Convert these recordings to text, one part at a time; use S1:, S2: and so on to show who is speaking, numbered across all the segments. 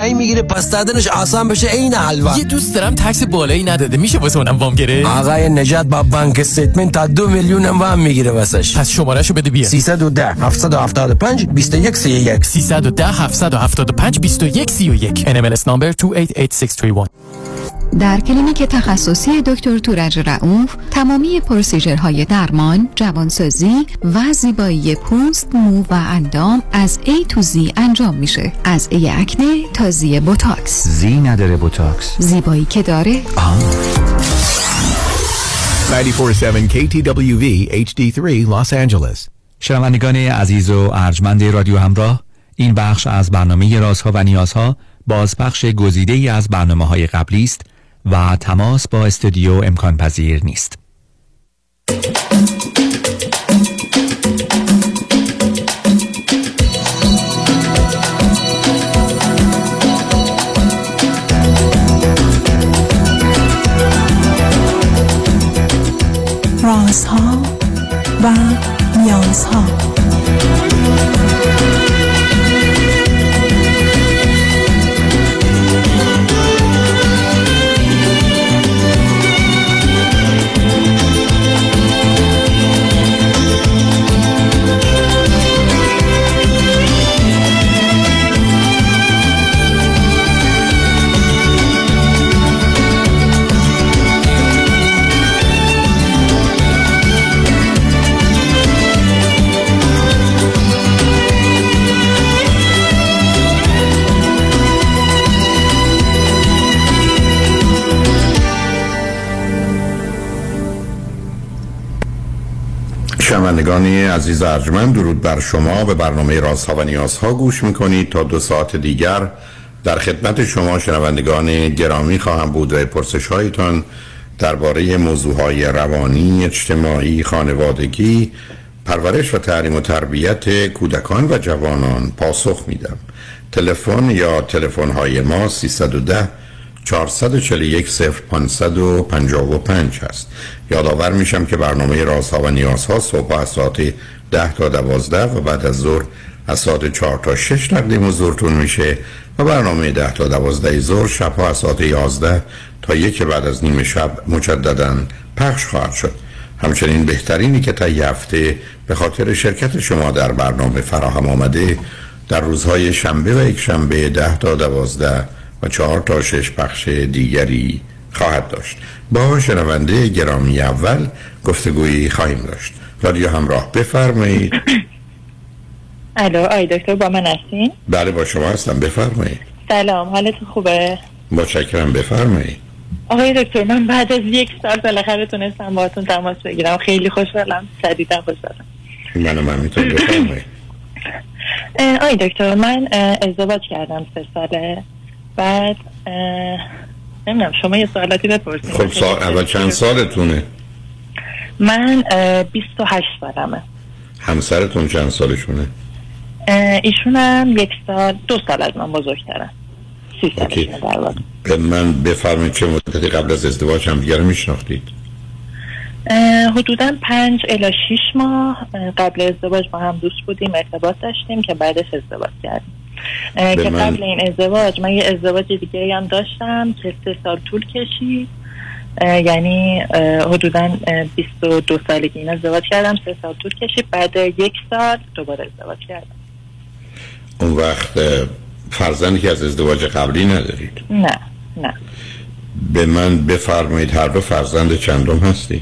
S1: پایین میگیره پس دادنش آسان بشه عین حلوا.
S2: یه دوست دارم تکس بالایی نداده، میشه واسه اونم وام گیره؟
S1: آقای نجات با بانک استیتمنت تا 2 میلیون هم وام میگیره واسش.
S2: پس شمارهشو بده بیا.
S1: 310 775 2131
S2: 310 775 2131 NMLS number 288631.
S3: در کلینیک تخصصی دکتر تورج رؤوف تمامی پروسیجرهای درمان، جوانسازی و زیبایی پوست، مو و اندام از A to Z انجام میشه. از A اکنه تا Z بوتاکس.
S4: زی نداره بوتاکس.
S3: زیبایی که داره
S5: 94.7 KTWV HD3 Los Angeles.
S4: شنوندگان عزیز و ارجمند رادیو همراه، این بخش از برنامه رازها و نیازها بازپخش گزیده‌ای از برنامه‌های قبلی است و تماس با استودیو امکان پذیر نیست.
S6: رازها و نیازها.
S7: شنوندگان عزیز ارجمند، درود بر شما. به برنامه رازها و نیازها گوش میکنید. تا 2 ساعت دیگر در خدمت شما شنوندگان گرامی خواهم بود و پرسش هایتان درباره موضوعهای روانی، اجتماعی، خانوادگی، پرورش و تعلیم و تربیت کودکان و جوانان پاسخ میدم. تلفن یا تلفن های ما 310 441 0555 هست. یادآور میشم که برنامه رازها و نیازها صبح از ساعت 10 تا 12 و بعد از ظهر از ساعت 4 تا 6 تقدیم حضورتون میشه و برنامه 10 تا 12 ظهر شبها از ساعت 11 تا 1 بعد از نیم شب مجددا پخش خواهد شد. همچنین بهترینی که تا یه هفته به خاطر شرکت شما در برنامه فراهم آمده در روزهای شنبه و یک شنبه 10 تا 12 و 4 تا 6 پخش دیگری خواهد داشت. با شنونده گرامی اول گفتگویی خواهیم داشت. رادیو همراه، بفرمایید.
S8: الو، آی دکتر با من هستین؟
S7: بله با شما هستم، بفرمایید.
S8: سلام، حالتون خوبه؟
S7: متشکرم، بفرمایید.
S8: آقای دکتر، من بعد از 1 سال بالاخره تونستم باهاتون تماس بگیرم. خیلی خوشحالم، شدیدا خوشحالم.
S7: منم همینطور، بفرمایید.
S8: آی دکتر، من ازدواج کردم 3 ساله. بعد نمیدونم شما یه سوالاتی بپرسید.
S7: خب اول چند سالتونه؟
S8: من 28 سالمه.
S7: همسرتون چند سالشونه؟
S8: ایشون هم 1 سال 2 سال از من بزرگترن. 30 سالشونه در واقع.
S7: به من بفرمایید چه مدتی قبل از ازدواج هم دیگه رو میشناختید؟
S8: حدوداً 5 الی 6 ماه قبل ازدواج با هم دوست بودیم، ارتباط داشتیم که بعدش ازدواج کردیم. که قبل این ازدواج من یه ازدواج دیگه هم داشتم که 3 سال طول کشید. یعنی حدوداً 22 سالگی این ازدواج کردم، 3 سال طول کشید، بعد 1 سال دوباره ازدواج کردم.
S7: اون وقت فرزندی که از ازدواج قبلی ندارید؟
S8: نه.
S7: به من بفرمایید هر دو فرزند چندم هستی؟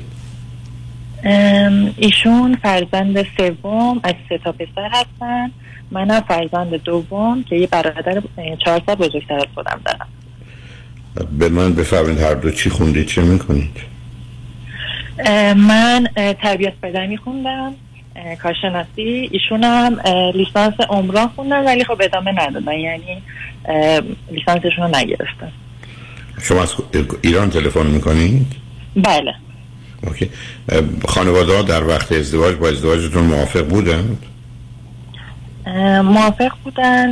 S8: ایشون فرزند سوم از 3 تا پسر هستن. منم فرزند دوم که یه برادر 4 سال بزرگتر از خودم دارم.
S7: به من بفرمایید هر دو چی خوندید، چه میکنید؟
S8: من تربیت بدنی خوندم، کارشناسی. ایشون هم لیسانس عمران خوندن ولی خب ادامه ندادن، یعنی لیسانسشون رو نگرفتن.
S7: شما از ایران تلفن میکنید؟
S8: بله.
S7: اوکی. خانواده ها در وقت ازدواج با ازدواجتون موافق بودند؟
S8: موافق بودن.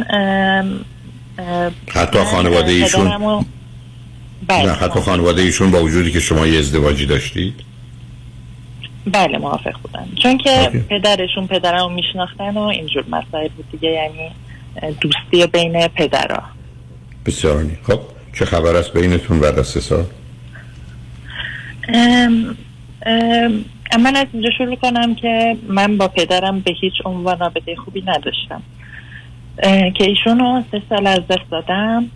S7: حتی خانواده ایشون؟
S8: بله.
S7: نه، حتی خانواده ایشون با وجودی که شما یه ازدواجی داشتید؟
S8: بله موافق بودن، چون که پدرشون پدرمو میشناختن و اینجور مسائل بود دیگه، یعنی دوستی بین پدرها.
S7: بسیار عالی. خب چه خبر است بینتون بعد از 3 سال؟
S8: من از اینجا شروع کنم که من با پدرم به هیچ عنوان رابطه خوبی نداشتم که ایشونو 3 سال از دست دادم.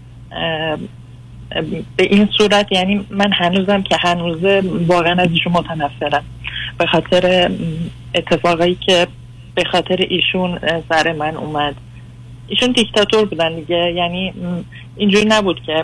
S8: به این صورت یعنی من هنوزم که هنوزه واقعا از ایشون متنفرم به خاطر اتفاقایی که به خاطر ایشون سر من اومد. ایشون دیکتاتور بودن دیگه، یعنی اینجوری نبود که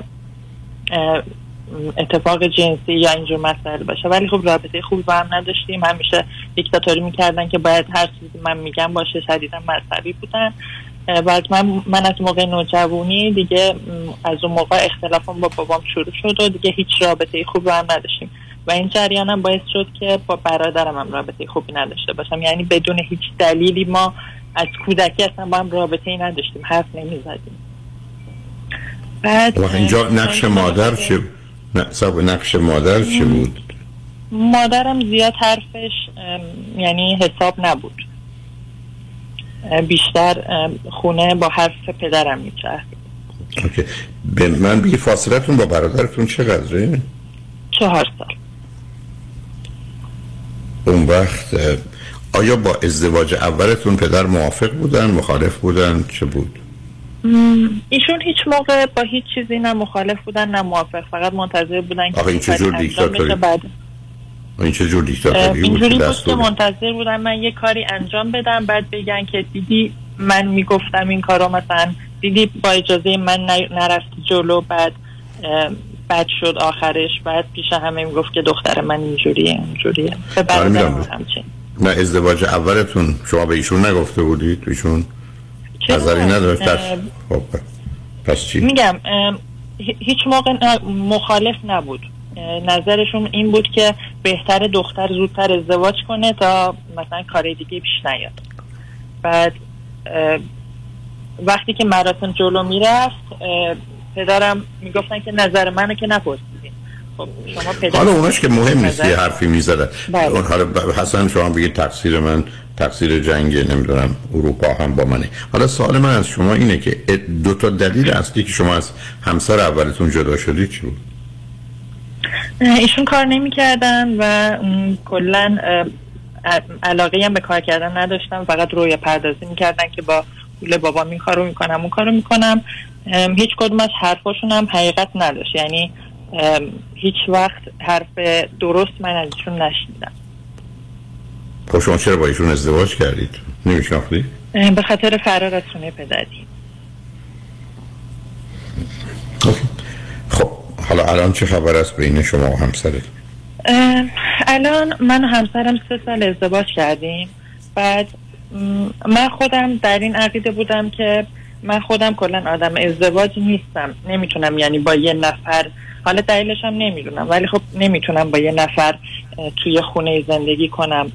S8: اتفاق جنسی یا اینجور مسائل باشه، ولی خب رابطه خوبی با هم نداشتیم. همیشه دیکتاتوری میکردن که باید هر چیزی من میگم باشه. شدیدا مذهبی بودن. بعد من از موقع نوجوانی دیگه از اون موقع اختلافم با بابام شروع شد و دیگه هیچ رابطه خوبی با هم نداشتیم و این جریان هم باعث شد که با برادرم هم رابطه خوبی نداشته باشم. یعنی بدون هیچ دلیلی ما از کودکی اصلا با هم رابطه ای نداشتیم، حرف نمیزدیم. بعد
S7: اینجا نقش مادر چه نقش مادر چه بود؟
S8: مادرم زیاد حرفش یعنی حساب نبود، بیشتر خونه با حرف پدرم میچرخید.
S7: اوکی. به من بگی فاصلتون با برادرتون چقدره؟
S8: 4 سال.
S7: اون وقت آیا با ازدواج اولتون پدر موافق بودن، مخالف بودن، چه بود؟
S8: ایشون هیچ موقع با هیچ چیزی نه مخالف بودن نه موافق، فقط منتظر بودن که
S7: این چه جور دیکتاتوری؟ این چه جور دیکتاتوری بود؟
S8: اینجوری بود که منتظر بودن من یه کاری انجام بدم، بعد بگن که دیدی من میگفتم این کارو، مثلا دیدی با اجازه من نرفتی جلو، بعد بد شد آخرش، بعد پیش همه میگفت که دختر من اینجوریه. به برادرم همچین.
S7: نه ازدواج اولتون شما به ایشون نگفته بودید؟ ایشون نظری نداشت؟ خب پس چی؟
S8: میگم هیچ موقع مخالف نبود. نظرشون این بود که بهتر دختر زودتر ازدواج کنه تا مثلا کار دیگه پیش نیاد. بعد وقتی که مراسم جلو میرفت پدرم میگفتن که نظر منو که نپرسیدین. خب شما پدر
S7: حالا اوناش که مهم نیست یه حرفی میزدن. اون حالا حسن شما بگید تقصیر من تقصیر جنگ نمیدونم اروپا هم با منه. حالا سوال من از شما اینه که 2 تا دلیل اصلی که شما از همسر اولتون جدا شدید چی بود؟
S8: ایشون کار نمی کردن و کلن علاقه هم به کار کردن نداشتن، فقط روی پردازی می کردن که با پول بابام این کارو میکنم اون کارو میکنم. هیچ کدوم از حرفاشون هم حقیقت نداشت، یعنی هیچ وقت حرف درست من از ایشون نشنیدم.
S7: خب شما چرا با ایشون ازدواج کردید؟ نمیشناختی؟
S8: به خاطر فرار از خونه پدری.
S7: خب حالا الان چه خبر است بین شما و همسرت؟
S8: الان من و همسرم 3 سال ازدواج کردیم. بعد من خودم در این عقیده بودم که من خودم کلا آدم ازدواج نیستم، نمیتونم یعنی با یه نفر، حالا دلیلش هم نمیدونم ولی خب نمیتونم با یه نفر توی خونه زندگی کنم.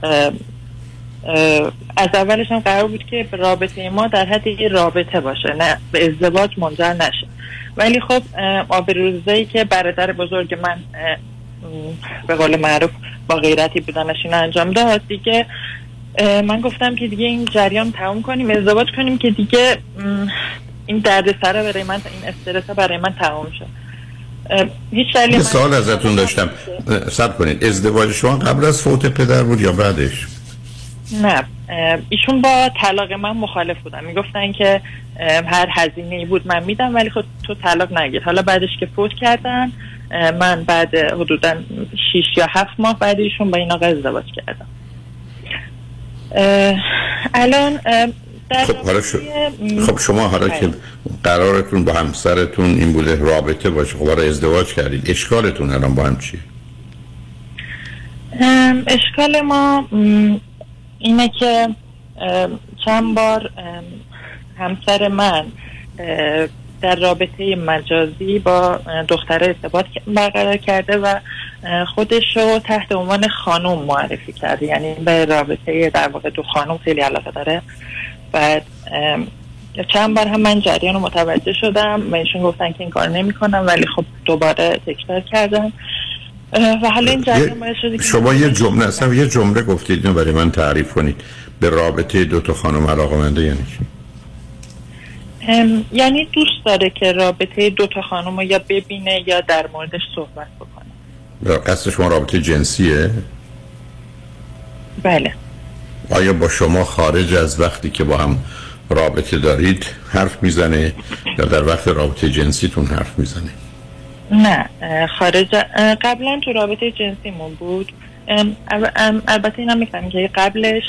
S8: از اولش هم قرار بود که رابطه ما در حد یه رابطه باشه، نه به ازدواج منجر نشه. ولی خب آبروریزی که برادر بزرگ من به قول معروف با غیرتی بودنش این انجام داد دیگه، من گفتم که دیگه این جریان تموم کنیم، ازدواج کنیم که دیگه این دردسر برای من، این استرس برای من تموم شد. هیچ دلیلی من
S7: سوال ازتون داشتم. صبر کنید، ازدواج شما قبل از فوت پدر بود یا بعدش؟
S8: نه، ایشون با طلاق من مخالف بودن، میگفتن که هر هزینه‌ای بود من میدم ولی خود تو طلاق نگیر. حالا بعدش که فوت کردن من بعد حدوداً 6 یا 7 ماه بعد ایشون با این آقا ازدواج کردم. الان
S7: خب شما حالا که قرارتون با همسرتون این بوده رابطه باشه، خب حالا ازدواج کردید، اشکالتون الان با هم چیه؟
S8: اشکال ما اینه که چند بار همسر من در رابطه مجازی با دختر ارتباط برقرار کرده و خودش رو تحت عنوان خانوم معرفی کرده، یعنی به رابطه در واقع 2 خانوم خیلی علاقه داره. بعد چند بار هم من جریان رو متوجه شدم و ایشون گفتن که این کار نمی کنم ولی خب دوباره تکرار کردم و حالا این جریان باعث شده که
S7: شما یه جمله گفتید اینو برای من تعریف کنید. به رابطه 2 تا خانم علاقه‌منده یعنی چی؟
S8: یعنی دوست داره که رابطه دوتا خانم رو یا ببینه یا در موردش صحبت بکنه.
S7: قصد شما رابطه جنسیه؟
S8: بله.
S7: آیا با شما خارج از وقتی که با هم رابطه دارید حرف میزنه یا در وقت رابطه جنسیتون حرف میزنه؟
S8: نه، خارج قبلا تو رابطه جنسیمون بود. البته اینا میگم که قبلش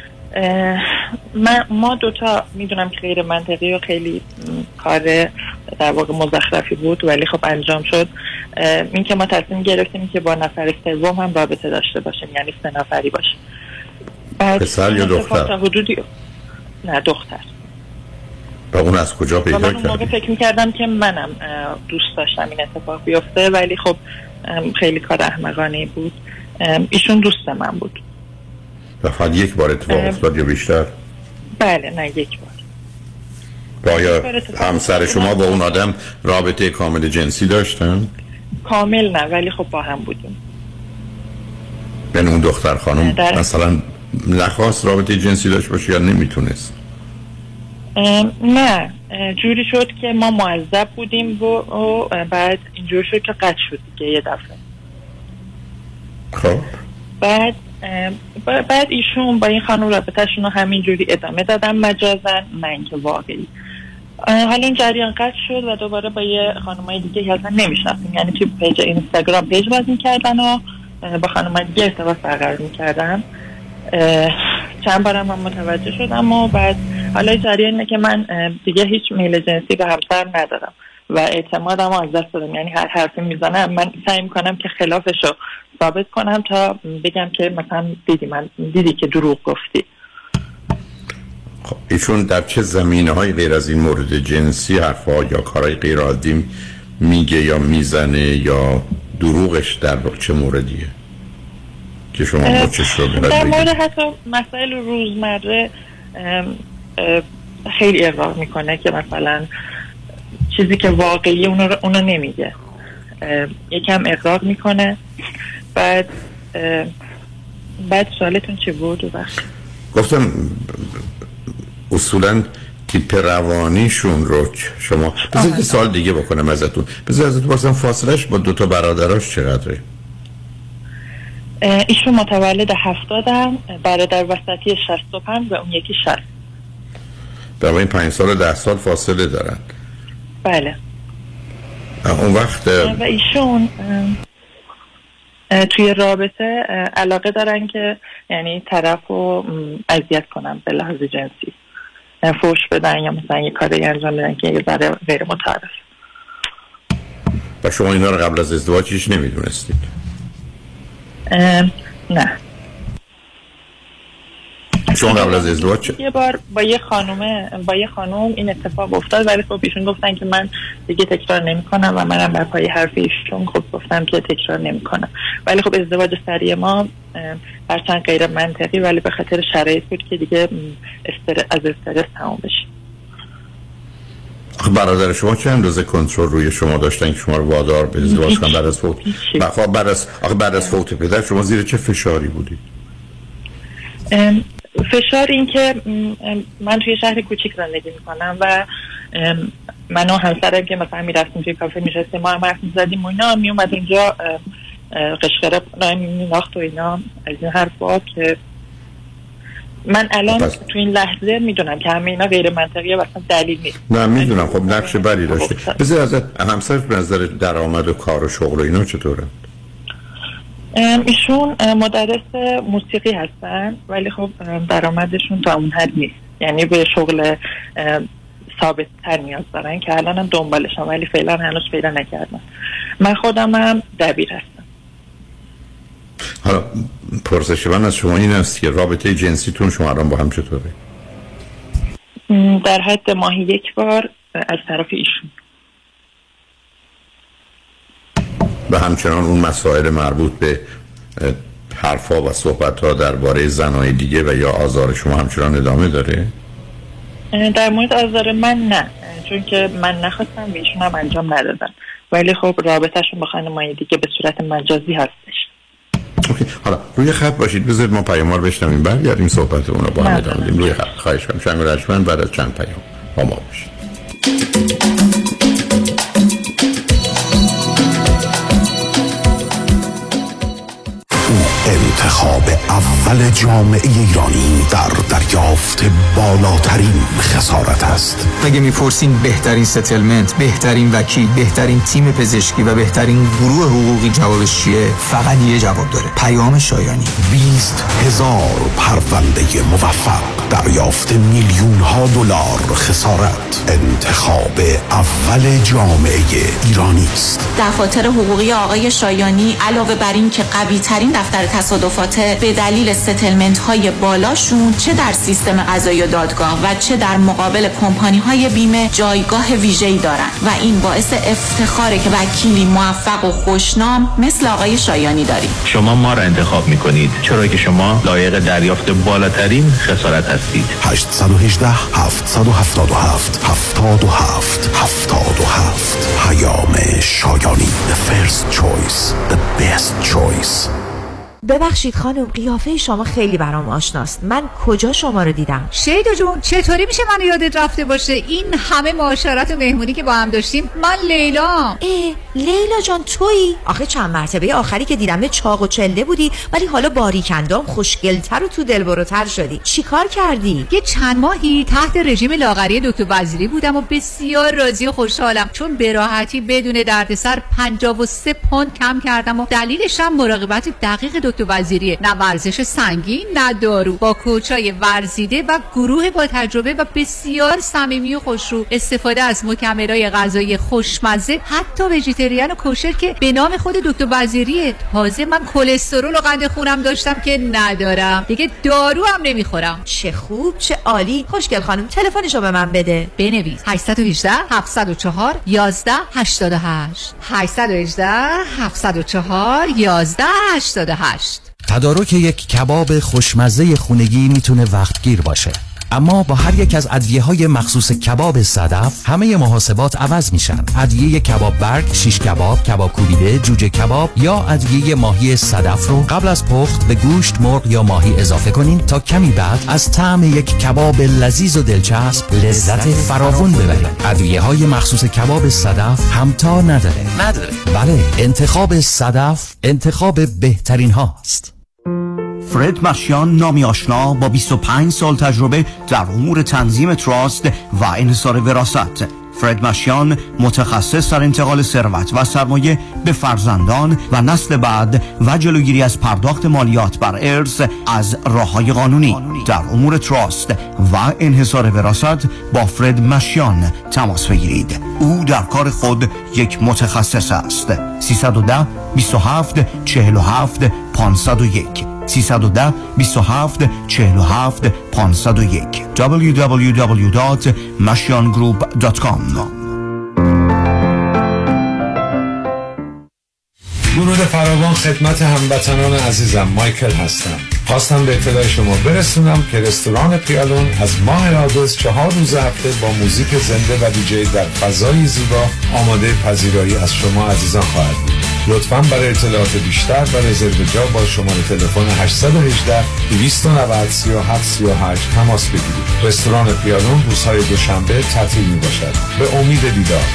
S8: ما دوتا میدونم که غیر منطقی و خیلی کار در واقع مزخرفی بود، ولی خب انجام شد. این که ما تصمیم گرفتیم که با نفر سوم هم رابطه داشته باشیم، یعنی 3 نفری باشیم.
S7: پسر یا دختر؟
S8: نه، دختر.
S7: و اون از کجا پیدا کردی؟
S8: من اون موقع فکر میکردم که منم دوست داشتم این اتفاق بیفته، ولی خب خیلی کار احمقانه بود. ایشون دوست من بود.
S7: و فقط یک بار اتفاق افتاد یا بیشتر؟
S8: بله، نه، یک بار.
S7: آیا همسر شما با اون آدم رابطه کامل جنسی داشتن؟
S8: کامل نه، ولی خب با هم بودیم.
S7: یعنی اون دختر خانم مثلا نخواست رابطه جنسی داشت باشه یا نمیتونست؟
S8: نه، جوری شد که ما معذب بودیم و بعد اینجوری شد که قطع شد دیگه یه دفعه.
S7: خب
S8: بعد ایشون با این خانم رابطه‌شون رو همینجوری ادامه دادن مجازن، نه اینکه واقعی. حالا این جریان قطع شد و دوباره با یه خانمای دیگه که اصلا نمیشناسیم، یعنی توی پیج اینستاگرام پیج باز می‌کردن و با خانمای دیگه ارتباط برقرار می‌کردن. چند بارم من متوجه شدم و بعد حالا جریان اینه که من دیگه هیچ میل جنسی به همسر ندارم و اعتمادم رو از دست دادم. یعنی هر حرفی میزنم من سعی میکنم که خلافش رو ثابت کنم تا بگم که مثلا دیدی که دروغ گفتی.
S7: خب ایشون در چه زمینه‌های غیر از این مورد جنسی حرفا یا کارهای غیر عادی میگه یا میزنه یا دروغش در چه موردیه که شما با چه شده؟
S8: در مورد حتی مسائل روزمره خیلی اغراق میکنه که مثلا چیزی که واقعی اونو نمیگه، یکم اغراق میکنه. بعد سوالتون چی بود؟
S7: گفتم اصولا تیپ روانیشون رو شما بذارید یه سوال دیگه بکنم ازتون. بذارید ازتون بپرسم فاصلش با 2 برادراش چقدره؟
S8: ایشون متولد 70 برادر وسطی 65 و اون یکی 60.
S7: در این 5 سال و 10 سال فاصله دارن.
S8: بله.
S7: اون وقت
S8: و ایشون توی رابطه علاقه دارن که یعنی طرف رو اذیت کنن به لحاظ جنسی، فوش بدن یا مثلا یه کاری انجام بدن که یه ذره غیر متعارف.
S7: و شما اینا رو قبل از ازدواجش نمیدونستید؟
S8: نه.
S7: شما قبل از ازدواج
S8: یه بار با یه خانم این اتفاق افتاد، ولی خب ایشون گفتن که من دیگه تکرار نمی‌کنم و منم بر پای حرف ایشون خب گفتم که تکرار نمی‌کنم. ولی خب ازدواج سریع ما هرچند غیر منطقی ولی به خاطر شرایط بود که دیگه از استرس تمام بشیم.
S7: برادر شما چه اندازه کنترل روی شما داشتن که شما رو وادار به ازدواج کنن بعد از فوت؟ بعد از فوت پدر شما زیر چه فشاری بودید؟
S8: فشار این که من توی شهر کوچیک زندگی میکنم و من و همسرم که مثلا میرفتیم توی کافه میشستیم ما هم حرف میزدیم و اینا، میومد اونجا قشقره میلاخت و اینا از این حرفا که من الان تو این لحظه میدونم که همه اینا غیر منطقیه و اصلا دلیل نیست.
S7: نه میدونم. خب نقش بدی داشته. بذار ازت همسرت به نظر درآمد و کار و شغل و اینا چطوره؟
S8: ایشون مدرس موسیقی هستن ولی خب درآمدشون تا اون حد نیست، یعنی به شغل ثابت تر نیاز دارن که الان هم دنبالشم ولی فعلا هنوز پیدا نکردم. من خودم هم دبیر هستم.
S7: حالا پرسش من از شما این است که رابطه جنسیتون شما الان با هم چطوره؟
S8: در حد ماهی 1 بار از طرف ایشون.
S7: و همچنان اون مسائل مربوط به حرفا و صحبت‌ها درباره زنای دیگه و یا آزار شما همچنان ادامه داره؟
S8: در مورد آزار من نه، چون که من نخواستم و ایشون هم انجام ندادن، ولی خب رابطه‌شون با خانمای دیگه به صورت مجازی هستش.
S7: اوکی. حالا روی خط باشید، بذارید ما پیام‌ها رو بشنویم برگردیم صحبتمون رو با هم ادامه بدیم. روی خط خواهش می‌کنم. شنگ رجمن بعد از چند پیام با ما باشید.
S9: انتخاب اول جامعه ایرانی در دریافت بالاترین خسارت است.
S10: اگه میپرسین بهترین ستلمنت، بهترین وکیل، بهترین تیم پزشکی و بهترین گروه حقوقی جوابش چیه؟ فقط یه جواب داره: پیام شایانی.
S9: 20,000 پرونده موفق، دریافت میلیون‌ها دلار خسارت. انتخاب اول جامعه ایرانی است.
S11: دفاتر حقوقی آقای شایانی علاوه بر این که قوی ترین دفتر تصادفات به دلیل ستلمنت های بالاشون، چه در سیستم قضایی و دادگاه و چه در مقابل کمپانی های بیمه جایگاه ویژه‌ای دارن و این باعث افتخاره که وکیلی موفق و خوشنام مثل آقای شایانی داریم.
S12: شما ما را انتخاب میکنید چرا که شما لایق دریافت بالاترین خسارت هستید.
S9: 818 777 77 77. پیام شایانی. The first choice, the best choice.
S13: ببخشید خانم، قیافه شما خیلی برام آشناست. من کجا شما رو دیدم؟
S14: شیدا جون، چطوری میشه منو یادت رفته باشه؟ این همه معاشرت و مهمونی که با هم داشتیم. من لیلا.
S13: لیلا جان تویی؟ آخه چند مرتبه آخری که دیدم چاق و چله بودی، ولی حالا باریکندام خوشگلتر و تو دلبروتر شدی. چیکار کردی؟
S14: یه چند ماهی تحت رژیم لاغری دکتر وزیری بودم و بسیار راضی و خوشحالم، چون به راحتی بدون دردسر 53 پوند کم کردم و دلیلش هم مراقبت دقیق دکتر وزیریه. نه ورزش سنگین، نه دارو، با کوچای ورزیده و گروه با تجربه و بسیار صمیمی و خوشرو. استفاده از مکمل‌های غذایی خوشمزه، حتی ویژیتریان و کوشر که به نام خود دکتر وزیریه. تازه من کلسترول و قند خونم داشتم که ندارم. دیگه دارو هم نمیخورم.
S13: چه خوب، چه عالی. خوشگل خانم، تلفنشو به من بده.
S14: بنویس: 818 704 1188. 818 704 1188.
S15: تدارک یک کباب خوشمزه خونگی میتونه وقتگیر باشه، اما با هر یک از ادویه‌های مخصوص کباب صدف همه محاسبات عوض میشن. ادویه کباب برگ، شیش کباب، کباب کوبیده، جوجه کباب یا ادویه ماهی صدف رو قبل از پخت به گوشت مرغ یا ماهی اضافه کنین تا کمی بعد از طعم یک کباب لذیذ و دلچسب لذت فراوون ببرید. ادویه‌های مخصوص کباب صدف همتا نداره. بله، انتخاب صدف انتخاب بهترین هاست.
S16: فرد مشیان، نامی آشنا با 25 سال تجربه در امور تنظیم تراست و انحصار وراثت. فرد مشیان متخصص در انتقال ثروت و سرمایه به فرزندان و نسل بعد و جلوگیری از پرداخت مالیات بر ارث از راه‌های قانونی. در امور تراست و انحصار وراثت با فرد مشیان تماس بگیرید. او در کار خود یک متخصص است. 310 27 47 501 310 27 47 501 www.mashiangroup.com.
S17: درود فراوان خدمت هموطنان عزیزم، مایکل هستم. خواستم به اطلاع شما برسونم که رستوران پیالون از ماه آگوست 4 روز هفته با موزیک زنده و دیجی در فضای زیبا آماده پذیرایی از شما عزیزان خواهد بود. لطفاً برای اطلاعات بیشتر و رزرو جا با شماره تلفن 818 290 37 38 تماس بگیرید. رستوران پیالون روزهای دوشنبه تعطیل میباشد. به امید دیدار.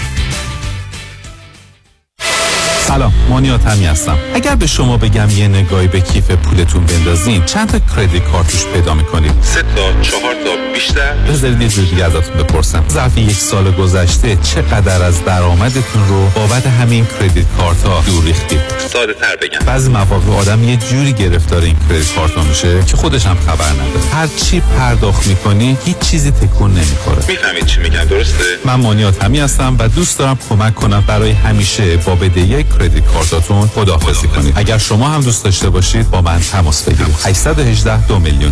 S18: سلام، مانیات همی هستم. اگر به شما بگم یه نگاهی به کیف پولتون بندازین چند تا کریدیت کارت توش پیدا میکنید؟ 3 تا 4 تا بیشتر؟ بذارید یه جور دیگه ازتون بپرسم. ظرف 1 سال گذشته چقدر از درآمدتون رو بابت همین کریدیت کارت ها دور ریختید؟ ساده تر بگم، بعضی مواقع آدم یه جوری گرفتار این کریدیت کارت ها میشه که خودش هم خبر نداره. هر چی پرداخت میکنی هیچ چیزی تکون نمیخوره. میفهمید چی میگم، درسته؟ من مانیات همی هستم و دوست دارم کمک کنم برای همیشه با بدهی کریدیت کارتاتون خداحافظی کنید. اگر شما هم دوست داشته باشید با من تماس بگیرید. 818 2 میلیون.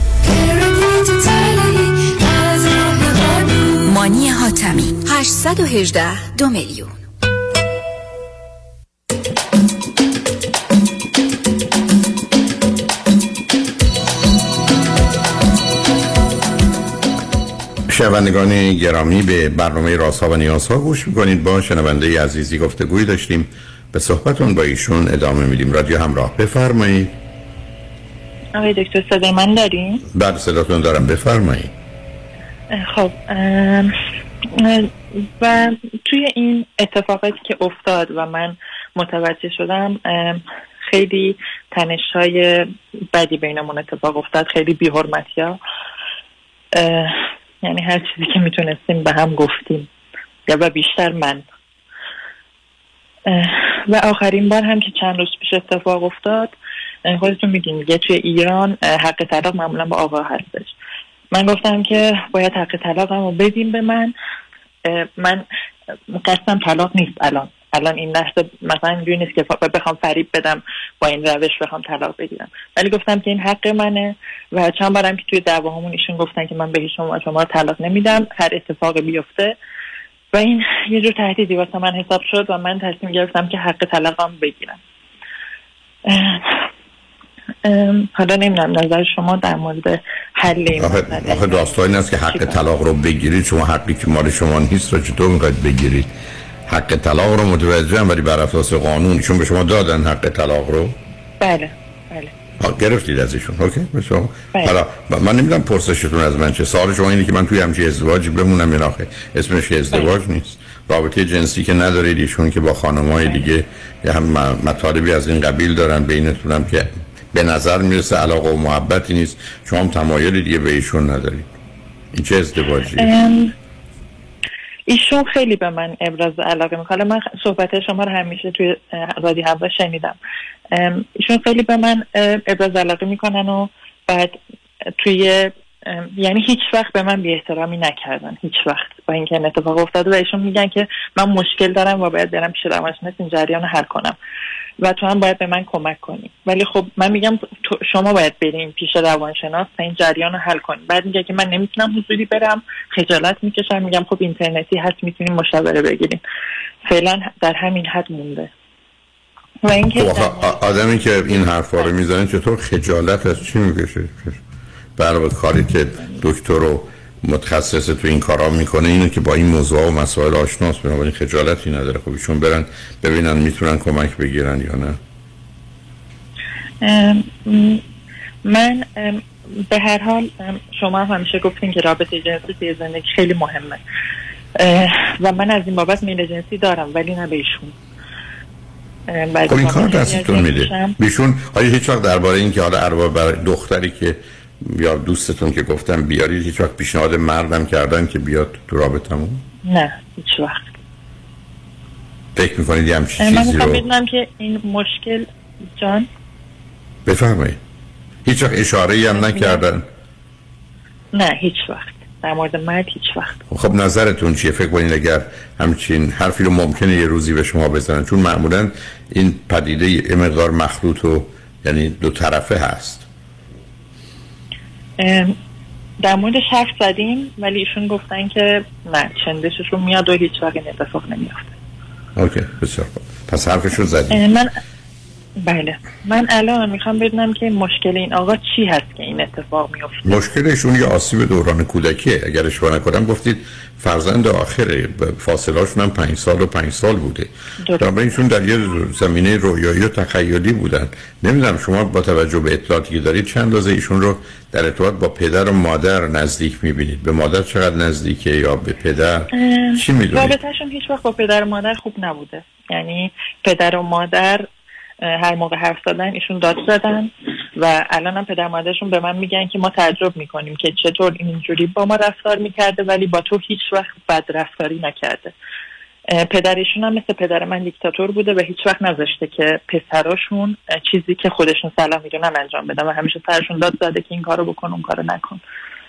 S3: مانی حاتمی 818 2 میلیون.
S7: شنوندگان گرامی، به برنامه رازها و نیازها گوش میکنید. با شنونده عزیزی گفتگوی داشتیم، به صحبتون با ایشون ادامه میدیم. رادیو همراه، بفرمایید.
S8: آقای دکتر صدای من دارین؟
S7: بعد صداتون دارم، بفرمایید.
S8: خب و توی این اتفاقاتی که افتاد و من متوجه شدم خیلی تنش‌های بدی بینمون اتفاق افتاد، خیلی بی‌حرمتی‌ها، یعنی هر چیزی که میتونستیم به هم گفتیم و بیشتر من. و آخرین بار هم که چند روز پیش اتفاق افتاد، خودتون میدین دیگه توی ایران حق طلاق معمولا با آقا هستش. من گفتم که باید حق طلاقمو بدیم به من قصدم طلاق نیست الان این لحظه مثلا اینجوری نیست که بخوام فریب بدم با این روش بخوام طلاق بگیرم، ولی گفتم که این حق منه و چند بارم که توی دعواهامون ایشون گفتن که من به شما طلاق نمیدم هر اتفاقی بیفته و این یه جور تهدیدی واسه من حساب شد و من تصمیم گرفتم که حق طلاقم بگیرم. حالا نمیدونم نظر شما در مورد حل این مسئله.
S7: آخه داستان این است که حق طلاق رو بگیرید، شما حقی که مال شما نیست رو چطور میخواید بگیرید؟ حق طلاق رو متوجهم، ولی بر اساس قانون چون به شما دادن حق طلاق رو.
S8: بله
S7: گرفتید ازشون. اوکی بسیار. حالا من نمیدونم پرسشتون از من چه. سوال شما اینه که من توی همچین ازدواجی بمونم یا نه؟ اسمش ازدواج نیست، رابطه جنسی که ندارید، ایشون که با خانم‌های دیگه یا هم مطالبی از این قبیل دارن بینتونم که به نظر میرسه علاقه و محبتی نیست، شما هم تمایلی دیگه به ایشون ندارید. این چه ازدواجیه؟
S8: ایشون خیلی به من ابراز علاقه میکنه. من صحبت شما رو همیشه توی رادیو هوا شنیدم. ایشون خیلی به من ابراز علاقه میکنن و بعد توی یعنی هیچ وقت به من بی احترامی نکردن، هیچ وقت، با اینکه این اتفاق افتاده و ایشون میگن که من مشکل دارم و باید برم پیش روانشناس این جریان رو حل کنم و تو هم باید به من کمک کنی. ولی خب من میگم شما باید بریم پیش روانشناس تا این جریان رو حل کنی. بعد میگه که من نمیتونم حضوری برم، خجالت میکشم. میگم خب اینترنتی هست میتونیم مشاوره بگیریم. فعلا در همین حد مونده. و اینکه
S7: آدمی که این حرفا رو میزنه چطور خجالت از چی میکشه؟ برای کاری که دکتر و متخصص تو این کارا میکنه اینه که با این موضوع و مسائل آشناست، بنابراین خجالتی نداره. خب ایشون برن ببینن میتونن کمک بگیرن یا نه.
S8: من به هر حال شما همیشه گفتین که رابطه جنسی توی زندگی خیلی مهمه و من از این بابت میل جنسی دارم، ولی نه به ایشون.
S7: خب این کار دستتون میده بیشون. آیا هیچ وقت درباره این که حالا ارباب برای دختری که یا دوستتون که گفتم بیارید هیچ وقت پیشنهاد مردم کردن که بیاد تو رابطمون؟
S8: نه هیچ وقت.
S7: فکر میکنید یه همچین
S8: چیزی
S7: رو؟
S8: من میدونم که این مشکل جان
S7: بفرمایید. هیچ وقت اشاره‌ای هم نکردن؟
S8: نه هیچ وقت. در مورد مرد هیچ وقت.
S7: خب نظرتون چیه؟ فکر کنید اگر همچین حرفی رو ممکنه یه روزی به شما بزنن؟ چون معمولا این پدیده یه مقدار مخلوط و یعنی دو طرفه هست.
S8: در موردش حرف زدیم ولی ایشون گفتن که نه چندششون میاد و هیچ وقت این اتفاق نمیافته.
S7: اوکی بسیار خوب. پس حرفشو زدیم.
S8: من الان میخوام بدونم که مشکل این آقا چی هست که این اتفاق میفته.
S7: مشکلشون یه آسیب دوران کودکیه. اگر اشتباه نکنم گفتید فرزند آخره، فاصله‌شون هم 5 سال و 5 سال بوده. درباره‌شون در یه زمینه رویایی و تخیلی بودن. نمیدونم شما با توجه به اطلاعاتی که دارید چند روزه ایشون رو در ارتباط با پدر و مادر نزدیک میبینید؟ به مادر چقدر نزدیکه یا به پدر؟ چی میدونید؟
S8: رابطه‌شون هیچ وقت با پدر و مادر خوب نبوده. یعنی پدر و مادر هر موقع حرف زدن ایشون داد زدن و الان هم پدر مادرشون به من میگن که ما تعجب میکنیم که چطور اینجوری با ما رفتار میکرده ولی با تو هیچ وقت بد رفتاری نکرده. پدرشون هم مثل پدر من دیکتاتور بوده و هیچ وقت نذاشته که پسراشون چیزی که خودشون صلاح میدونن انجام بدن و همیشه سرشون داد زده که این کارو بکن اون کارو نکن.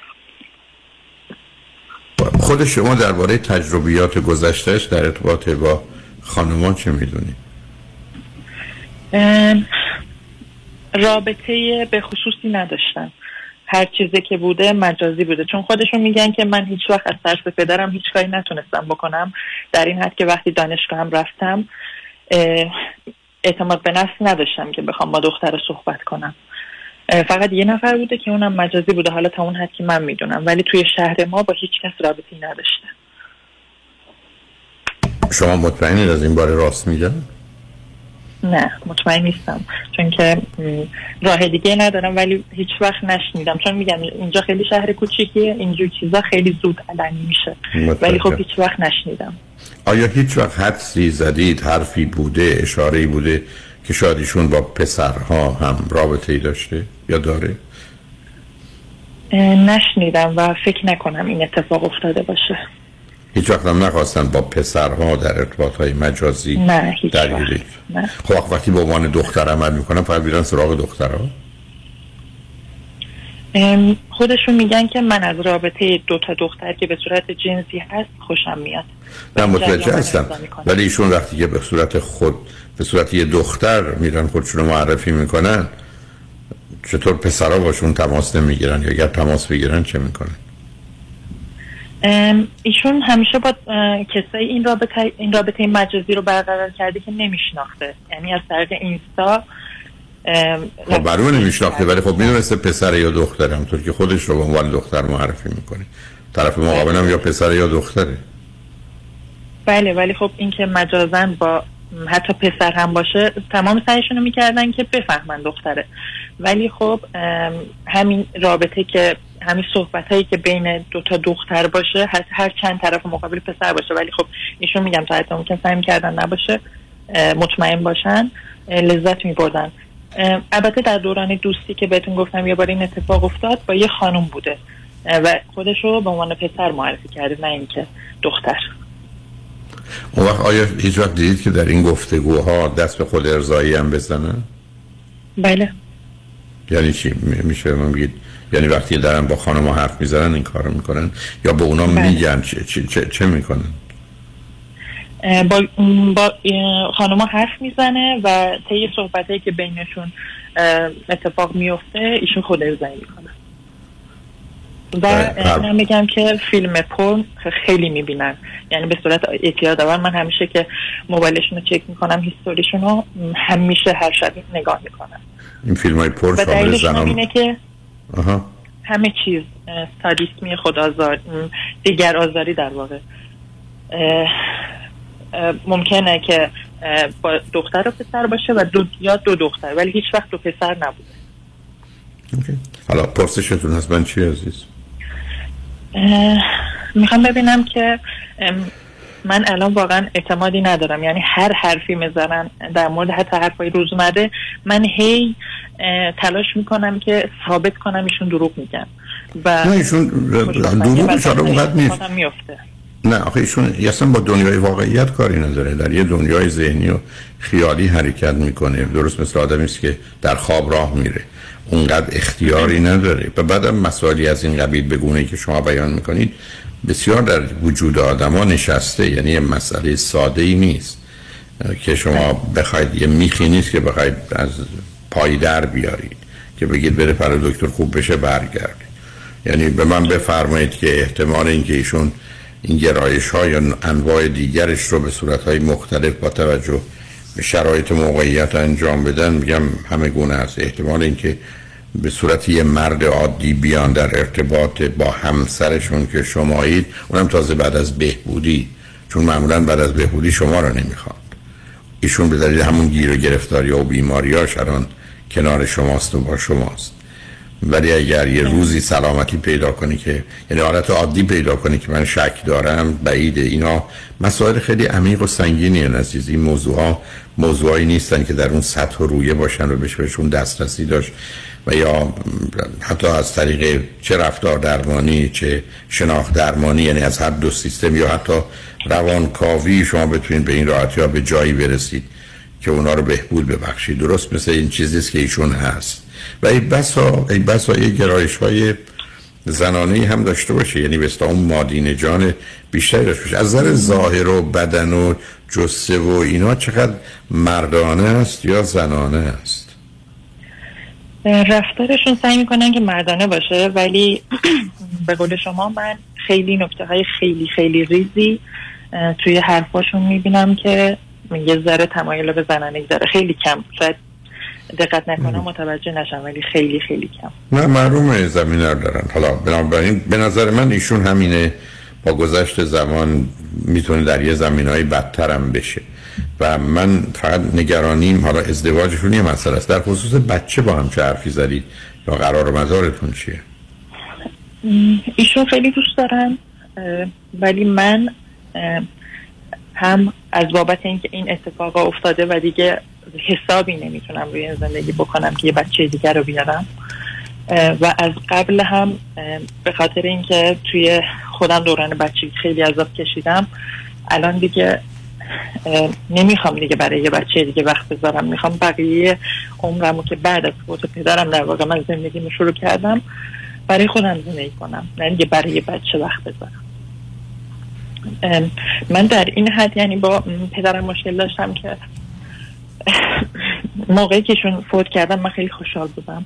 S7: خود شما درباره تجربیات گذشتهش در ارتباط با خانمان چه میدونید؟
S8: رابطه به خصوصی نداشتن. هر چیزی که بوده مجازی بوده، چون خودشون میگن که من هیچ وقت از ترس پدرم هیچ کاری نتونستم بکنم، در این حد که وقتی دانشگاه هم رفتم اعتماد به نفس نداشتم که بخوام با دختر صحبت کنم. فقط یه نفر بوده که اونم مجازی بوده، حالا تا اون حد که من میدونم، ولی توی شهر ما با هیچ کس رابطه‌ای نداشته.
S7: شما مطمئنید از این باره راست میگن؟
S8: نه مطمئن نیستم، چون که راه دیگه ندارم، ولی هیچ وقت نشنیدم، چون میگم اینجا خیلی شهر کوچیکیه، اینجور چیزا خیلی زود علنی میشه. ولی خب هیچ وقت نشنیدم.
S7: آیا هیچ وقت حدسی زدید، حرفی بوده، اشاره‌ای بوده که شاید ایشون با پسرها هم رابطه‌ای داشته یا داره؟
S8: نشنیدم و فکر نکنم این اتفاق افتاده باشه.
S7: هیچ وقت هم نخواستن با پسرها در ارتباط‌های مجازی
S8: نه هیچ وقت. نه.
S7: خب وقتی به عنوان دختر عمل میکنن فقط بیرن سراغ دخترها؟
S8: خودشون میگن که من از رابطه 2 تا دختر که به صورت جنسی هست خوشم میاد.
S7: نه متوجه هستم، ولی ایشون وقتی که به صورت یه دختر میرن خودشون رو معرفی میکنن، چطور پسرها باشون تماس نمیگیرن یا اگر تماس بگیرن چه میکنن؟
S8: ایشون همیشه با کسایی این رابطه مجازی رو برقرار کرده که نمیشناخته، یعنی از طریق اینستا.
S7: خب معلومه نمیشناخته، ولی خب میدونسته پسر یا دختره، همونطور که خودش رو به عنوان دختر معرفی میکنه. طرف مقابلم یا پسر یا دختره.
S8: بله، ولی خب این که مجازن با حتی پسر هم باشه تمام سعیشون رو میکردن که بفهمن دختره. ولی خب همین رابطه که همین صحبتایی که بین 2 تا دختر باشه، هر چند طرف مقابل پسر باشه، ولی خب ایشون میگم تا حتی ممکن سعی میکردن نباشه، مطمئن باشن، لذت میبردن. البته در دوران دوستی که بهتون گفتم یه بار این اتفاق افتاد، با یه خانم بوده و خودش رو به عنوان پسر معرفی کرده، نه اینکه دختر.
S7: اون وقت آیا هیچ وقت دیدید که در این گفتگوها دست به خود ارضایی هم بزنن؟
S8: بله.
S7: یعنی چی؟ میشه من بگید یعنی وقتی دارن با خانم حرف میزنن این کارو میکنن یا به اونا میگن چه میکنن؟
S8: با خانم حرف میزنه و طی صحبتایی که بینشون اتفاق میفته ایشون خود ارضایی میکنه. و من میگم که فیلم پورن خیلی میبینن، یعنی به صورت اعتیادآور. من همیشه که موبایلشون رو چک میکنم، هیستوریشون رو همیشه هر شب نگاه میکنم.
S7: این فیلم های پورن
S8: شامل زنان اینه که همه چیز، سادیسمی، خودآزار، دیگر آزاری در واقع. ممکنه که با دختر و پسر باشه و یا دو دختر، ولی هیچ وقت 2 پسر نبوده.
S7: حالا پرسشتون هست من چی عزیز؟
S8: میخوام ببینم که من الان واقعا اعتمادی ندارم، یعنی هر حرفی میزنن در مورد حتی حرفای روزمره، من هی تلاش میکنم که ثابت کنم ایشون دروغ میگن و
S7: نه ایشون دروغ شده اونقدر نیست. نه آخه ایشون اصلا با دنیای واقعیت کاری نداره، در یه دنیای ذهنی و خیالی حرکت میکنه، درست مثل آدمی است که در خواب راه میره، اونقدر اختیاری نداره. و بعدم مسائلی از این قبیل به گونه‌ای که شما بیان میکنید بسیار در وجود آدما نشسته، یعنی یه مسئله ساده‌ای نیست که شما بخواید، یه میخی نیست که بخواید از پای در بیارید که بگید بره پر دکتر خوب بشه برگرد. یعنی به من بفرمایید که احتمال اینکه ایشون این گرایش‌ها یا انواع دیگرش رو به صورت‌های مختلف با توجه به شرایط موقعیت انجام بدن، میگم همه گونه است. احتمال اینکه به صورت یه مرد عادی بیان در ارتباط با همسرشون که شمایید، اونم تازه بعد از بهبودی، چون معمولا بعد از بهبودی شما رو نمیخواد، ایشون به دلیل همون گیر و گرفتاری و بیماری‌هاش الان کنار شماست و با شماست. ولی اگر یه روزی سلامتی پیدا کنی که یعنی حالت عادی پیدا کنی که من شک دارم، بعیده. اینا مسائل خیلی عمیق و سنگینی هستند عزیز. این موضوعایی نیستن که در اون سطح و رویه باشن و بهشون دسترسی داشت و یا حتی از طریق چه رفتار درمانی چه شناخت درمانی، یعنی از هر 2 سیستم یا حتی روانکاوی شما بتونید به این راحتی ها به جایی برسید که اونا رو بهبود ببخشید. درست مثل این چیزیست که ایشون هست. و ای بسا یه گرایش های زنانه‌ای هم داشته باشه، یعنی به اون مادین جان بیشتری داشته باشه. از نظر ظاهر و بدن و جسه و اینا چقدر مردانه است یا زنانه است؟
S8: رفتارشون سعی میکنن که مردانه باشه، ولی به قول شما من خیلی نکته‌های خیلی خیلی ریزی توی حرفاشون میبینم که یه ذره تمایل به زنانه داره، خیلی کم. شاید دقت نکنم متوجه نشم، ولی خیلی خیلی کم.
S7: نه معلومه زمینه دارن. حالا بنابراین به نظر من ایشون همینه، با گذشت زمان میتونه در یه زمینهای بدتر هم بشه. و من فقط نگرانیم حالا ازدواجشون یه مسئله است، در خصوص بچه با هم چه حرفی زدید یا قرار و مدارتون چیه؟
S8: ایشون خیلی دوست دارن، ولی من هم از بابت اینکه این اتفاق افتاده و دیگه حسابی نمیتونم روی زندگی بکنم که یه بچه دیگر رو بیارم، و از قبل هم به خاطر اینکه توی خودم دوران بچگی خیلی عذاب کشیدم، الان دیگه نمیخوام دیگه برای یه بچه دیگه وقت بذارم. میخوام بقیه عمرمو که بعد از فوت پدرم در واقع من زندگیمو شروع کردم برای خودم زندگی کنم، نه دیگه برای یه بچه وقت بذارم. من در این حد یعنی با پدرم مشکل داشتم که موقعی که شون فوت کردم من خیلی خوشحال بودم.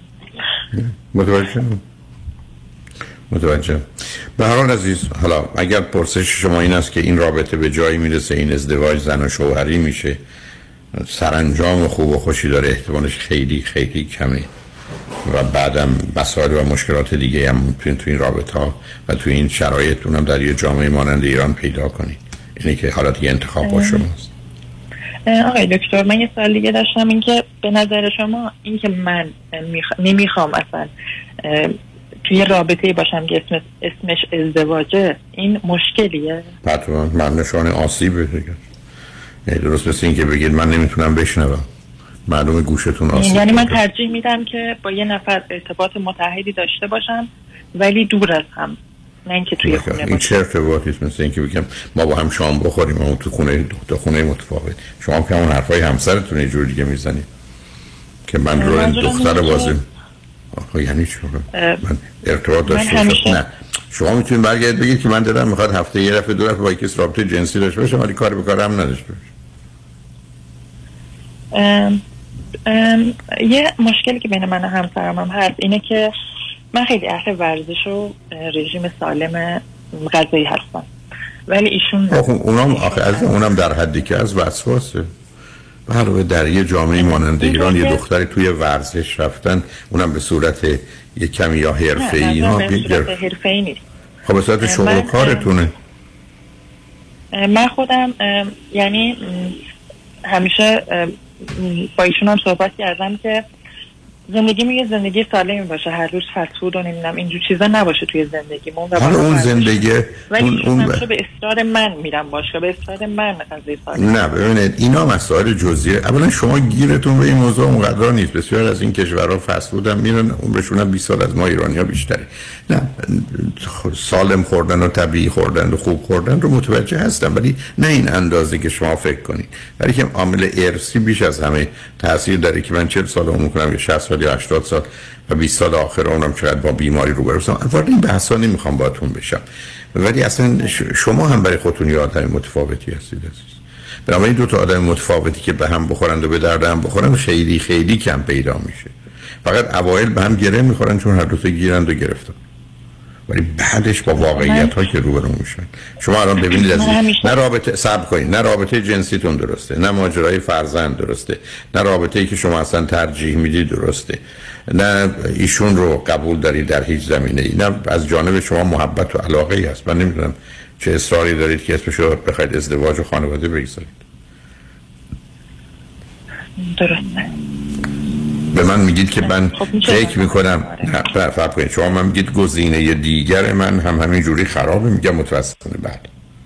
S7: متوجه. به هر حال عزیز، حالا اگر پرسش شما این است که این رابطه به جایی میرسه، این ازدواج زن و شوهری میشه، سرانجام خوب و خوشی داره، احتمالش خیلی خیلی کمه و بعدم مسائل و مشکلات دیگه هم میتونید تو این رابطه ها و تو این شرایطتون هم در یه جامعه مانند ایران پیدا کنید. اینه که حالا دیگه انتخاب با شماست.
S8: آقای دکتر، من یه سوال دیگه داشتم، این که به نظر شما این که من نمیخوام اصلا توی رابطه باشم که اسمش ازدواجه، این مشکلیه؟
S7: حتما من نشانه آسیبه دیگه. درست مثل این که بگید من نمیتونم بشنوم، معلومه گوشتون آسیب.
S8: یعنی من ترجیح میدم که با یه نفر ارتباط متحدی داشته باشم ولی دور از هم، نه اینکه توی خونه باشم.
S7: این چه ارتباطی است؟ مثل اینکه بگم ما با هم شام بخوریم اما تو خونه دو خونه متفاوت. شما که همون حرفای همسرتون یه جور دیگه میزنید که من رول دختر بازم. آخه یعنی چی؟ من ارتباط داشته باشم؟ نه. شما میتونید برگردید بگید که من دلم میخواد هفته یه دفعه دو دفعه با کسی رابطه جنسی داشته باشم ولی کار به کارم نداشته باشم.
S8: یه مشکلی که بین من و همسرم هم هست اینه که من خیلی اهل ورزش و رژیم سالم غذایی هستم، ولی ایشون
S7: اونم در حدی که از وسواسه. علاوه در یه جامعه مانند ایران یه دختری توی ورزش رفتن، اونم به صورت یه کمی یا حرفه‌ای،
S8: اینا به صورت حرفه‌ای نیست.
S7: خب به صورت شغل و کارتونه.
S8: من خودم یعنی همیشه با ایشون هم صحبت کردم که زندگی یه زندگی سالمی باشه، هر روز فست فود و نمیدونم اینجور چیزا نباشه توی زندگیمون.
S7: اون زندگی
S8: اون به اصرار من میرم باشه، به اصرار من غذای سالم.
S7: نه ببینید اینا مسائل جزئیه. اولا شما گیرتون به این موضوع اونقدر نیست. بسیار از این کشورها فست فود هم میرن، عمرشون هم 20 سال از ما ایرانی‌ها بیشتره. نه سالم خوردن و طبیعی خوردن و خوب خوردن رو متوجه هستم، ولی نه این اندازه که شما فکر کنید. برای که عامل ارثی بیش از همه تاثیر داره که من 40 سال عمر کنم یا 60 یا 80 سال و 20 سال آخر عمرم چقدر با بیماری روبرو شدم. وارد این بحثا نمیخوام باهاتون بشم، ولی اصلا شما هم برای خودتون یه آدم متفاوتی هستید عزیز. بنابراین دو تا آدم متفاوتی که به هم بخورند و به درد هم بخورن خیلی خیلی کم پیدا میشه. فقط اوایل به هم گره میخورن چون هر دو تا گیرند و گرفتن، ولی بعدش با واقعیت ها که روبرو میشن. شما الان ببینید از نه رابطه صبر کنید، نه رابطه جنسیتون درسته، نه ماجرای فرزند درسته، نه رابطه‌ای که شما اصلا ترجیح میدید درسته، نه ایشون رو قبول دارید در هیچ زمینه‌ای، نه از جانب شما محبت و علاقه ای هست. من نمیدونم چه اصراری دارید که اسمش رو بخواید ازدواج و خانواده بگذارید.
S8: درسته.
S7: به من میگید که من فکر میکنم فرق کنید، شما من میگید گزینه دیگر من هم همین جوری خرابه، میگم متاسفانه بعد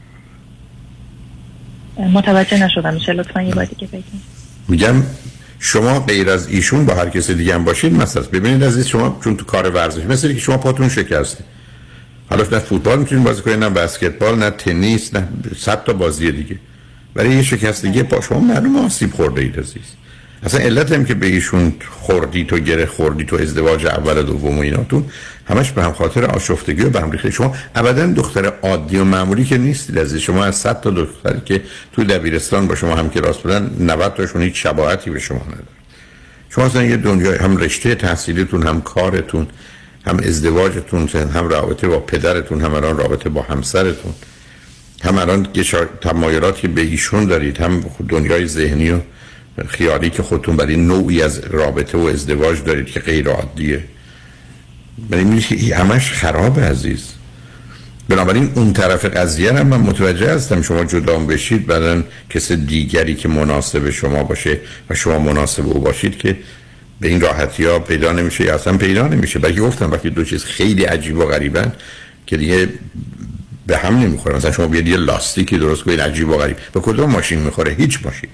S8: متوجه نشدم، میشه لطفا یه بار دیگه بگید؟
S7: میگم شما غیر از ایشون با هر کسی دیگه هم باشید مثلا ببینید عزیز، شما چون تو کار ورزش مثل که شما پاتون شکسته، حالا نه فوتبال میتونید بازی کنید، نه بسکتبال، نه تنیس، نه 100 تا بازی دیگه، برای یه شکستگی پا شما معلومه آسیب خورده اید عزیز. اصلا علت هم که به ایشون خوردی تو گره خوردی تو ازدواج اول و دوم و ایناتون همش به هم خاطر آشفتگی و به هم ریخته. شما ابدا دختر عادی و معمولی که نیستید عزیز. شما از 100 تا دختری که تو دبیرستان با شما هم کلاس بودن 90 تاشون هیچ شباهتی به شما نداره. شما اصلا یه دنیای هم رشته تحصیلیتون، هم کارتون، هم ازدواجتون، هم رابطه با پدرتون، هم الان رابطه با همسرتون، هم الان تمایلاتی به ایشون دارید، هم دنیای ذهنی و خیالی که خودتون برای نوعی از رابطه و ازدواج دارید که غیر عادیه. برای همش خرابه عزیز. بنابراین اون طرف قضیه هم من متوجه هستم شما جدا بشید بعدن کس دیگری که مناسب شما باشه و شما مناسب او باشید که به این راحتی ها پیدا نمیشه یا اصلا پیدا نمیشه. بلکه گفتم وقتی دو چیز خیلی عجیب و غریبن که دیگه به هم نمیخوره. مثلا شما بیاد یه لاستیکی درست کنید عجیب و غریب، به کدوم ماشین میخوره؟ هیچ ماشین.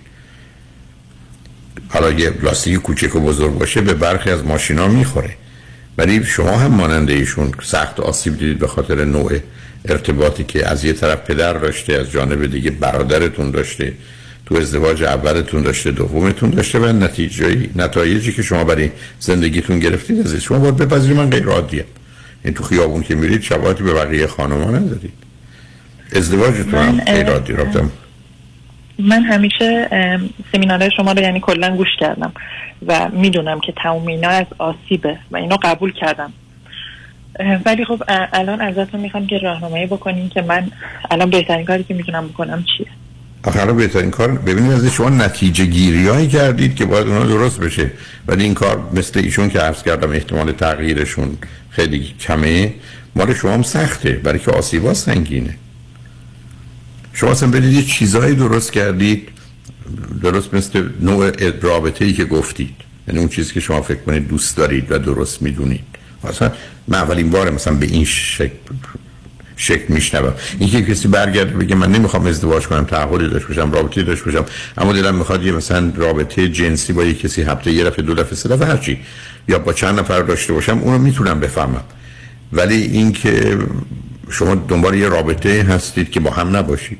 S7: حالا یه لاستیک کوچک و بزرگ باشه به برخی از ماشینا میخوره، ولی شما هم ماننده ایشون سخت آسیب دیدید به خاطر نوع ارتباطی که از یه طرف پدر داشته، از جانب دیگه برادرتون داشته، تو ازدواج اولتون داشته، دومتون داشته و نتایجی که شما برای زندگیتون گرفتید از شما باید بپذیرید من غیر عادیه. این تو خیابون که میرید شباهتی به بقیه خانم‌ها ندارید. ازدواجتون هم غیر عادی رفتم.
S8: من همیشه سمینارهای شما رو یعنی کلا گوش کردم و میدونم که تمام اینا از آسیبه و اینو قبول کردم، ولی خب الان ازتون میخوام که راهنمایی بکنین که من الان بهترین کاری که میتونم بکنم چیه.
S7: آخه بهترین کار ببینید از شما نتیجه گیریایی کردید که باید اونها درست بشه، ولی این کار مثل ایشون که عرض کردم احتمال تغییرشون خیلی کمه، مال شما هم سخته برای که آسیبا سنگینه. شما اصلا بدید یه چیزایی درست کردید درست مثل نوع رابطه‌ای که گفتید، یعنی اون چیزی که شما فکر کنید دوست دارید و درست میدونید. مثلا من اولین بار مثلا به این شکل میشنوم اینکه کسی برگرده بگه من نمیخوام ازدواج کنم، تعهدی داشته باشم، رابطه‌ای داشته باشم، اما دلم میخواد یه مثلا رابطه جنسی با یه کسی هفته یه دفعه، 2 دفعه، 3 دفعه، هرچی یا با چند نفر داشته باشم، اونو میتونم بفهمم. ولی اینکه شما دنبال یه رابطه هستید که با هم نباشید،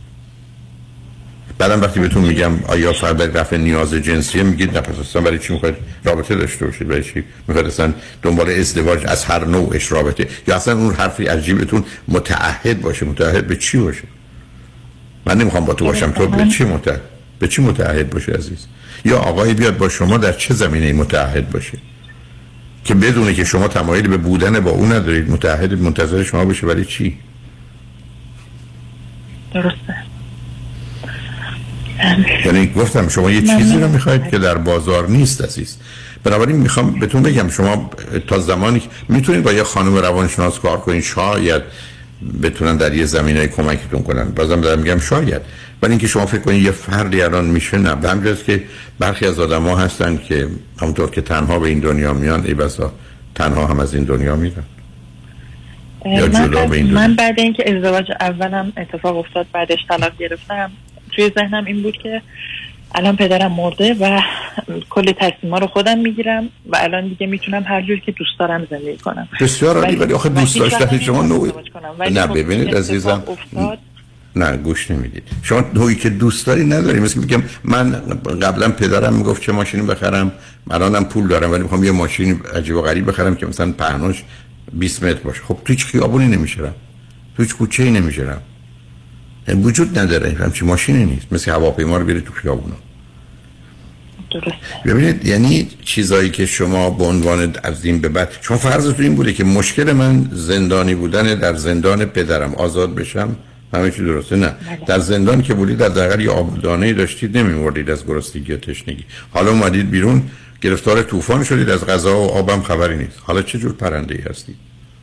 S7: بعدم وقتی بهتون میگم آیا فرد رفع نیاز جنسیه، میگید نه، پس اصلا برای چی میخواید رابطه داشته باشید؟ برای چی میخواید اصلا دنبال ازدواج از هر نوعش رابطه، یا اصلا اون حرفی عجیبتون متعهد باشه؟ متعهد به چی باشه؟ من نمیخوام با تو باشم، تو به چی متعهد باشه عزیز؟ یا آقایی بیاد با شما در چه زمینه‌ای متعهد باشه که بدونه که شما تمایلی به بودن با اون ندارید، متعهد منتظر شما بشه؟ برای چی؟
S8: درسته.
S7: یعنی گفتم شما یه چیزی رو میخواید که در بازار نیست عزیز. بنابراین میخوام بهتون بگم شما تا زمانی میتونید با یه خانم روانشناس کار کنید، شاید بتونن در یه زمینه کمکتون کنن، بازم دارم میگم شاید، ولی اینکه شما فکر کنید یه فردی الان میشه، نه. به همین جاست که برخی از آدم‌ها هستن که همونطور که تنها به این دنیا میان، ای بسا تنها هم از این دنیا میرن. یا جدا به این دنیا.
S8: من بعد اینکه ازدواج اولم اتفاق افتاد، بعدش طلاق گرفتم، توی ذهنم این بود که الان پدرم مرده و کل تصمیما رو خودم میگیرم و الان دیگه میتونم هر جور که دوست دارم زندگی کنم.
S7: بسیار عالی، ولی آخه دوست داشتن شما نوعی. نه ببینید عزیزم، نه گوش نمیدید. شما نوعی که دوست داری نداری. مثل میگم من قبلا پدرم میگفت چه ماشینی بخرم، الانم پول دارم ولی میخوام یه ماشین عجیب و غریب بخرم که مثلا پهناش 20 متر باشه. خب تو هیچ خیابونی نمیشرم، تو هیچ کوچه‌ای نمیشرم، وجود نداره همچین ماشینی نیست. مثل هواپیما رو بیارید تو خیابونا.
S8: درست.
S7: ببینید یعنی چیزایی که شما به عنوان از این به بعد، شما فرضتون این بوده که مشکل من زندانی بودن در زندان پدرم، آزاد بشم همه چی درسته؟ نه. در زندان که بودید در حداقل یه آبدانه‌ای داشتید، نمی‌مردید از گرسنگی یا تشنگی. حالا اومدید بیرون گرفتار طوفان شدید، از غذا و آبم خبری نیست. حالا چه جور پرنده‌ای هستید؟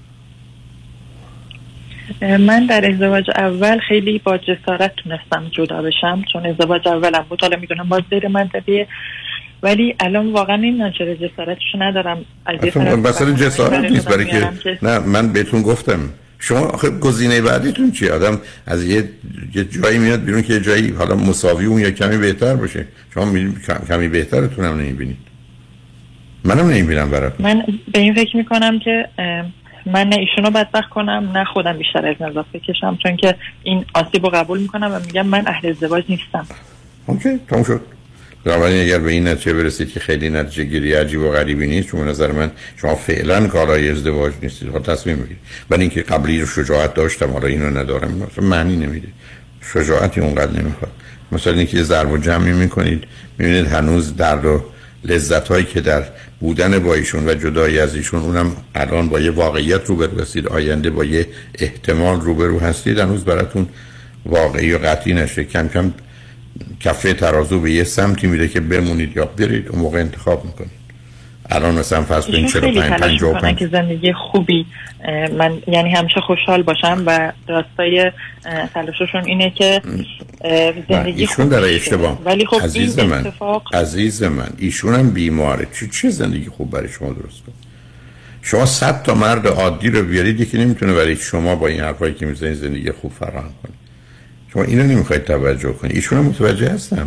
S8: من در ازدواج اول خیلی با جسارت تونستم جدا بشم، چون ازدواج اولم بود. حالا میدونم باز زیر منطقیه، ولی الان واقعا این چرا جسارتشو ندارم.
S7: مثلا جسارت نیست برای که نه، من بهتون گفتم شما آخه گزینه بعدیتون چیه؟ آدم از یه جایی میاد بیرون که یه جایی حالا مساوی اون یا کمی بهتر باشه. شما میبینید کمی بهترتون هم نمیبینید، منم نمیبینم براتون.
S8: من به این فکر میکنم که من نه ایشونو بدبخت کنم نه خودم بیشتر از نظر بکشم، چون که این آسیبو قبول میکنم و میگم من اهل ازدواج نیستم.
S7: اوکی تموم شد. بنابراین اگر به این نتیجه برسید که خیلی نتیجه گیری عجیب و غریبی نیست، چون به نظر من شما فعلا کارای ازدواج نیستید، خب تصمیم میگیرید. ولی اینکه قبلی رو شجاعت داشتم حالا اینو ندارم، مثلا معنی نمیده. شجاعتی اونقدر نمیخواد. مثلا اینکه یه ضرب و جمعی میکنید، میبینید هنوز درد و لذتایی که در بودن با ایشون و جدایی از ایشون، اونم الان با یه واقعیت روبرو هستید، آینده با یه احتمال روبرو هستید، هنوز براتون واقعی و قطعی نشه. کم کم کفه ترازو به یه سمتی میره که بمونید یا برید، اون موقع انتخاب میکنید. الان مثلا فرض کنید
S8: 45 که زندگی خوبی من یعنی همیشه خوشحال باشم و راستای تلاششون اینه که زندگی
S7: ایشون در اشتباه.
S8: ولی خب
S7: عزیز من ایشون هم بیماره. چه زندگی خوب برای شما درست کنه؟ شما 100 تا مرد عادی رو بیارید که نمیتونه برای شما با این حرفایی که میزنید زندگی خوب فراهم کنه. شما اینو نمیخواید توجه کنید. ایشون هم متوجه هستم.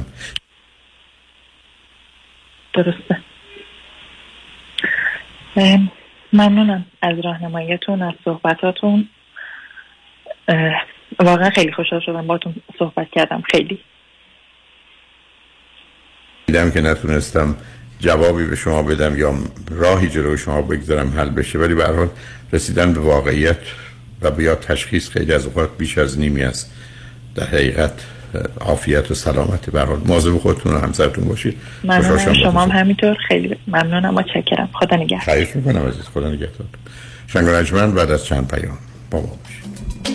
S8: درسته. ممنونم از راهنماییتون، از صحبتاتون. واقعا خیلی خوشحال شدم باهاتون صحبت کردم. خیلی
S7: دیدم که نتونستم جوابی به شما بدم یا راهی جلوی شما بگذارم حل بشه، ولی به هر حال رسیدن به واقعیت و بیا تشخیص خیلی از اوقات بیش از نیمی است. در حقیقت عافیت و سلامت. به هر حال مواظب خودتون و همسرتون باشید.
S8: ممنونم. شما هم همینطور. خیلی ممنونم و متشکرم. خدا نگهدار.
S7: خواهش می‌کنم عزیز. خدا نگهدار. شنگ و رجمن بعد از چند پیام با ما باشید.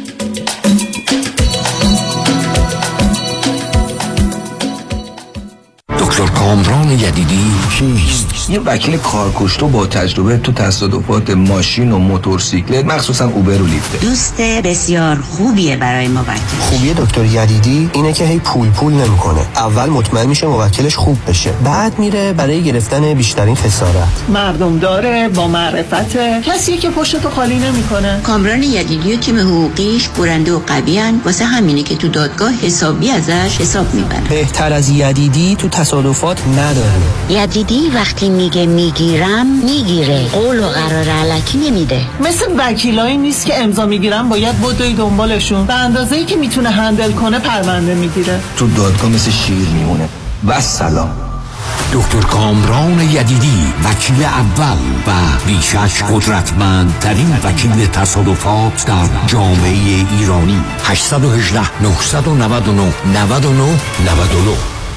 S9: دکتر کامران یدیدی کیست؟
S10: یه وکیل کارکشته با تجربه تو تصادفات ماشین و موتورسیکلت، مخصوصا اوبر و لیفت.
S19: دوست بسیار خوبیه برای موکل.
S20: خوبی دکتر یدیدی اینه که هی پول نمیکنه. اول مطمئن میشه موکلش خوب بشه، بعد میره برای گرفتن بیشترین خسارت.
S21: مردم داره، با معرفت، کسی که پشتو خالی نمیکنه.
S19: کامران یدیدی و تیم حقوقیش برنده و قویان، واسه همینه که تو دادگاه حسابی ازش حساب میبرن.
S20: بهتر از یدیدی تو تصادفات نداره.
S19: یدیدی وقتی میگه میگیرم میگیره، قول و قرار الکی نمیده.
S21: مثل وکیلایی نیست که امضا میگیرن باید بدوی دنبالشون، به اندازه‌ای که میتونه هندل کنه پرونده میگیره.
S10: تو دادگاه مثل شیر میمونه. و سلام.
S9: دکتر کامران یدیدی، وکیل اول و بیشش قدرتمندترین وکیل تصادفات در جامعه ایرانی. 818 999 99 99.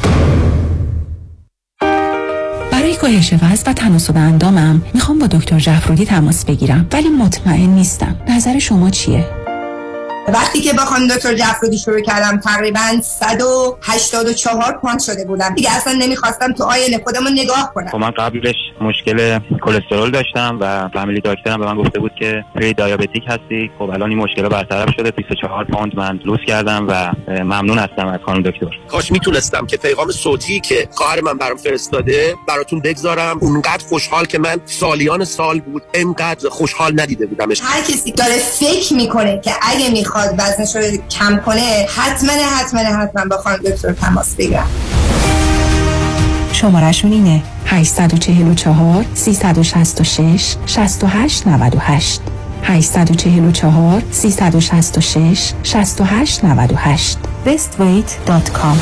S22: برای کاهش وزن و تناسب اندامم میخوام با دکتر جعفرودی تماس بگیرم، ولی مطمئن نیستم. نظر شما چیه؟
S23: وقتی که با خانم دکتر جعفرودی شروع کردم تقریبا 184 پوند شده بودم. دیگه اصلا نمیخواستم تو آینه خودمو نگاه کنم.
S24: من قبلش مشکل کلسترول داشتم و فامیلی دکترم به من گفته بود که پری دیابتیک هستی. خب الان این مشکل برطرف شده. 24 پوند من لوس کردم و ممنون هستم از خانم دکتر.
S25: کاش میتونستم که پیغام صوتی که خواهر من برام فرستاده براتون بگذارم. اونقدر خوشحال که من سالیان سال بود اینقدر خوشحال ندیده بودمش.
S23: هر کسی داره فکر میکنه که اگه میخواد وزنش رو کم کنه حتما با خانم دکتر تماس بگیرم.
S22: شماره‌شون اینه 844 366 68 98 844 366 68 98 bestweight.com.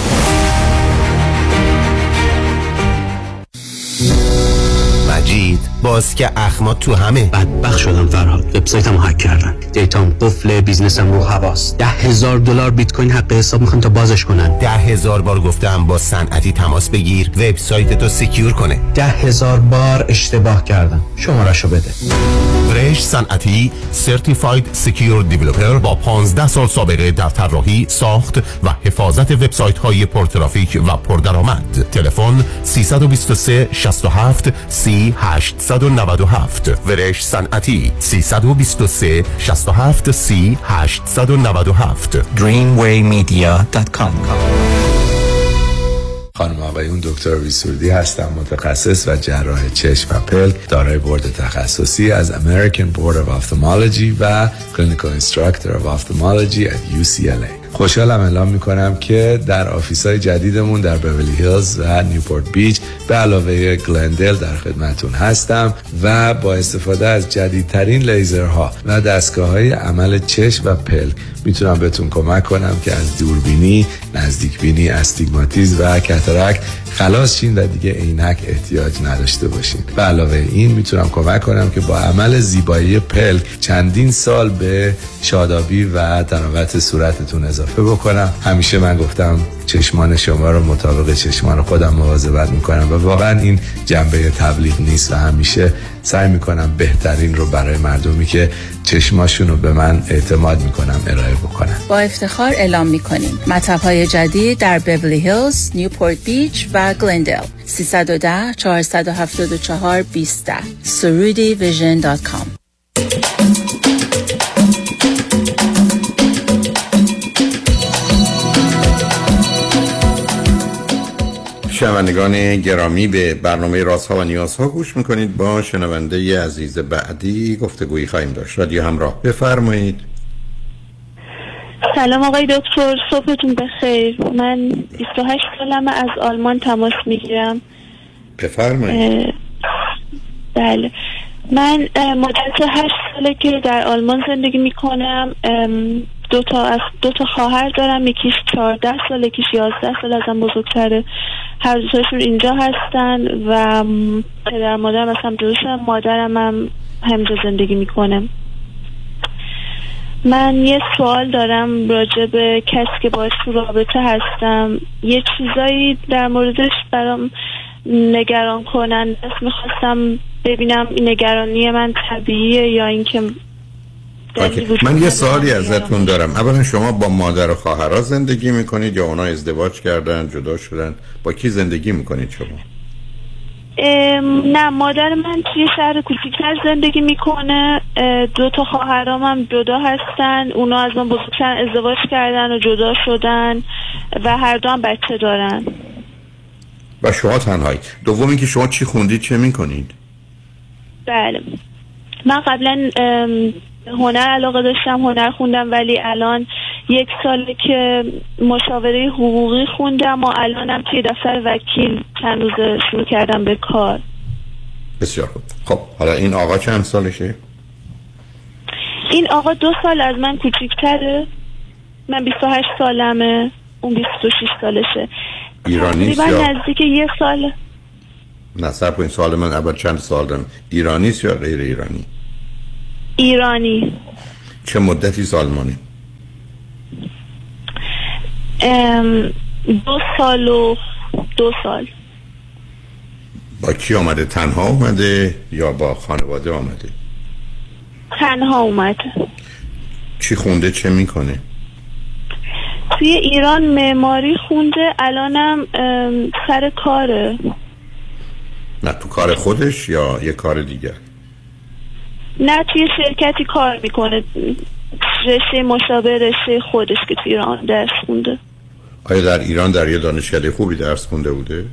S26: مجید باز که اخمات تو همه.
S27: بدبخت شدم فرهاد. وبسایتمو هک کردن. دیتام قفل، بیزنسم رو حواس. $10,000 بیت کوین حق حساب میخوان تا بازش کنن.
S26: 10,000 بار گفتم با صنعتی تماس بگیر وبسایتتو سکیور کنه.
S27: 10,000 بار اشتباه کردم. شماره‌شو بده.
S26: فرش صنعتی سرتیفاید سکیور دیولپر با 15 سال سابقه در طراحی، ساخت و حفاظت وبسایت‌های پرترافیک و پردرآمد. تلفن 323 67 30 897. فرش صنعتی 323 67 30 897.
S4: dreamwaymedia.com. خانم آقایون، دکتر ویسوردی هستم، متخصص و جراح چشم و پلک، دارای بورد تخصصی از American Board of Ophthalmology و Clinical Instructor of Ophthalmology at UCLA. خوشحالم اعلام میکنم که در آفیس‌های جدیدمون در بیولی هیلز و نیوپورت بیچ به علاوه گلندل در خدمتون هستم و با استفاده از جدیدترین لیزرها و دستگاه‌های عمل چشم و پلک میتونم بهتون کمک کنم که از دوربینی، نزدیکبینی، استیگماتیسم و کاتاراکت خلاص شین و دیگه عینک احتیاج نداشته باشین. به علاوه این میتونم کمک کنم که با عمل زیبایی پلک چندین سال به شادابی و تراوت صورتتون اضافه بکنم. همیشه من گفتم چشمان شما رو مطابق چشمان خودم مواظبت میکنم و واقعا این جنبه تبلیغ نیست و همیشه
S17: سعی میکنم بهترین رو برای مردمی که چشماشون رو به من اعتماد میکنم ارائه بکنم.
S22: با افتخار اعلام میکنیم مطب‌های جدید در بیولی هیلز، نیوپورت بیچ و گلندل. 310 474 20 surudivision.com.
S7: شنوندگان گرامی، به برنامه رازها و نیازها گوش میکنید. با شنونده عزیز بعدی گفتگویی خواهیم داشت. رادیو همراه، بفرمایید.
S1: سلام آقای دکتر، صبحتون بخیر. من 28 سالمه، از آلمان تماس میگیرم.
S7: بفرمایید.
S1: بله، من مدت 8 ساله که در آلمان زندگی میکنم. دو تا خواهر دارم، یکیش 14 سال، یکیش 11 سال ازم بزرگتره. هر دوتاشون اینجا هستن و پدر مادرم از هم جدا شدن، مادرم هم همینجا زندگی میکنه. من یه سوال دارم راجع به کسی که باهاش تو رابطه هستم. یه چیزایی در موردش برام نگران کننده است. میخواستم ببینم این نگرانی من طبیعیه یا اینکه
S7: من یه سوالی ازتون دارم. اولا شما با مادر و خواهرها زندگی میکنید یا اونا ازدواج کردن جدا شدن؟ با کی زندگی میکنید شما؟
S1: نه، مادر من توی شهر کوچیک‌تر زندگی میکنه. 2 تا خواهرام هم جدا هستن. اونا از من بزرگترن، ازدواج کردن و جدا شدن و هر دو هم بچه دارن.
S7: و شما تنهایی؟ دوم اینکه شما چی خوندید، چه میکنید؟
S1: بله، من قبلا هنر علاقه داشتم، هنر خوندم، ولی الان 1 ساله که مشاوره حقوقی خوندم و الانم توی دفتر وکیل چند روز شروع کردم به کار.
S7: بسیار خوب. خب حالا این آقا چند سالشه؟
S1: این آقا 2 سال از من کوچیک‌تره. من 28 سالمه، اون 26 سالشه.
S7: ایرانیست یا
S1: نزدیک 1 سال؟
S7: نه صبر کنید، سوال من اول چند سال دارم. ایرانیست یا غیر ایرانی؟
S1: ایرانی.
S7: چه مدتی آلمانی؟
S1: 2 سال و 2 سال.
S7: با کی آمده؟ تنها آمده یا با خانواده آمده؟
S1: تنها اومده.
S7: چی خونده، چه میکنه؟
S1: توی ایران معماری خونده، الانم سر کاره.
S7: نه تو کار خودش یا یه کار دیگر؟
S1: نه، توی شرکتی کار میکنه، رشته مشابه رشته خودش که توی ایران درس خونده.
S7: آیا در ایران در یه دانشکده خوبی درس خونده بوده؟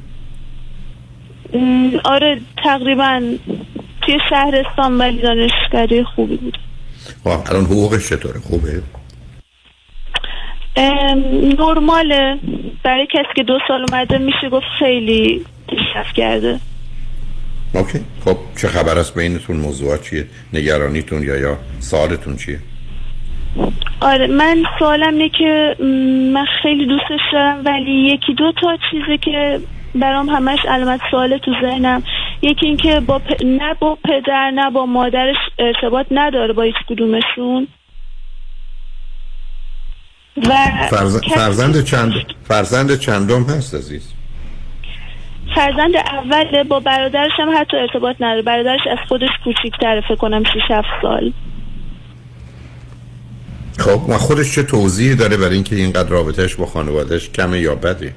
S1: آره تقریبا توی شهرستان، ولی دانشکده خوبی بود.
S7: الان حقوقش چطوره؟ خوبه؟
S1: نرماله، برای کسی که 2 سال اومده میشه گفت خیلی پیشرفت کرده.
S7: اوکی. خب چه خبر است بینتون؟ موضوعات چیه؟ نگرانیتون یا سوالتون چیه؟
S1: آره، من سوالم اینه که من خیلی دوستش دارم، ولی 1-2 تا چیزه که برام همش علامت سوال تو ذهنم. یکی این که نه با پدر نه با مادرش ارتباط نداره، با هیچ کدومشون. و
S7: فرزند چندم هست عزیز؟
S1: فرزند اوله، با برادرش هم حتی ارتباط نداره. برادرش از خودش کوچیک‌تره، فکر کنم 6-7 سال.
S7: خب ما خودش چه توضیحی داره برای اینکه اینقدر رابطهش با خانوادهش کمه یا بده؟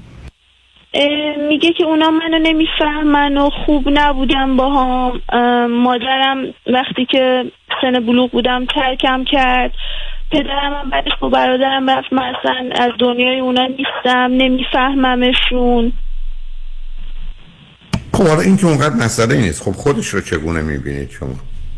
S1: میگه که اونا منو نمیفهمن و خوب نبودم با هم. مادرم وقتی که سن بلوغ بودم ترکم کرد. پدرم هم بعدش با برادرم رفت، من اصلا از دنیای اونا نیستم، نمیفهممشون.
S7: خب حالا این که اونقدر مسئله نیست. خب خودش رو چگونه میبینید شما؟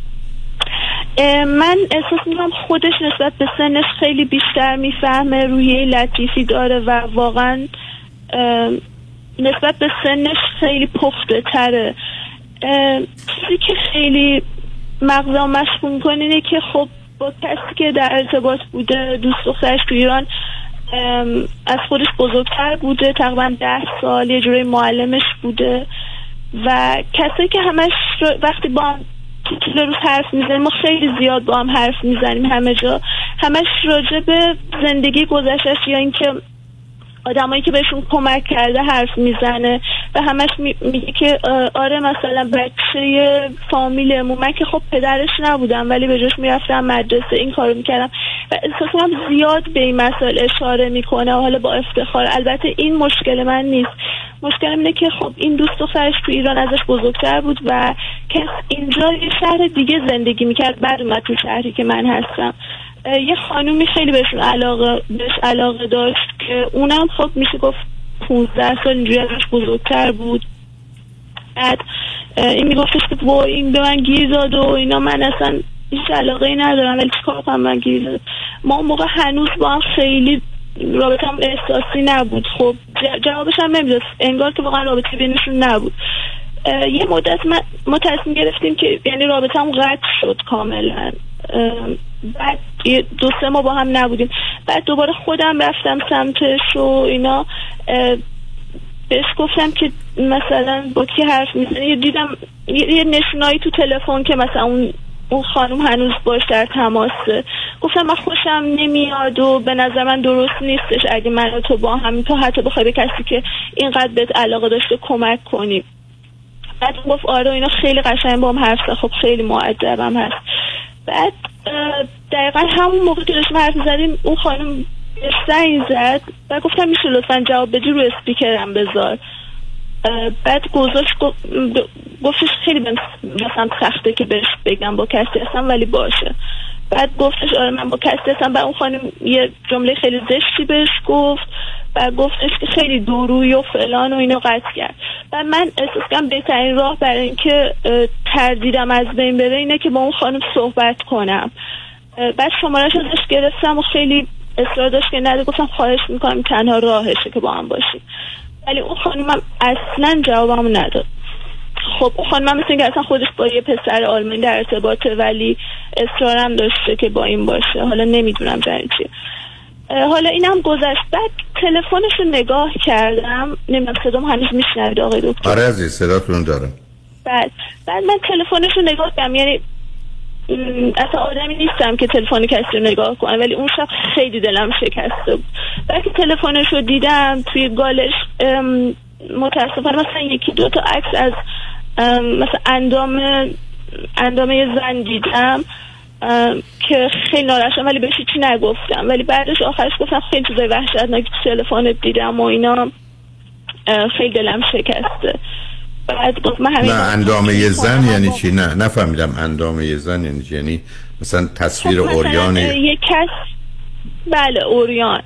S1: من احساس میکنم خودش نسبت به سنش خیلی بیشتر میفهمه، روحیه لطیفی داره و واقعا نسبت به سنش خیلی پخته تره. چیزی که خیلی مغزم مشغول میکنه اینه که خب با کسی که در ارتباط بوده، دوست دخترش تو ایران از خودش بزرگتر بوده، تقریبا 10 سال، یه جوری معلمش بوده و کسی که همش وقتی با هم طول روز حرف میزنیم، ما خیلی زیاد با هم حرف میزنیم همه جا، همش راجع به زندگی گذشتهش یا اینکه آدمایی که بهشون کمک کرده حرف میزنه و همش میگه که آره مثلا بچه فامیلمون، من که خب پدرش نبودم ولی به جاش میرفتم مدرسه این کارو میکردم و احساس کنم زیاد به این مسائل اشاره میکنه و حالا با افتخار. البته این مشکل من نیست، مشکلم اینه که خب این دوست دخترش تو ایران ازش بزرگتر بود و که اینجا یه شهر دیگه زندگی میکرد، بعد اومد تو شهری که من هستم. یه خانومی خیلی بهش علاقه داشت که اونم خب میشه گفت 15 سال اینجوری ازش بزرگتر بود. بعد این میگفتش که وای این به من گیر داد و اینا، من اصلا هیچ علاقه ای ندارم ولی چیکار کنم من گیر داد. ما اون موقع هنوز با هم خیلی رابطه هم احساسی نبود. خب جوابش هم نمیداد، انگار که واقعا رابطه بینشون نبود. یه مدت ما تصمیم گرفتیم که یعنی رابطه هم قطع شد کاملا. بعد 2-3 ماه با هم نبودیم. بعد دوباره خودم رفتم سمتش و اینا، بهش گفتم که مثلا با کی حرف میزنی. دیدم یه نشونایی تو تلفن که مثلا اون خانم هنوز باش در تماسه. گفتم من خوشم نمیاد و به نظر من درست نیستش اگه من و تو با هم تو حتی بخوای به کسی که اینقدر بهت علاقه داشته کمک کنی. بعد گفت آره اینا خیلی قشنگ با هم حرف زد، خب خیلی مؤدبم هست. بعد دقیقا همون موقع که داشتیم حرف زدیم اون خانم زنگ زد و گفتم میشه لطفا جواب بدی رو اسپیکرم بذار. بعد گفتش خیلی مثلا سخته که بهش بگم با کسی هستم ولی باشه. بعد گفتش آره من با کسی هستم. بعد اون خانم یه جمله خیلی زشتی بهش گفت و گفتش که خیلی دورویی و فلان و اینو قطع کرد. و من احساس کردم بهترین راه برای اینکه تردیدم از بین بره اینه که با اون خانم صحبت کنم. بعد شماره‌اش ازش گرفتم و خیلی اصرار داشت که نده. گفتم خواهش میکنم تنها راهشه که با هم باشیم. ولی اون خانم اصلا جوابمو نداد. خب اون خانم مثل اینکه اصلا خودش با یه پسر آلمانی در ارتباطه ولی اصرارم داشته که با این باشه. حالا نمیدونم جریان چیه. حالا اینم گذشت. بعد تلفنش رو نگاه کردم، نمیدونم صدام هنوز میشنوید آقای دکتر؟
S7: آره عزیز صداتون دارم.
S1: بعد من تلفنش رو نگاه کردم، یعنی اصلا آدمی نیستم که تلفن کسی رو نگاه کنم ولی اون شب خیلی دلم شکسته بود. بعد که تلفنش رو دیدم توی گالش متاسفانه مثلا 1-2 تا عکس از مثلا اندام یه زن دیدم که خیلی ناراحت شدم ولی بهش هیچی نگفتم. ولی بعدش آخرش گفتم خیلی چیزای وحشتناکی تو تلفنت دیدم و اینا، خیلی دلم شکسته. بعد گفت من همین
S7: اندام یه زن یعنی چی؟ نفهمیدم اندام یه زن یعنی چی؟ یعنی مثلا تصویر اوریان
S1: یه کس؟ بله اوریان.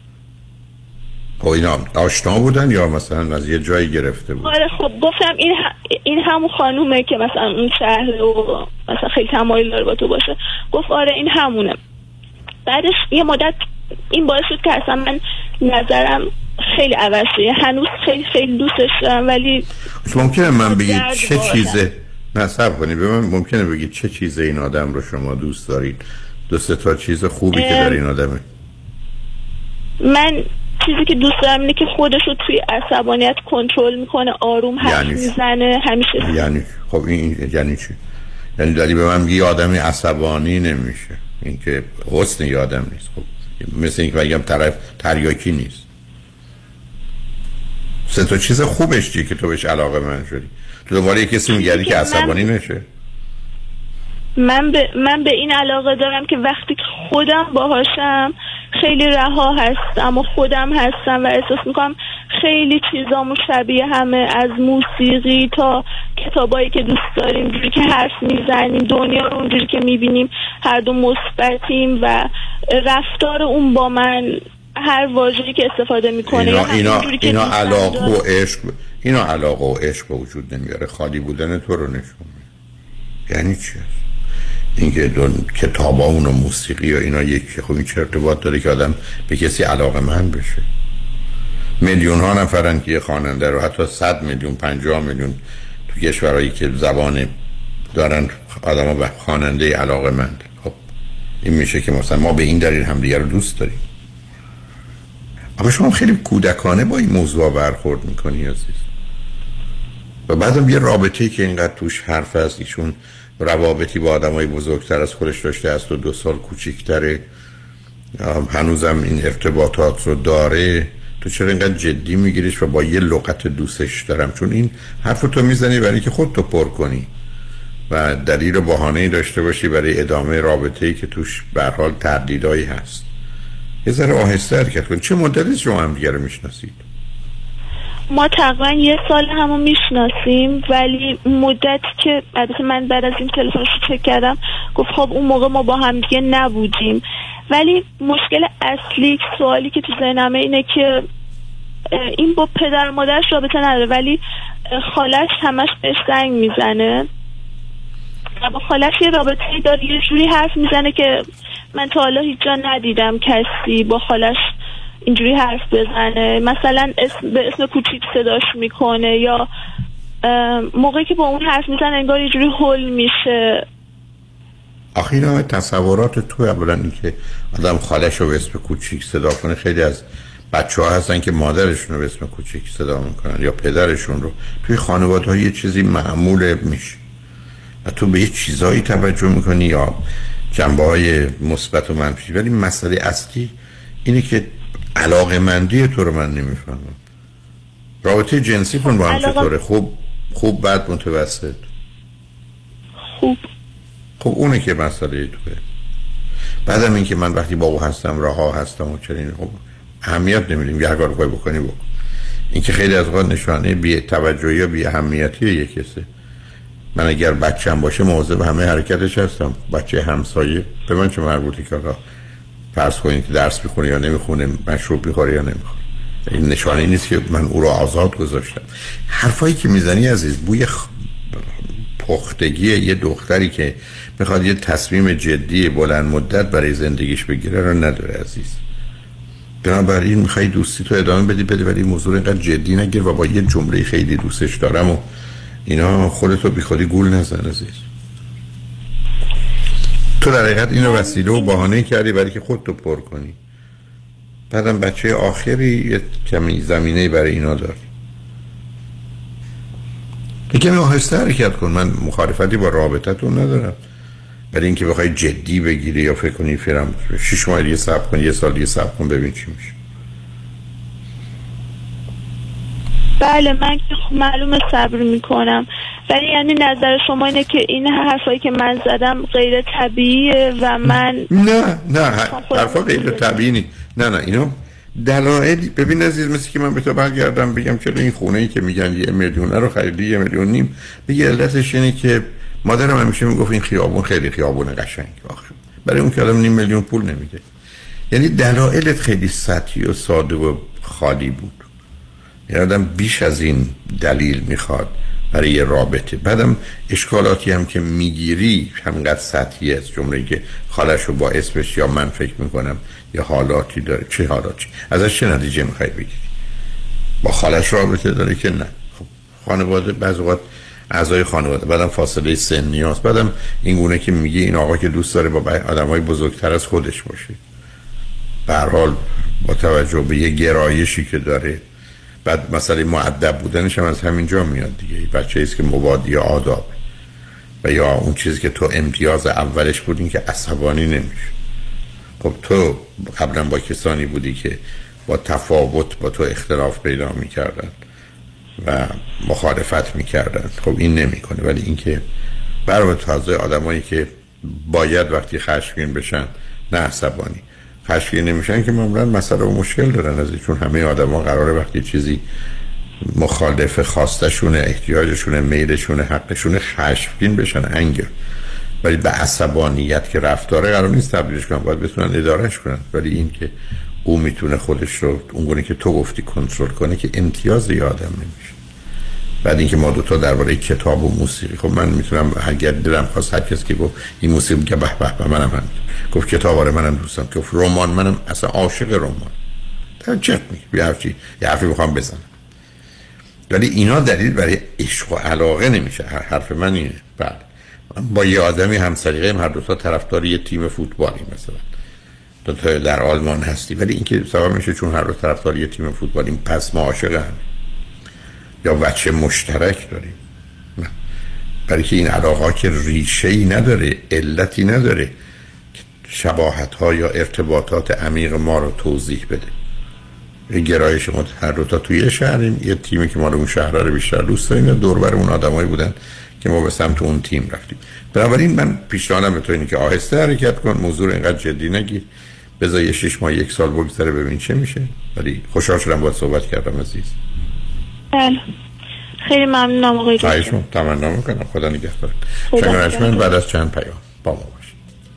S7: خب اینا آشنا بودن یا مثلا از یه جایی گرفته بود؟
S1: آره خب گفتم این همون خانومه که مثلا اون شهر و مثلا خیلی تمایل داره با تو باشه. گفت آره این همونه. بعدش یه مدت این باعث شد که اصلا من نظرم خیلی عوض شده. هنوز خیلی خیلی دوستش دارم ولی
S7: ممکنه من بگید چه چیزه نصب کنید به من ممکنه بگید چه چیزه این آدم رو شما دوست دارید؟ 2-3 تا چیز خوبی که در این آدمه.
S1: من چیزی که دوست دارم اینه که خودش رو توی عصبانیت کنترل میکنه، آروم حرف میزنه همیشه.
S7: یعنی خب این یعنی چی؟ یعنی داری به من میگی آدم عصبانی نمیشه، این که حسن یه آدم نیست. خب مثل اینکه بگم طرف تریاکی نیست. 3 تا چیز خوبش چیه که تو بهش علاقه من شدی؟ تو دوباره کسی میگردی که عصبانی نشه.
S1: من به این علاقه دارم که وقتی خودم باهاشم خیلی رها هستم و خودم هستم و احساس میکنم خیلی چیزامو شبیه همه، از موسیقی تا کتابایی که دوست داریم، جوری که حرف میزنیم، دنیا رو اونجوری که میبینیم هر دو مثبتیم و رفتار اون با من، هر واژه‌ای که استفاده میکنه
S7: اینا علاقه و عشق به وجود نمیاره، خالی بودن تو رو نشون میده. یعنی چی؟ اینکه کتابا و موسیقی و اینا یکی، خب این چه ارتباط داره که آدم به کسی علاقه من بشه؟ میلیون ها نفرن که خواننده رو، حتی 100 میلیون 50 میلیون تو کشورهایی که زبان دارن آدما به خواننده علاقه مند. خب این میشه که مثلا ما به این دلیل همدیگه رو دوست داریم. اما شما خیلی کودکانه با این موضوع برخورد میکنی عزیز. و بعدم یه رابطه‌ای که اینقدر توش حرف هست، ایشون روابطی با آدمای بزرگتر از خودش داشته است و 2 سال کوچیک‌تره، هنوزم این ارتباطات رو داره، تو چرا اینقدر جدی میگیریش و با یه لغت دوستش دارم؟ چون این حرف تو میزنی برای که خودتو پر کنی و دلیل و بهانه‌ای داشته باشی برای ادامه رابطه‌ای که توش به هر حال تردیدایی هست. یه ذره آهسته حرکت کن. چه مدتی شما هم دیگه رو میشناسید؟
S1: ما تقریبا 1 سال همو میشناسیم، ولی مدتی که البته من بعد از این تلفنش رو چک کردم گفت خب اون موقع ما با هم دیگه نبودیم، ولی مشکل اصلی سوالی که تو ذهنمه اینه که این با پدر و مادرش رابطه نداره، ولی خالش همش بهش زنگ میزنه و با خالش یه رابطه‌ای داره، یه جوری حرف میزنه که من تا حالا هیچ جا ندیدم کسی با خالش اینجوری حرف بزنه. مثلا به اسم کوچیک صداش میکنه یا موقعی که با اون حرف میزنه انگار یه جوری هول میشه.
S7: آخه اینا تصورات تو. اولا اینکه آدم خالش رو به اسم کوچیک صدا کنه، خیلی از بچه‌ها هستن که مادرشون رو به اسم کوچیک صدا میکنن یا پدرشون رو. توی خانواده‌ها یه چیزی معمول میشه و تو به یه چیزایی توجه میکنی یا جنبه‌های مثبت و منفی، ولی مسئله اصلی اینه که علاقه‌مندی تو رو من نمیفهمم. رابطه جنسی کن با هم چطوره؟ خوب بعد متوسط؟ خوب اونه که مسئله توه. بعدم این که من وقتی با او هستم رها هستم و چنین، خب اهمیت نمیدیم، یه کار رو بکنی بکن. این که خیلی از وقت نشانه بی توجهی یا بی اهمیتی یک کسه. من اگر بچه‌م باشه مواظب همه حرکتش هستم. بچه همسایه به من چه مربوطه که آقا فرض کنید که درس میخونه یا نمیخونه، مشروب میخوره یا نمیخوره. این نشانه نیست که من او رو آزاد گذاشتم. حرفایی که میزنی عزیز بوی پختگی یه دختری که میخواد یه تصمیم جدی بلند مدت برای زندگیش بگیره رو نداره عزیز. بنابراین میخوای دوستی تو ادامه بدی ولی موضوع اینقدر جدی نگیر و با یه جمله خیلی دوستش دارم و اینا خودتو بی خودی گول نزن عزیز. تو در حقیقت اینو وسیله و بهانه کردی برای که خودتو پر کنی. بعدم بچه آخری یه کمی زمینه برای اینا داری. یکمی آهسته حرکت کن. من مخالفتی با رابطتون ندارم، برای اینکه بخوای جدی بگیری یا فکر کنی فرام 6 ماه دیگه صبر کن، 1 سال دیگه صبر کن ببین چی میشه.
S1: بله من که معلومه صبر میکنم، ولی یعنی نظر شما اینه که این حرفایی که من زدم غیر طبیعیه و من
S7: نه حرفا غیر طبیعی نیست. نه اینا دلایل. ببین عزیز، مثل که من به تو برگردم بگم چرا این خونه‌ای که میگن 1 میلیون رو خریدی 1.5 میلیون، بگی علتش اینه که مادرم همیشه میگفت این خیابون خیلی خیابون قشنگه. برای اون که آدم 5 میلیون پول نمیده. یعنی دلایلت خیلی سطحی و ساده و خالی بود. یعنی آدم بیش از این دلیل میخواد برای یه رابطه. بعدم اشکالاتی هم که میگیری همینقدر سطحی است، جمله‌ای که خالش رو با اسمش یا من فکر میکنم یا حالاتی داره. چه حالاتی؟ ازش چه نتیجه میخوای بگیری؟ با خالش رابطه داره که نه. خب خانواده بعضی وقت اعضای خانواده، بعدم فاصله سنی هست، بعدم این گونه که میگی این آقا که دوست داره با آدمای بزرگتر از خودش باشه، به هر حال با توجه به یه گرایشی که داره، بعد مسئله مؤدب بودنش هم از همینجا میاد دیگه. بچه ایست که مبادی آداب و یا اون چیزی که تو امتیاز اولش بودین که عصبانی نمیشه. خب تو قبلا با کسانی بودی که با تفاوت با تو اختلاف پیدا میکردن و مخالفت میکردن. خب این نمیکنه. ولی اینکه برای تازه آدمایی که باید وقتی خشمگین بشن نه عصبانی خشمگین نمیشن که معمولا مسئله و مشکل دارن از چون همه آدما قراره وقتی چیزی مخالف خواستشونه، احتیاجشونه، میلشونه، حقشونه خشمگین بشن، انگر. ولی به عصبانیت که رفتاره قرار نیست تبدیلش کنن، باید بتونن ادارهش کنن. ولی این که او میتونه خودش رو اونگونه که تو گفتی کنترل کنه که امتیاز یه آدم نمیشه. بعد اینکه ما دوتا درباره کتاب و موسیقی، خب من میتونم اگر دلم خواست هر کس که گفت این موسیقی که به به منم هم گفت کتاب آره منم دوستم، گفت رمان منم اصلا عاشق رمان، تا چرت میگی یه حرفی میخوام بزنم. ولی اینا دلیل برای عشق و علاقه نمیشه. حرف من اینه. بله با یه آدمی همسلیقه هم هر دو تا طرفدار یه تیم فوتبالی مثلا تو در آلمان هستی، ولی اینکه سبب میشه چون هر دو طرفدار یه تیم فوتبالی پس ما عاشق هم یا بچه مشترک داریم. نه، برای که این علاقه که ریشه‌ای نداره، علتی نداره که شباهت‌ها یا ارتباطات عمیق ما رو توضیح بده. گرایش ما هر دو تا توی شهریم، یه تیمی که ما رو اون شهر رو بیشتر دوست داریم، دور بر اون آدمایی بودن که ما به سمت اون تیم رفتیم. بنابراین من پیشنهادم به تو اینه که آهسته حرکت کن، موضوع رو اینقدر جدی نگیر، بذار 6 ماه 1 سال بگذره ببین چه میشه. ولی خوشحال شدم باهات صحبت کردم عزیز.
S1: بله خیلی ممنونم آقای دکتر.
S7: خواهش تمنا میکنم. خدا نگهدار. شنگرشمن بعد از چند پیام با ما باش.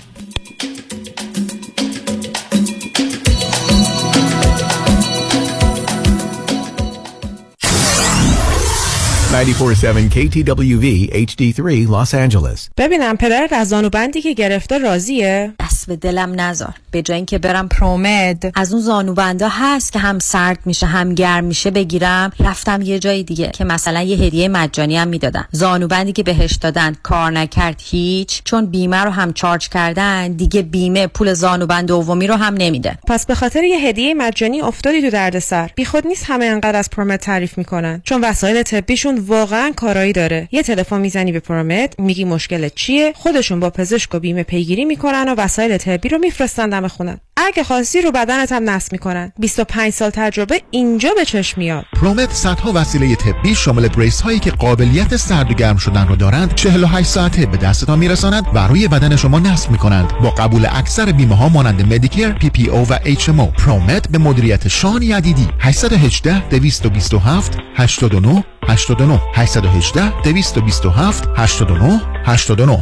S2: 94.7 KTWV HD3 Los Angeles.
S5: ببینم پدرت از زانوبندی که گرفته راضیه؟
S6: دست به دلم نذار. به جای اینکه برم پرومد از اون زانوبندا هست که هم سرد میشه هم گرم میشه بگیرم، رفتم یه جای دیگه که مثلا یه هدیه مجانی هم میدادن. زانوبندی که بهش دادن کار نکرد هیچ، چون بیمه رو هم چارج کردن دیگه بیمه پول زانوبند دومی رو هم نمیده.
S5: پس به خاطر یه هدیه مجانی افتادی تو دردسر. بیخود نیست همه انقدر از پرومد تعریف میکنن، چون وسایل طبیشون واقعا کارایی داره. یه تلفن میزنی به پرومد، میگی مشکلت چیه، خودشون با پزشک و بیمه پیگیری میکنن و وسایل طبی رو میفرستن دم خونه. اگه خواستی رو بدنت هم نصب میکنن. 25 سال تجربه اینجا به چشم میاد.
S11: پرومد صدها وسیله طبی شامل بریس هایی که قابلیت سرد و گرم شدن رو دارند 48 ساعته به دستتان میرسانند و روی بدن شما نصب میکنند با قبول اکثر بیمه ها مانند مدیکر، پی پی او و اچ ام او. پرومد به مدیریت شان یدیدی. 818 227 89 89 818 227 89 89.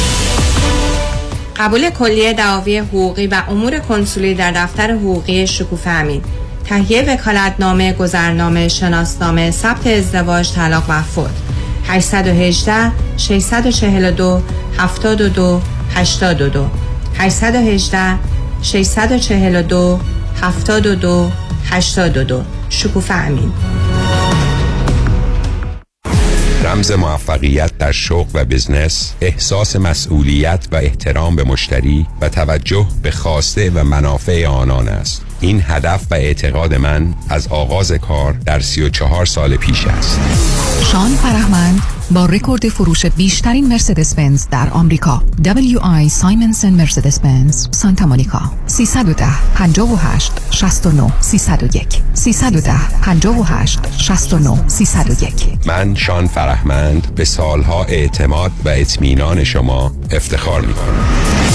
S12: قبول کلیه دعاوی حقوقی و امور کنسولی در دفتر حقوقی شکوفه امین. تهیه وکالتنامه، گذرنامه، شناسنامه، ثبت ازدواج، طلاق و فوت. 818 642 72 82 818 642 72 82. شکوفه امین.
S13: رمز موفقیت در شغل و بزنس، احساس مسئولیت و احترام به مشتری و توجه به خواسته و منافع آنان است. این هدف و اعتقاد من از آغاز کار در 34 سال پیش است.
S3: شان فرهمند با رکورد فروش بیشترین مرسدس بنز در آمریکا، WI سایمنسن مرسدس بنز سانتا مونیکا. 310 58 69 301 310 58 69 301.
S13: من شان فرهمند به سالها اعتماد و اطمینان شما افتخار می‌کنم.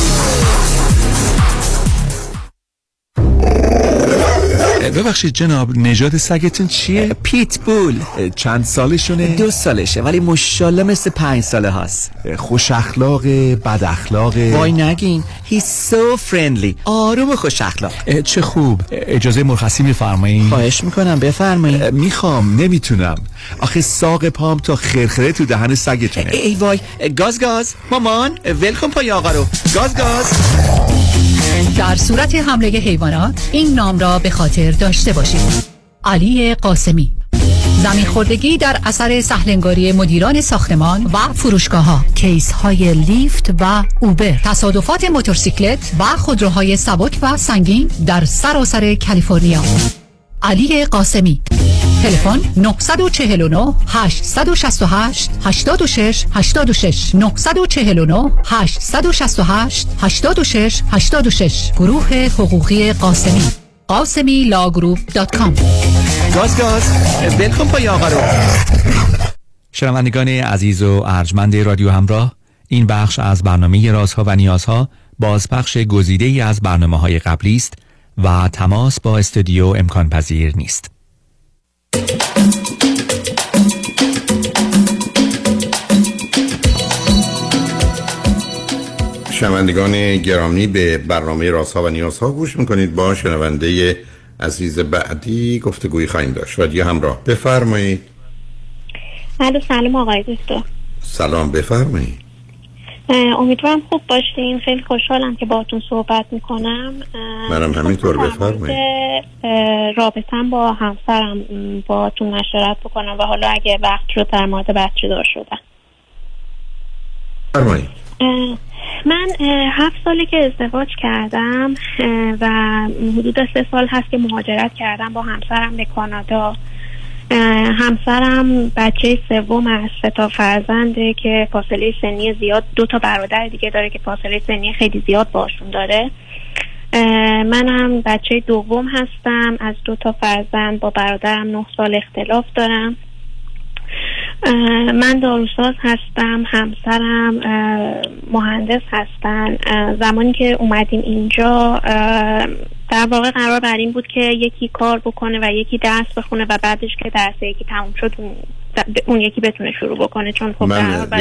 S18: ببخشید جناب، نژاد سگتون چیه؟
S14: پیت بول.
S18: چند سالشونه؟
S14: 2 سالشه ولی ماشاءالله مثل 5 ساله هست.
S18: خوش اخلاق، بد اخلاق؟
S14: وای نگین. He's so friendly. آروم و خوش اخلاق.
S18: چه خوب. اجازه مرخصی میفرمایید؟
S14: خواهش میکنم بفرمایید.
S18: میخوام، نمیتونم. آخه ساق پام تا خرخره تو دهن سگتونه.
S14: ای وای. گاز گاز. مامان ول کن پای آقا رو. گاز گاز.
S28: در صورت حمله حیوانات این نام را به خاطر داشته باشید: علی قاسمی. زمین خوردگی در اثر سهلنگاری مدیران ساختمان و فروشگاه‌ها، کیس های لیفت و اوبر، تصادفات موتورسیکلت و خودروهای سبک و سنگین در سراسر کالیفرنیا. علی قاسمی. تلفن 949 868 86 86 949 868 86 86. گروه حقوقی قاسمی. قاسمیلاگروپ.com.
S14: گاز گاز. ولکم پای آقا رو.
S4: شنوندگان عزیز و ارجمند رادیو همراه، این بخش از برنامه رازها و نیازها بازپخش گزیده‌ای از برنامه‌های قبلی است و تماس با استودیو امکان پذیر نیست.
S7: شنوندگان گرامی، به برنامه رازها و نیازها گوش میکنید. با شنونده عزیز بعدی گفتگویی خواهیم داشت. رادیو همراه، بفرمایید.
S29: الو، سلام آقای دکتر.
S7: سلام، بفرمایید.
S29: امیدوارم خوب باشین. خیلی خوشحالم که باهاتون صحبت میکنم.
S7: منم همینطور، بفرمایید.
S29: رابطم با همسرم باهاتون مشورت بکنم و حالا اگه وقت شد در مورد بچه دار شدن.
S7: بفرمایید.
S29: من 7 ساله که ازدواج کردم و حدود 3 سال هست که مهاجرت کردم با همسرم به کانادا. همسرم بچه سوم از 3 تا فرزنده که فاصله سنی زیاد، 2 تا برادر دیگه داره که فاصله سنی خیلی زیاد باشون داره منم بچه دوم هستم از 2 فرزند. با برادرم 9 سال اختلاف دارم. من داروساز هستم، همسرم مهندس هستن. زمانی که اومدیم اینجا در واقع قرار بر این بود که یکی کار بکنه و یکی درس بخونه و بعدش که درس یکی تموم شد اون یکی بتونه شروع بکنه. چون خب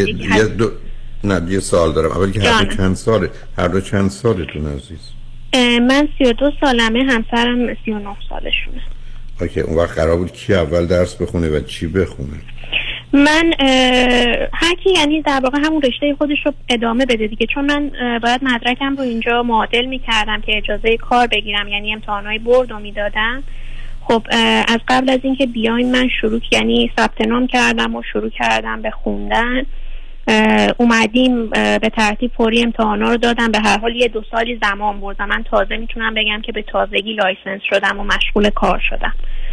S7: یه سوال دارم. اولی که هر دو چند سالتون عزیز؟
S29: من 32 سالمه، همسرم 39 سالشونه.
S7: اوکی، اون وقت قرار بود کی اول درس بخونه و چی بخونه؟
S29: من هر کی یعنی در واقع همون رشته خودش رو ادامه بده دیگه، چون من باید مدرکم رو اینجا معادل میکردم که اجازه کار بگیرم، یعنی امتحانای بورد رو میدادم. خب از قبل از اینکه بیایم من یعنی ثبت نام کردم و شروع کردم به خوندن. اومدیم به ترتیب فوری امتحانا رو دادم. به هر حال 1-2 سالی زمان برد. من تازه میتونم بگم که به تازگی لایسنس شدم و مشغول کار شدم.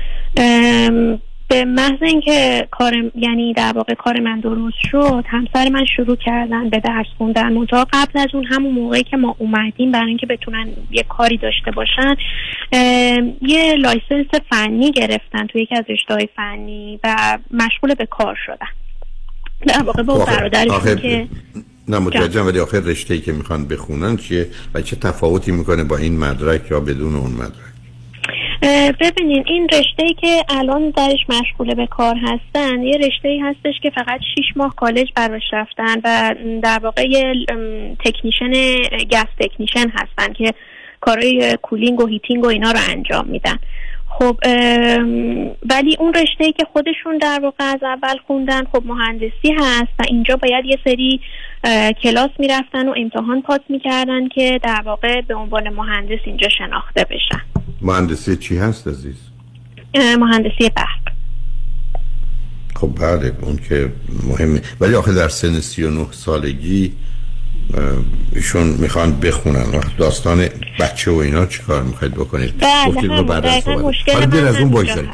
S29: به محض اینکه یعنی در واقع کار من درست شد، همسر من شروع کردن به درس خوندن. منتها قبل از اون همون موقعی که ما اومدیم برای اینکه بتونن یه کاری داشته باشن یه لایسنس فنی گرفتن توی یکی از رشته‌های فنی و مشغول به کار شدن. در واقع با برادرشون که
S7: نه متوجهم، ولی آخر رشته‌ای که میخوان بخونن چیه و چه تفاوتی میکنه با این مدرک یا بدون اون مدرک؟
S29: ببینین این رشته‌ای که الان درش مشغول به کار هستن یه رشته‌ای هستش که فقط 6 ماه کالج براش رفتن و در واقع یه تکنیشن گس تکنیشن هستن که کارهای کولینگ و هیتینگ و اینا رو انجام میدن. خب ولی اون رشته‌ای که خودشون در واقع از اول خوندن خب مهندسی هست و اینجا باید یه سری کلاس میرفتن و امتحان پاس میکردن که در واقع به عنوان مهندس اینجا شناخته بشن.
S7: مهندسی چی هست عزیز؟
S29: مهندسی برق.
S7: خب بله اون که مهمه، ولی آخه در سن 39 سالگی ایشون میخوان بخونن. داستان بچه و اینا چی کار میخواید بکنید؟
S29: گفتید ما بعد از
S7: اون بایستارید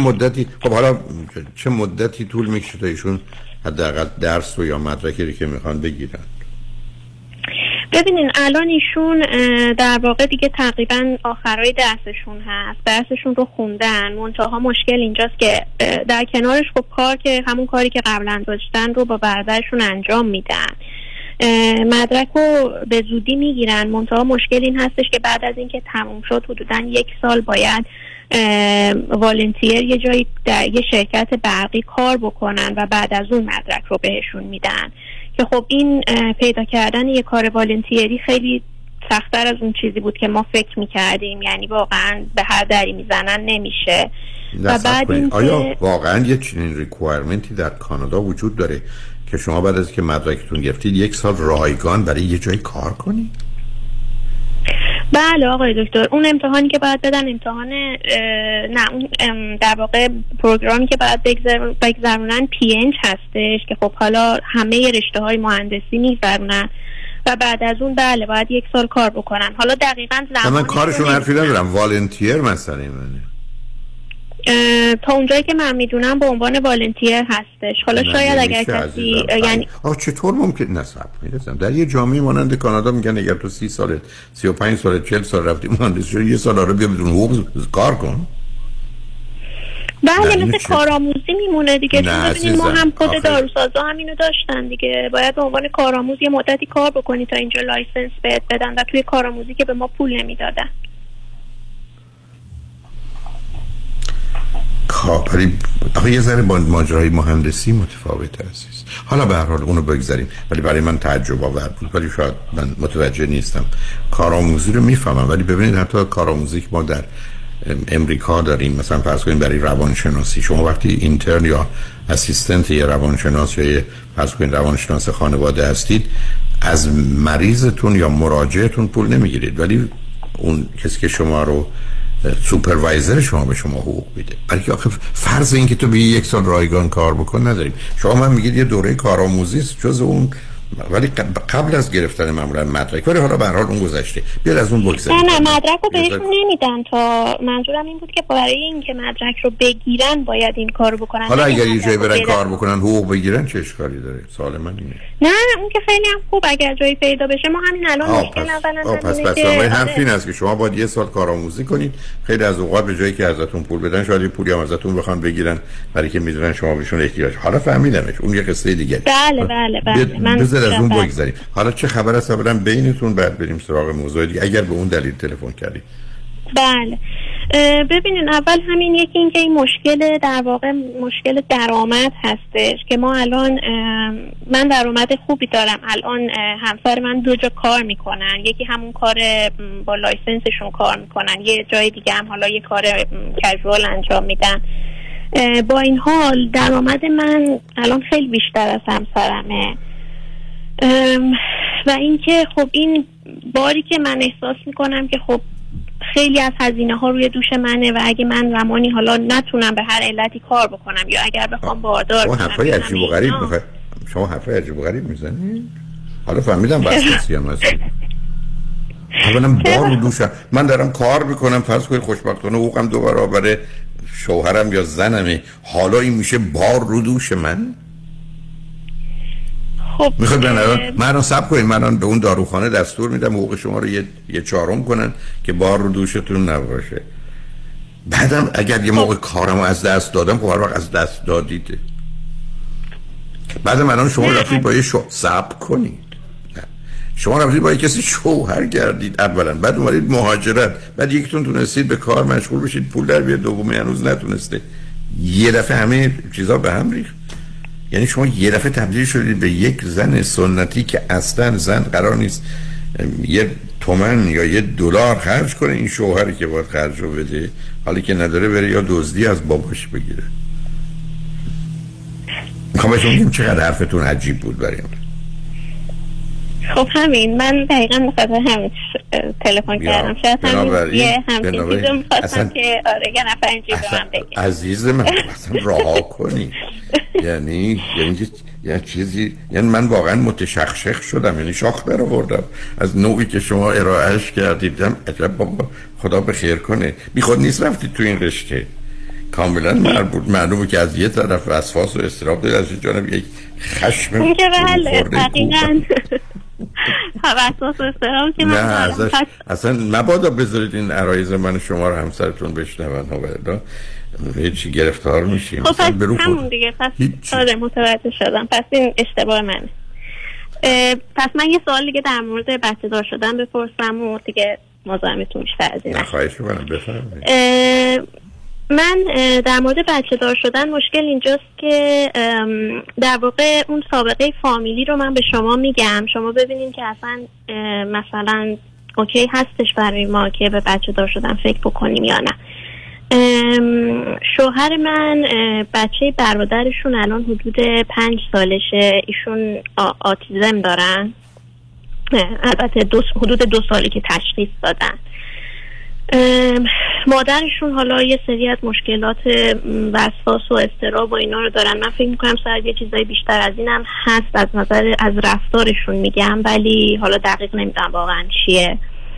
S7: چه مدتی طول میکشه تا ایشون حداقل درس و یا مدرکی که میخوان بگیرن؟
S29: ببینین الان ایشون در واقع دیگه تقریبا آخرای درسشون هست، درسشون رو خوندن. منتها مشکل اینجاست که در کنارش خب کار که همون کاری که قبلا داشتن رو با برادرشون انجام میدن، مدرک رو به زودی میگیرن. منتها مشکل این هستش که بعد از اینکه تموم شد حدوداً 1 سال باید والنتیر یه جایی در یه شرکت برقی کار بکنن و بعد از اون مدرک رو بهشون میدن که خب این پیدا کردن یه کار والنتیری خیلی سخت‌تر از اون چیزی بود که ما فکر میکردیم. یعنی واقعا به هر دری میزنن نمیشه. و بعد
S7: آیا واقعا یه چنین ریکوایرمنتی در کانادا وجود داره که شما بعد از که مدرکتون گرفتید 1 سال رایگان برای یه جای کار کنید؟
S29: بله آقای دکتر، اون امتحانی که باید بدن امتحان اون در واقع پروگرامی که باید بگذرونن PN هستش که خب حالا همه رشته‌های مهندسی میگذرونن و بعد از اون بله باید 1 سال کار بکنن. حالا دقیقاً
S7: من کارشون حرفی ندارم، والنتیر مسئله منه.
S29: تا اونجایی که من میدونم به عنوان والنتیر هستش. حالا شاید اگر کسی یعنی
S7: چطور ممکن نصب میرسم در یه جامعه مانند کانادا میگن اگر تو 30 سالت 35 سالت 40 سال رفتی مهندس شدی 1 سال رو بیا بدون حقوق کار کن.
S29: بله مثل کارآموزی میمونه دیگه. چون ببینید ما هم خود داروسازا هم اینو داشتن دیگه، باید به عنوان کارآموز یه مدتی کار بکنی تا اینجا لایسنس بهت بدن و توی کارآموزی که به ما پول نمیدادن.
S7: ولی آخه یه ذره با ماجرای مهندسی متفاوته عزیز. حالا به هر حال اونو بگذاریم، ولی برای من تعجب آور بود، ولی شاید من متوجه نیستم. کارآموزی رو میفهمم، ولی ببینید حتی کارآموزی که ما در امریکا داریم، مثلا فرض کنید برای روانشناسی، شما وقتی اینترن یا اسیستنت یه روانشناس یا فرض کنید روانشناس خانواده هستید، از مریضتون یا مراجعتون پول نمیگیرید، ولی اون کسی که شما رو سوپروایزر شما به شما حقوق میده. بلکه آخه فرض این که تو به 1 سال رایگان کار بکن نداریم. شما من میگید یه دوره کارآموزی است، جز اون ولی قبل از گرفتن معمولا مدرک، ولی حالا به هر حال اون گذشته، بیاد از اون بگذاریم.
S29: نه مدرک رو بهشون نمیدن، تا منظورم این بود که برای اینکه مدرک رو بگیرن باید این کارو بکنن.
S7: حالا اگر یه جایی برن کار بکنن حقوق بگیرن چه اشکالی داره؟ سوال من اینه.
S29: نه اون که خیلی هم خوب اگر جایی پیدا بشه. ما همین الان مشکل اولا
S7: پس حرف این است که شما باید یه سال کارآموزی کنید. خیلی از اوقات به جایی که ازتون پول بدن شاید پولی هم ازتون بخوان بگیرن برای که میدونن شما بهشون احتیاج. حالا فهمیدمش، اون یه قصه دیگه.
S29: بله من
S7: بذار از اون بگذاریم. حالا چه خبر است برام بینتون، بعد بریم سراغ موضوع دیگه اگر به اون دلیل تلفن کردید.
S29: بله ببینین، اول همین یکی این که این مشکل در واقع مشکل درآمد هستش که ما الان من درآمد خوبی دارم الان، همسر من 2 جا کار میکنن، یکی همون کار با لایسنسشون کار میکنن، یه جای دیگه هم حالا یه کار کژوال انجام میدن. با این حال درآمد من الان خیلی بیشتر از همسرمه و اینکه خب این باری که من احساس میکنم که خب خیلی از هزینه ها روی دوش منه و اگه من زمانی حالا نتونم به هر علتی کار بکنم یا اگر بخوام باردار
S7: کنم. حرفای عجیب و غریب میخواد. شما حرفای عجیب و غریب میزنید. حالا فهمیدم واسطه‌ای هم هست. اولا بار رو دوشم، من دارم کار میکنم، فرض کنید خوشبختانه حقوقم 2 برابر شوهرم یا زنمه، حالا این میشه بار رو دوش من؟
S29: خب
S7: میخواد من صبر کنید، من به اون داروخانه دستور میدم حقوق شما رو یه چهارم کنن که بار رو دوشتون نباشه. بعدم اگر یه موقع کارمو از دست دادم، خب هر وقت از دست دادید. بعدم الان شما رفتید با یه صبر کنید، شما رفتید با یه کسی شوهر کردید اولا، بعد اومدید مهاجرت، بعد یکتون تونستید به کار مشغول بشید پول در بیاد، دومی هنوز نتونسته. یه دفعه همه چیزا به هم ریخت. یعنی شما یه دفعه تبدیل شدید به یک زن سنتی که اصلا زن قرار نیست یه تومن یا یه دلار خرج کنه، این شوهری که باید خرج رو بده، حالی که نداره بره یا دزدی از باباش بگیره. میخوام بهتون بگم چقدر حرفتون عجیب بود برای من.
S29: خب همین من دقیقا مخاطر همین تلفن کردم، شاید همین یه همچین چیزو میخواستم که آره یه نفر اینجوری به من بگه.
S7: عزیز من اصلا رها کنی. یعنی چیزی، یعنی من واقعا متشخشخ شدم، یعنی شاخ در آوردم از نوعی که شما ارائهش کردید. عجب بابا، خدا به خیر کنه. بی خود نیست رفتید تو این رشته، کاملا مربوط معلومه که از یه طرف وسواس و اضطراب دارید، از جانب یک خشم
S29: بله دقیقاً وسواس و اضطراب که من
S7: اصلا مبادا بذارید این عرایض من شما رو همسرتون بشنون و هیچی گرفتار میشیم.
S29: خب پس همون دیگه، پس آره متوجه شدم، پس این اشتباه منه. پس من یه سوال دیگه در مورد بچه دار شدن بپرسم و دیگه مزاحمتون بیشتر از این نشه.
S7: خواهش می‌کنم بفرمایید.
S29: من در مورد بچه دار شدن مشکل اینجاست که در واقع اون سابقه فامیلی رو من به شما میگم، شما ببینین که اصلا مثلا اوکی هستش برای ما که به بچه دار شدن فکر بکنیم یا نه. شوهر من بچه برادرشون الان حدود 5 سالشه، ایشون آتیزم دارن، البته حدود 2 سالی که تشخیص دادن. مادرشون حالا یه سری از مشکلات وسواس و اضطراب و اینا رو دارن. من فکر میکنم شاید یه چیزای بیشتر از اینم هست از نظر از رفتارشون میگم، ولی حالا دقیق نمیدونم واقعا چیه.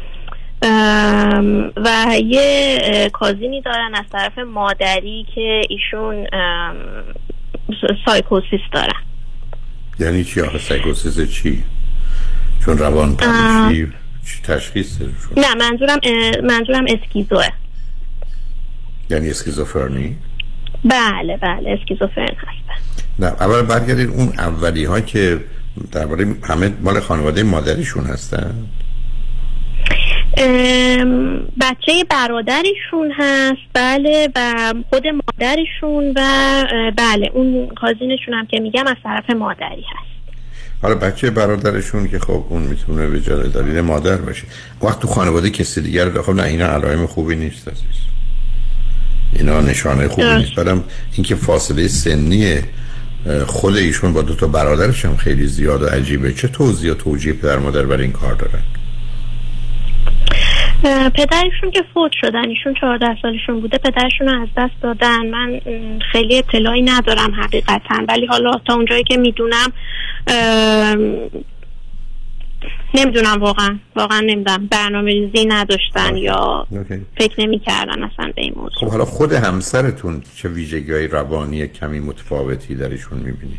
S29: و یه کازینی دارن از طرف مادری که ایشون سایکوسیس دارن.
S7: یعنی چی آخه سایکوسیس چی؟ چون روان پریشی تشخیص شد؟
S29: نه منظورم اسکیزوه.
S7: یعنی اسکیزوفرنی؟
S29: بله اسکیزوفرن هستن.
S7: نه اول برگردید اون اولی ها که درباره همه مال خانواده مادریشون هستن؟
S29: بچه برادرشون هست بله، و خود مادرشون و بله اون کازینشون هم که میگم از طرف مادری هست.
S7: حالا بچه برادرشون که خب اون میتونه به جای دلیل مادر باشه، وقت تو خانواده کسی دیگر داخل نه، اینا علائم خوبی نیست عزیز، اینا نشانه خوبی نیست. بعدم اینکه فاصله سنی خود ایشون با 2 تا برادرش هم خیلی زیاد و عجیبه. چه توضیح و توجیه پدر مادر برای این کار دارن؟
S29: پدرشون که فوت شدن، ایشون 14 سالشون بوده پدرشون رو از دست دادن. من خیلی اطلاعی ندارم حقیقتا، ولی حالا تا اونجایی که میدونم نمیدونم واقعا نمیدونم برنامه‌ریزی نداشتن یا فکر نمی‌کردن اصلا به این موضوع.
S7: خب حالا خود همسرتون چه ویژگی‌های روانی کمی متفاوتی درشون می‌بینید؟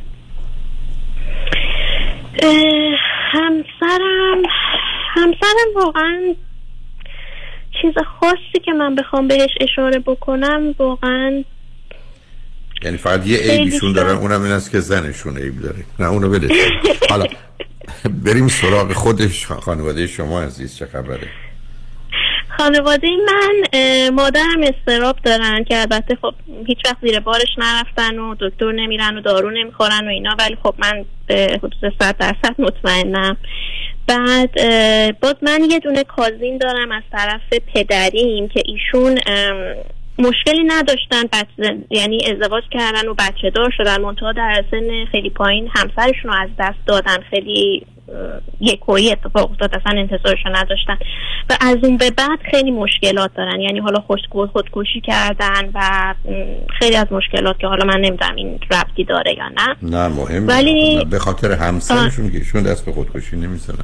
S29: همسرم واقعا چیز خاصی که من بخوام بهش اشاره بکنم واقعا،
S7: یعنی فقط یه عیبشون دارن، اونم این است که زنشون عیب داره. نه اونو بده. حالا بریم سراغ خودش. خانواده شما عزیز چه خبره؟
S29: خانواده من مادرم اضطراب دارن که البته خب هیچ وقت زیر بارش نرفتن و دکتر نمیرن و دارو نمیخورن و اینا، ولی خب من به حدود 100% مطمئنم. بعد باز من یه دونه کازین دارم از طرف پدریم که ایشون مشکلی نداشتن، یعنی ازدواج کردن و بچه دار شدن، منتها در سن خیلی پایین همسرشون رو از دست دادن. خیلی یکویی اتفاق افتاد، اصلا انتظارشو نداشتن و از اون به بعد خیلی مشکلات دارن. یعنی حالا خودکشی کردن و خیلی از مشکلات که حالا من نمیدونم این ربطی داره یا نه.
S7: نه مهم،
S29: ولی
S7: به خاطر همسرشون که ایشون دست به خودکشی نمیزنن.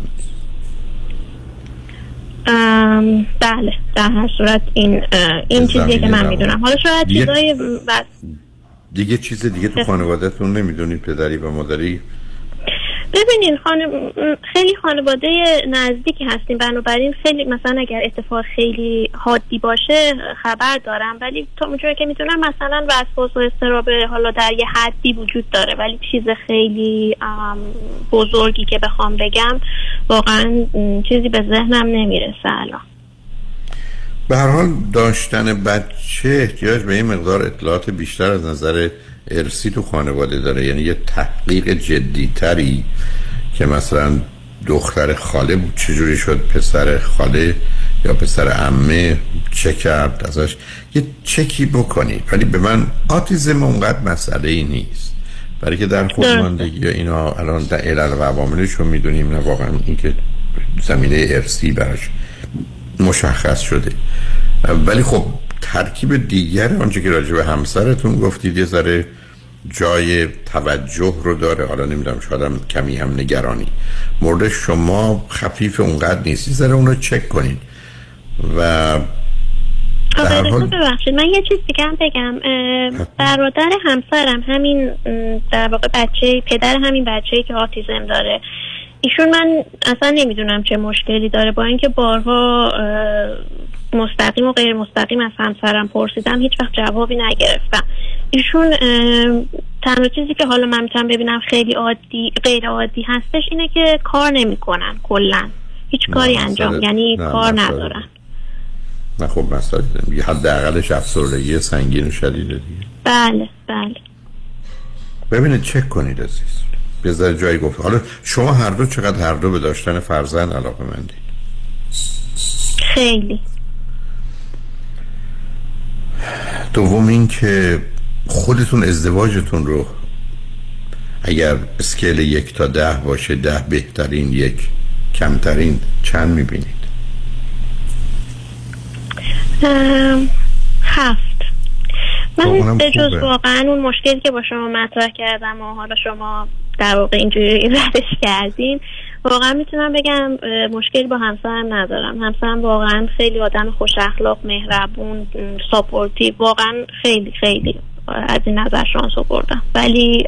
S29: بله در هر صورت این چیزیه که من میدونم. حالا شاید چیزای
S7: دیگه چیز دیگه تو خانواده‌تون نمیدونید؟ پدری و مادری؟
S29: ببینین خیلی خانواده نزدیکی هستیم، بنابراین خیلی مثلا اگر اتفاق خیلی حادی باشه خبر دارم، ولی تا اونجایی که میدونم مثلا وسواس و اضطراب حالا در یه حدی وجود داره، ولی چیز خیلی بزرگی که بخوام بگم واقعا چیزی به ذهنم نمیرسه الان.
S7: به هر حال داشتن بچه احتیاج به این مقدار اطلاعات بیشتر از نظر ارثی تو خانواده داره. یعنی یه تحقیق جدی‌تری که مثلا دختر خاله چجوری شد پسر خاله یا پسر عمه چه کرد، ازش یه چکی بکنید. ولی به من آتیزم اونقدر مسئله ای نیست، برای که در خودماندگی یا اینا الان در علل و عواملش رو میدونیم، نه واقعا این که زمینه ارثی براش مشخص شده. ولی خب ترکیب دیگر آنچه که راجع به همسرتون گفتید یه ذره جای توجه رو داره. حالا نمیدونم شاید کمی هم نگرانی. مورد شما خفیف اونقدر نیست، یه ذره اون رو چک کنید. و در حال
S29: ببخشید من یه چیز دیگه هم بگم. برادر همسرم همین در واقع پدر همین بچه‌ای که آتیزم داره، ایشون من اصلا نمیدونم چه مشکلی داره، با اینکه بارها مستقیم و غیر مستقیم از همسرم پرسیدم هیچ وقت جوابی نگرفتم. ایشون تنها چیزی که حالا من میتونم ببینم خیلی غیر عادی هستش اینه که کار نمیکنن، کلا هیچ کاری انجام، یعنی کار ندارن.
S7: نه خب مسئله دیگه حداقلش افسردگی سنگین و شدیده دیگه.
S29: بله
S7: ببینید چک کنید عزیز، بذار جایی گفت. حالا شما هر دو به داشتن فرزند علاقه‌مندید؟
S29: خیلی.
S7: دوم این که خودتون ازدواجتون رو اگر اسکیل 1 تا 10 باشه، 10 بهترین، 1 کمترین، چند میبینید؟
S29: 7. من به جز واقعا اون مشکلی که با شما مطرح کردم و حالا شما در واقع اینجوری ردش کردین، واقعا میتونم بگم مشکلی با همسرم ندارم. همسرم واقعا خیلی آدم خوش اخلاق، مهربون، ساپورتیو، واقعا خیلی خیلی از این نظر شانس آوردم. ولی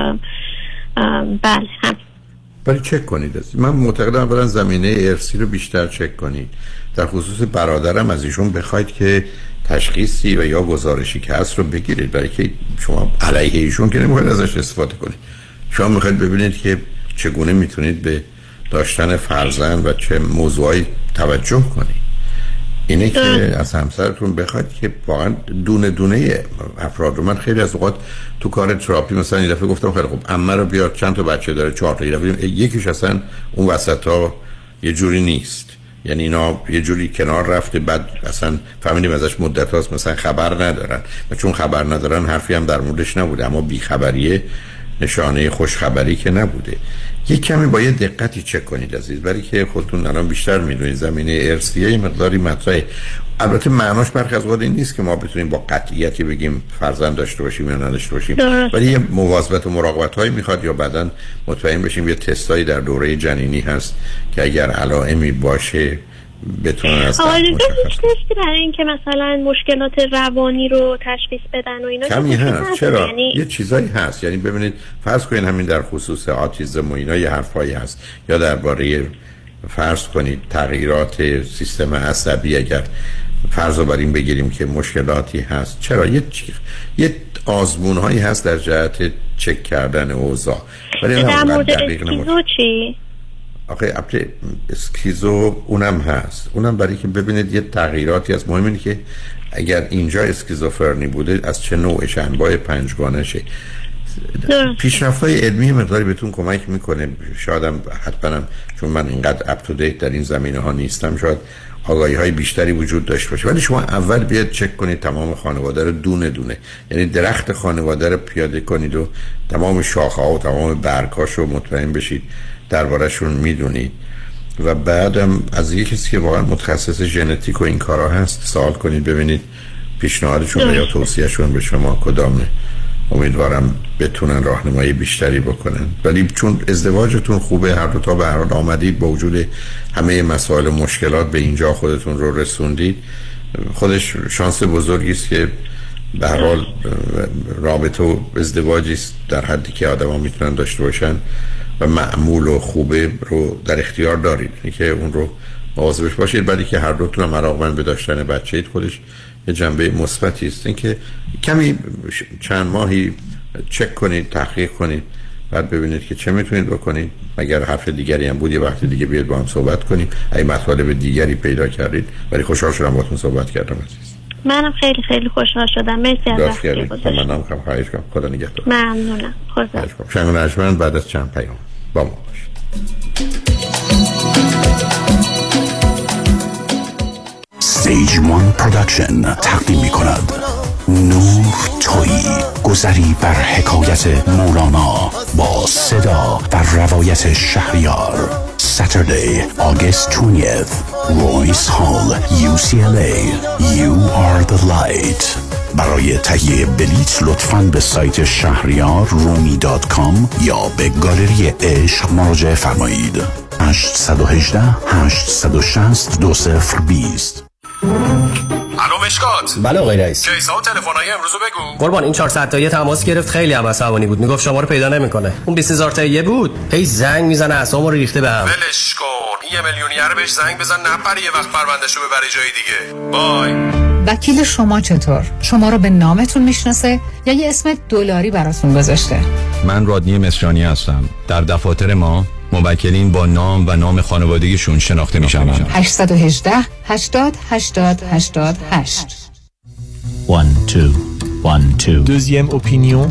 S29: بله
S7: ولی چک کنید. من معتقدم اولا زمینه ارثی رو بیشتر چک کنید. در خصوص برادرم از ایشون بخواید که تشخیصی و یا گزارشی که هست رو بگیرید، برای که شما علیه ایشون که نمیخواید ازش استفاده کنید. شما میخواید ببینید که چگونه میتونید به داشتن فرزند و چه موضوعی توجه کنید. اینه که از همسرتون بخواید که واقعا دونه دونه افراد رو، من خیلی از اوقات تو کار تراپی مثلا این دفعه گفتم خیلی خوب عمه رو بیار، چند تا بچه داره، 4 تا، یکیش اصلا اون وسطا یه جوری نیست، یعنی اینا یه جوری کنار رفته، بعد اصلا فهمیدیم ازش مدت هاست مثلا خبر ندارن و چون خبر ندارن حرفی هم در موردش نبوده، اما بیخبریه نشانه خوشخبری که نبوده. یک کمی باید دقتی چک کنید عزیز، برای که خودتون الان بیشتر میدونید زمینه ارثیه مقداری مطرحه. البته معناش برخی از اوقات این نیست که ما بتونیم با قطعیتی بگیم فرزند داشته باشیم یا نداشته باشیم، ولی یه مواظبت و مراقبت هایی میخواد یا بعداً مطمئن بشیم یه تستایی در دوره جنینی هست که اگر علائمی باشه بتونن از
S29: تستی برای این که مثلا مشکلات روانی رو تشخیص بدن و اینا
S7: کمی هست. چرا؟ یه چیزایی هست. یعنی ببینید فرض کنید همین در خصوص آتیسم و اینا یه حرفایی هست، یا درباره فرض کنید تغییرات سیستم عصبی اگر فرض رو بر این بگیریم که مشکلاتی هست. چرا؟ یه آزمون هایی هست در جهت چک کردن اوضاع. ولی
S29: در مورد اسکیزو چی؟
S7: آخه اسکیزو اونم هست، اونم برای که ببینید یه تغییراتی هست. مهم اینه که اگر اینجا اسکیزوفرنی بوده از چه نوعش، انواع پنجگانشه. پیشرفت‌های علمی مقداری بهتون کمک میکنه. شایدم حتما چون من اینقدر اپ تو دیت در این زمینه ها نیستم شاید آگاهی های بیشتری وجود داشته باشه، ولی شما اول بیاد چک کنید تمام خانواده رو دونه دونه، یعنی درخت خانواده رو پیاده کنید و تمام شاخه ها و تمام برگ‌هاش رو مطمئن بشید درباره‌شون میدونید، و بعدم از یک کسی که واقعا متخصص ژنتیک و این کارا هست سوال کنید ببینید پیشنهادشون یا توصیهشون به شما کدامه. امیدوارم بتونن راهنمایی بیشتری بکنن. ولی چون ازدواجتون خوبه، هر دو تا به هر حال آمدید با وجود همه مسائل و مشکلات به اینجا خودتون رو رسوندید، خودش شانس بزرگی است که به هر حال رابطه و ازدواجی است در حدی که آدما میتونن داشته باشن و معمول و خوبه رو در اختیار دارید، اینکه اون رو مواظبش باشید. بعدی که هر دوتون هم علاقه‌مند به داشتن بچه‌اید خودش یه جنبه مثبتی است. اینکه کمی چند ماهی چک کنید، تحقیق کنید، بعد ببینید که چه میتونید بکنید. اگر حرف دیگری هم بود یه وقت دیگه بیاد با هم صحبت کنیم. اگه مطالب دیگری پیدا کردید، ولی خوشحال شدم باهاتون صحبت کردم عزیز.
S29: منم خیلی خیلی خوشحال شدم. مرسی از وقتی که گذاشتید.
S7: منم خواهش کنم. خدا نگهدار.
S29: ممنونم. خدا.
S7: شنگ نجمن بعد از چند پیام با ما باشید.
S8: Stage One Production تقدیم می کند نور تویی، گذری بر حکایت مولانا با صدا و روایت شهریار. Saturday, August 20th, Royce Hall, UCLA. You are the light. برای تهیه بلیط لطفاً به سایت شهریار رومی.com یا به گالری عشق مراجعه فرمایید. 818 860 2020.
S9: الو مشکات.
S10: بله آقای رئیس.
S9: کیسا و تلفن‌های امروزو بگو.
S10: قربان این 400 تایی تماس گرفت، خیلی هم عصبانی بود، میگفت شما رو پیدا نمیکنه. اون 20000 تایی بود، هی زنگ میزنه اعصابمو رو ریخته بهم.
S9: ولش کن. این 1 میلیونیر بهش زنگ بزن نپره یه وقت پروندهشو ببره جای دیگه. بای.
S28: وکیل شما چطور؟ شما رو به نامتون میشناسه یا یه اسم دلاری براتون گذاشته؟
S15: من رادنی مصریانی هستم. در دفاتر ما موکلین با نام و نام خانوادگیشون شناخته میشن.
S28: 818 80 80 88.
S16: 1 2 1 2.
S19: Deuxième opinion.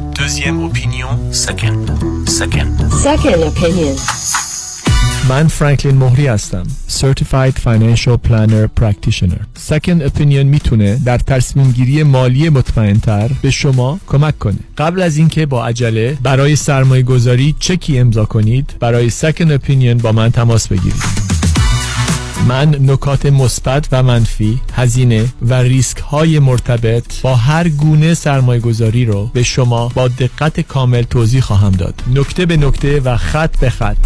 S16: Second opinion.
S19: من فرانکلین مهری هستم. Certified Financial Planner Practitioner. Second opinion میتونه در تصمیم گیری مالی مطمئن‌تر به شما کمک کنه. قبل از اینکه با عجله برای سرمایه گذاری چکی امضا کنید، برای Second opinion با من تماس بگیرید. من نکات مثبت و منفی، هزینه و ریسک های مرتبط با هر گونه سرمایه گذاری رو به شما با دقت کامل توضیح خواهم داد. نکته به نکته و خط به خط.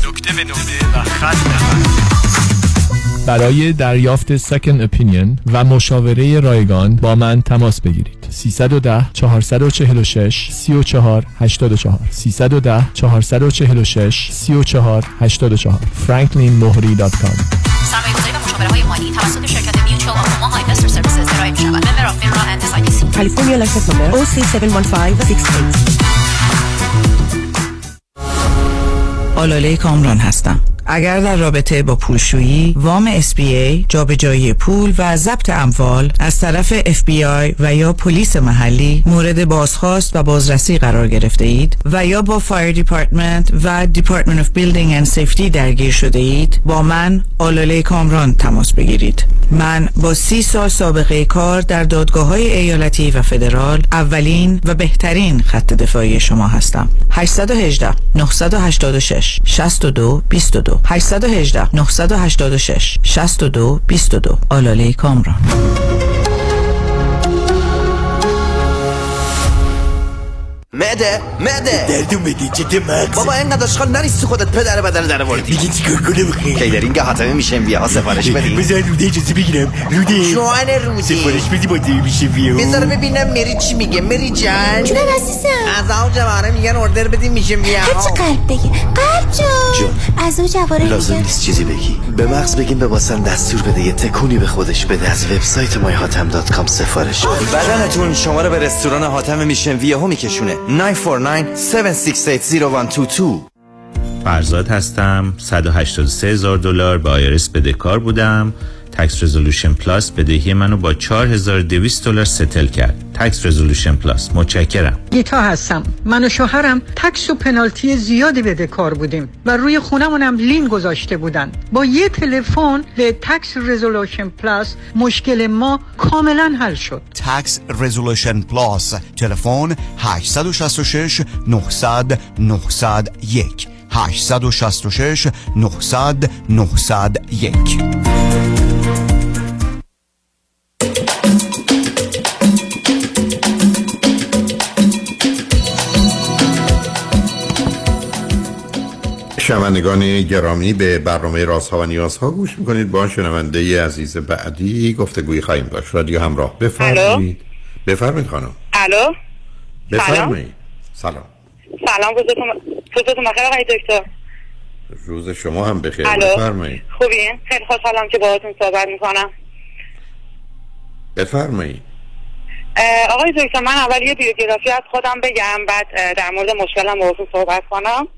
S19: برای دریافت Second Opinion و مشاوره رایگان با من تماس بگیرید. 310 446 34 84 310 446 34 84 franklinmohri.com.
S28: سرمایه‌گذاری و مشاوره مالی توسط شرکت میوچوال آف اوماها اینوستر سرویسز ارائه می‌شود. ممبر اف فینرا اند SIPC.
S20: کالیفرنیا لایسنس نمبر OC71568.
S21: آلاله کامران هستم.
S17: اگر در رابطه با پولشویی، وام SBA، جابجایی پول و ضبط اموال از طرف FBI و یا پلیس محلی مورد بازخواست و بازرسی قرار گرفته اید و یا با فایر دیپارتمنت و دیپارتمنت اف بیلدینگ اند سیفتی درگیر شده اید، با من آلاله کامران تماس بگیرید. من با 30 سال سابقه کار در دادگاه‌های ایالتی و فدرال اولین و بهترین خط دفاعی شما هستم. 818 986 62 22 818 986 62 22 آلاله کامران.
S20: معده دردو میگی چه مغز بابا اینقدر اشغال نریستی خودت پدر بدن در آوردی میگی چیکار کنم بخیر کیدرینگ حاتمه میشه ویا سفارش بدی بذار روده اجازه بگیرم روده جوان روده سفارش بدی با دی میشه ویا بذار ببینم مری چی میگه مری جان
S21: جونم عزیزم
S20: از اون جواره میگن اوردر بدیم میشه ویا
S21: هرچی قلب بگی قلب جون از اون جواره
S20: لازم نیست چیزی بگی به مغز بگیم به واسن دستور بده یه تکونی به خودش بده از وبسایت myhatem.com سفارش بدنتون شما رو به رستوران حاتم میشن ویا میکشونه 949-768-0122
S22: فرزاد هستم. $183,000 به آیرس بدهکار بودم. تکس رزولوشن پلاس بدهی منو با $4,200 ستل کرد. تکس رزولوشن پلاس. متشکرم.
S23: گیتا هستم. من و شوهرم تکس و پنالتی زیادی بدهکار بودیم و روی خونمونم لین گذاشته بودن. با یه تلفن به تکس رزولوشن پلاس مشکل ما کاملا حل شد.
S24: تکس رزولوشن پلاس. تلفن 866 900 901 866 900 901.
S7: شنوندگان گرامی به برنامه رازها و نیازها گوش میکنید. با شنونده عزیز بعدی گفتگوی خواهیم داشت. رادیو همراه. بفرمایید. بفرمایید خانم.
S25: الو.
S7: بفرمایید. سلام.
S25: روزتون بخیر آقای دکتر.
S7: روز شما هم بخیر. بفرمایید.
S25: خوبین؟ خیلی خوشحالم که باهاتون صحبت میکنم.
S7: بفرمایید.
S25: آقای دکتر من اول یه بیوگرافی از خودم بگم بعد در مورد مشکلم باهاتون صحبت کنم.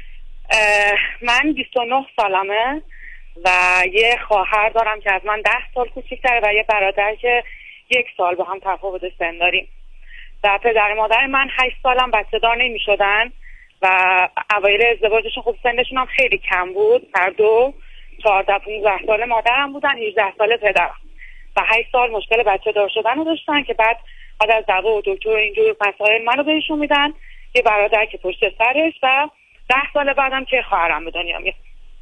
S25: من 29 سالمه و یه خواهر دارم که از من 10 سال کوچیک‌تره و یه برادر که 1 سال با هم تفاوت سن داریم و پدر مادر من 8 سالم بچه دار نمی شدن و اوایل ازدواجشون خب سنشون هم خیلی کم بود. هر دو 14-15 سال مادرم بودن، 18 سال پدرم و 8 سال مشکل بچه دار شدن رو داشتن که بعد از دعوا و دکتر اینجور مسائل منو بهشون میدن. یه برادر که پشت سرش و 10 سال بعدم که خواهرم به دنیا میاد.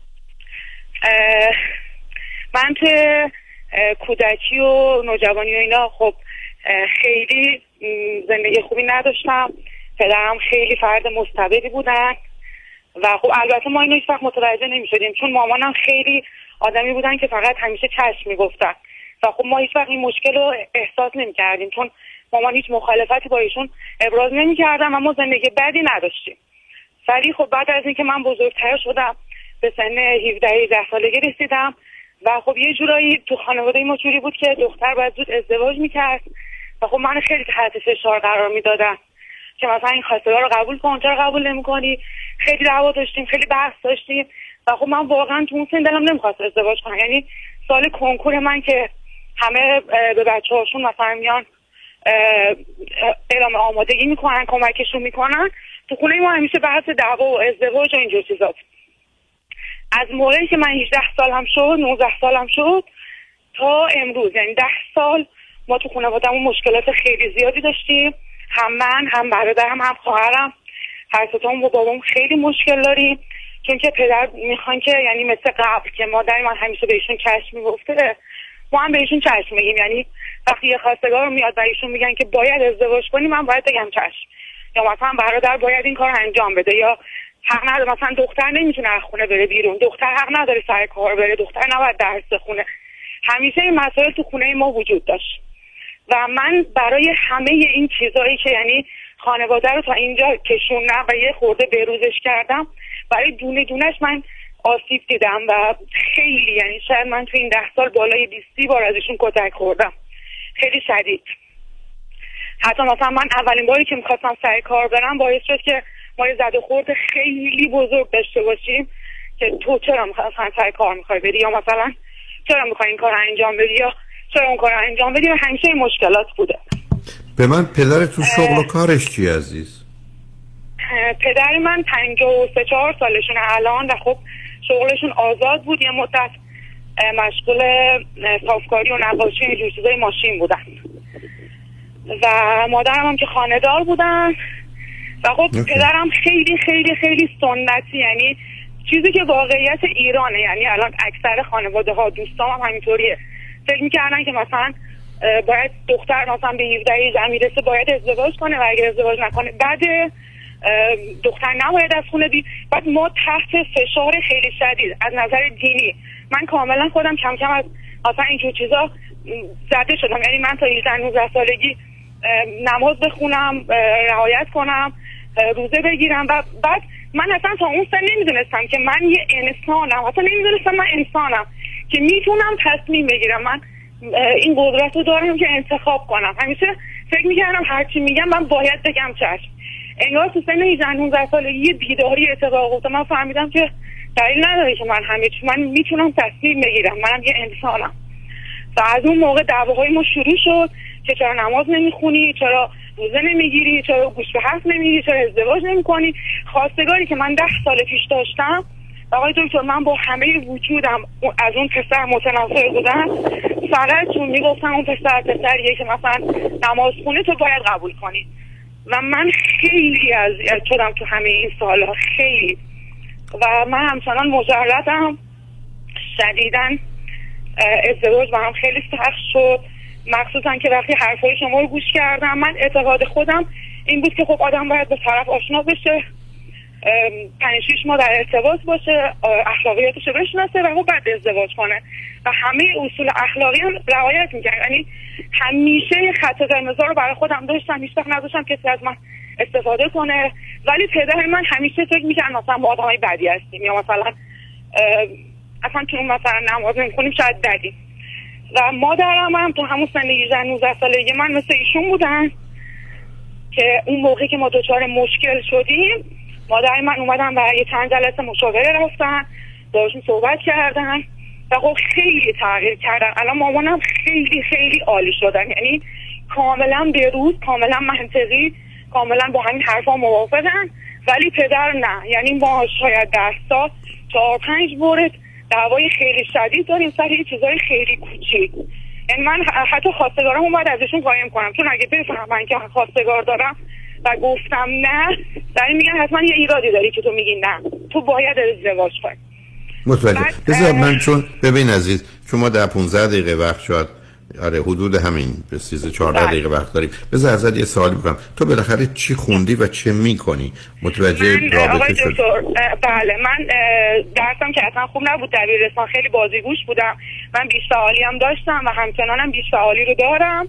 S25: من تو کودکی و نوجوانی و اینا خب خیلی زندگی خوبی نداشتم. پدرم خیلی فرد مستبدی بودن و خب البته ما اینو هیچ وقت متوجه نمی‌شدیم چون مامانم خیلی آدمی بودن که فقط همیشه چشم میگفتن و خب ما هیچ وقت این مشکل رو احساس نمی‌کردیم چون مامان هیچ مخالفتی با ایشون ابراز نمی‌کردن و ما زندگی بدی نداشتیم. ولی خب بعد از اینکه من بزرگتر شدم به سن 17-18 سالگی رسیدم و خب یه جورایی تو خانواده ما جوری بود که دختر باید زود ازدواج میکرد و خب من خیلی تحت فشار قرار میدادن که مثلا این خواستگار رو قبول کن، چرا قبول نمیکنی. خیلی دعوا داشتیم، خیلی بحث داشتیم و خب من واقعا تو اون سن دلم نمیخواست ازدواج کنم. یعنی سال کنکور من که همه به بچه‌هاشون مثلا میان اعلام آمادگی میکنن، کمکشون میکنن، تو خونه ما همیشه بحث دعوا و ازدواج و اینجور چیزا. از موقعی که من 18 سالم شد، 19 سالم شد تا امروز، یعنی 10 سال ما تو خانواده‌مون مشکلات خیلی زیادی داشتیم. هم من، هم برادرم، هم خواهرم، هر ستامون با بابام خیلی مشکل داریم چون که پدر میخوان که یعنی مثل قبل که مادر من همیشه بهشون چشم میگفته ما هم بهشون چشم میگیم. یعنی وقتی یه خواستگار میاد و ایشون میگن که باید ازدواج کنی من باید بگم چشم، یا مثلا برادر باید این کار انجام بده، یا حق نداره مثلا دختر نمیتونه از خونه بره بیرون، دختر حق نداره سر کار بره، دختر نباید درس بخونه. همیشه این مسائل تو خونه ما وجود داشت و من برای همه این چیزایی که یعنی خانواده رو تا اینجا کشوندم و یه خورده بروزش کردم، برای دونه دونش من آسیب دیدم و خیلی، یعنی شاید من تو این 10 سال بالای 20 بار ازشون کتک خوردم، خیلی شدید. حتی مثلا من اولین باری که میخواستم سر کار برم باعث شد که ما یه زد و خورد خیلی بزرگ داشته باشیم که تو چرا مثلا سر کار میخوای بری، یا مثلا چرا میخوای این کار انجام بدی، یا چرا اون کار انجام بدی، و همیشه این مشکلات بوده.
S7: به من پدر تو شغل و کارش چی عزیز؟
S25: پدر من 53-4 سالشون الان و خب شغلشون آزاد بود، یه مدت مشغول صافکاری و نقاشی و اینجور چیزای ماشین بودن و مادرم هم که خانه‌دار بودن و خب پدرم خیلی خیلی خیلی سنتی، یعنی چیزی که واقعیت ایرانه. یعنی الان اکثر خانواده ها دوستام هم همینطوریه، فکر میکردن که مثلا باید دختر مثلا به 17 میرسه باید ازدواج کنه و اگر ازدواج نکنه بعد دختر نباید از خونه بید. بعد ما تحت فشار خیلی شدید از نظر دینی، من کاملا خودم کم کم از مثلا اینجور چیزا زده شدم. یعنی من تا 18-19 سالگی نماز بخونم، رعایت کنم، روزه بگیرم و بعد من اصلا تا اون سن نمیدونستم که من یه انسانم، اصلا نمیدونستم من انسانم که میتونم تصمیم بگیرم، من این قدرت رو دارم که انتخاب کنم. همیشه فکر میکردم هرچی میگم من باید بگم چشم. انگار تو سن 18-19 سالگی یه بیداری اتفاق افتاد، من فهمیدم که دلیل نداره که من میتونم تصمیم بگیرم، منم یه انسانم. و از اون موقع دعواهای ما شروع شد که چرا نماز نمیخونی، چرا روزه نمیگیری، چرا گوش به حرف نمیگیری، چرا ازدواج نمیکنی. خواستگاری که من 10 سال پیش داشتم آقای دکتر، من با همه وجودم از اون پسر متنفر بودم، فقط چون میگفتم اون پسریه که مثلا نماز خونه تو باید قبول کنی. و من خیلی اذیت شدم تو همه این سالها، خیلی. و من همچنان مجردم، شدیداً ازدواج برام خیلی سخت شد، مخصوصا که وقتی حرفای شما رو گوش کردم. من اعتقاد خودم این بود که خب آدم باید با طرف آشنا بشه، 5-6 ماه در ارتباط باشه، اخلاقیاتش رو بشناسه و خب بعد ازدواج کنه و همه اصول اخلاقی هم رعایت میکنه. یعنی همیشه خط قرمزا رو برای خودم داشتم، هیچ وقت نذاشتم کسی از من استفاده کنه. ولی پدر من همیشه فکر میکرد مثلا با آدمای بدی هستیم، یا مثلا اصلا که مثلا نماز نمیخونیم شاید بدی. و مادرم هم تو همون سن 18-19 سالگی من مثل ایشون بودن که اون موقعی که ما دچار مشکل شدیم مادر من اومدن و یه چند جلسه مشاوره رفتن، باشون صحبت کردن و خب خیلی تغییر کردن. الان مامانم خیلی خیلی عالی شدن، یعنی کاملا بروز، کاملا منطقی، کاملا با همین حرفا موافقن. ولی پدر نه، یعنی ما شاید 10 سال 4-5 مورد دعوای خیلی شدید داریم سر یه چیزای خیلی کوچیک. یعنی من حتی خواستگارم اومد ازشون قایم کنم، چون اگه بفهمن که خواستگار دارم و گفتم نه، داریم میگن حتما یه ایرادی داری که تو میگی نه، تو باید ازدواج کنی.
S7: متوجه. بذار من چون ببین عزیز، چون ما در 15 دقیقه وقت شاید حدود همین به 13-14 دقیقه وقت داریم، بذار ازت یه سوالی بکنم. تو بالاخره چی خوندی و چه میکنی؟ متوجه رابطه شدی؟
S25: بله، من درسم که اصلا خوب نبود، دبیرستان خیلی بازیگوش بودم. من بیش فعالی هم داشتم و همچنانم بیش فعالی رو دارم.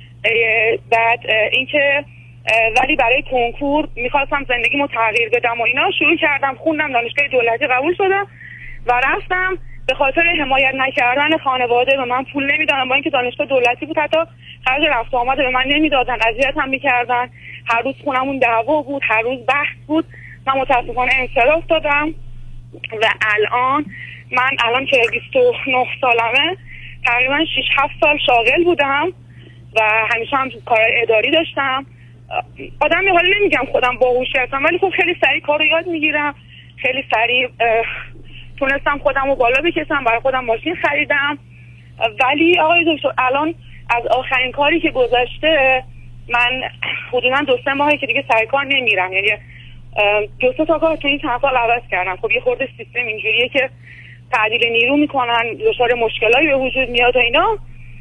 S25: بعد اینکه ولی برای کنکور میخواستم زندگیمو تغییر بدم و اینا، شروع کردم خوندم، دانشگاه دولتی قبول شدم و رفتم. به خاطر حمایت نکردن خانواده به من پول نمیدادن، با اینکه دانشگاه دولتی بود حتی خرج رفت و آمد به من نمیدادن، اذیت هم میکردن. هر روز خونمون دعوا بود، هر روز بحث بود. من متاسفانه انصراف دادم و الان که 29 سالمه، تقریبا 6-7 سال شاغل بودم و همیشه هم کارهای اداری داشتم. آدم حالا نمیگم خودم باهوش هستم، ولی خب خیلی سریع کارو یاد میگیرم، خیلی سریع تونستم خودم رو بالا بکشم، برای خودم ماشین خریدم. ولی آقای دکتر الان از آخرین کاری که گذشته، من حدودا 2-3 ماهه که دیگه سر کار نمیرم، یعنی 2-3 تا کار تو این چند سال عوض کردم. خب یه خورده سیستم اینجوریه که تعدیل نیرو میکنن، دچار مشکلایی به وجود میاد و اینا.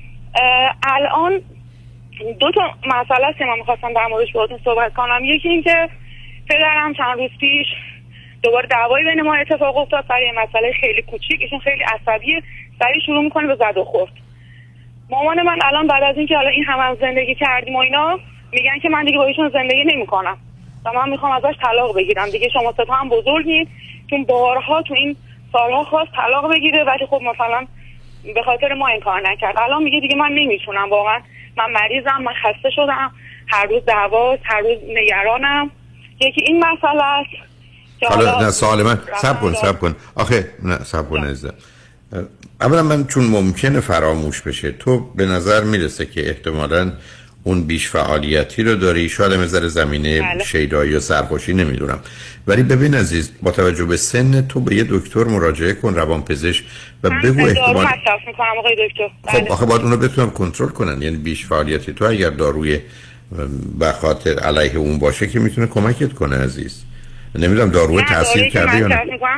S25: الان 2 تا مسئله است که من میخواستم در موردش باهاتون صحبت کنم. یکی این که پدرم چند روز پیش دوباره دعوایی بین ما اتفاق افتاد سر یه مسئله خیلی کوچیک. ایشون خیلی عصبیه، سریع شروع میکنه به زد و خورد. مامان من الان بعد از اینکه حالا این هم زندگی کردیم و اینا، میگن که من دیگه با ایشون زندگی نمیکنم و من میخوام ازش طلاق بگیرم. دیگه شما سه تا هم بزرگین، چون بارها تو این سالها خواست طلاق بگیره ولی خب مثلا به خاطر ما این کار نکرد. الان میگه دیگه من نمیتونم، واقعا من مریضم، من خسته شدم، هر روز دعواست، هر روز نگرانم. یکی این مسئله است.
S7: حالا نه سوال من صبر کن آخه نه صبر کن عزیزم. اولا من چون ممکنه فراموش بشه، تو به نظر میرسه که احتمالاً اون بیش فعالیتی رو داری، شاید مزر زمینه شیدایی و سرخوشی نمیدونم، ولی ببین عزیز با توجه به سن تو به یه دکتر مراجعه کن، روانپزشک، و بگو احتمال
S25: مصرف میکنم آقای دکتر.
S7: خب آخه باید اونو بتونم کنترل کنن، یعنی بیش فعالیتی تو اگر داروی به خاطر علیه اون باشه که میتونه کمکت کنه عزیز. نمیدونم داروی تاثیر کرده یا نه.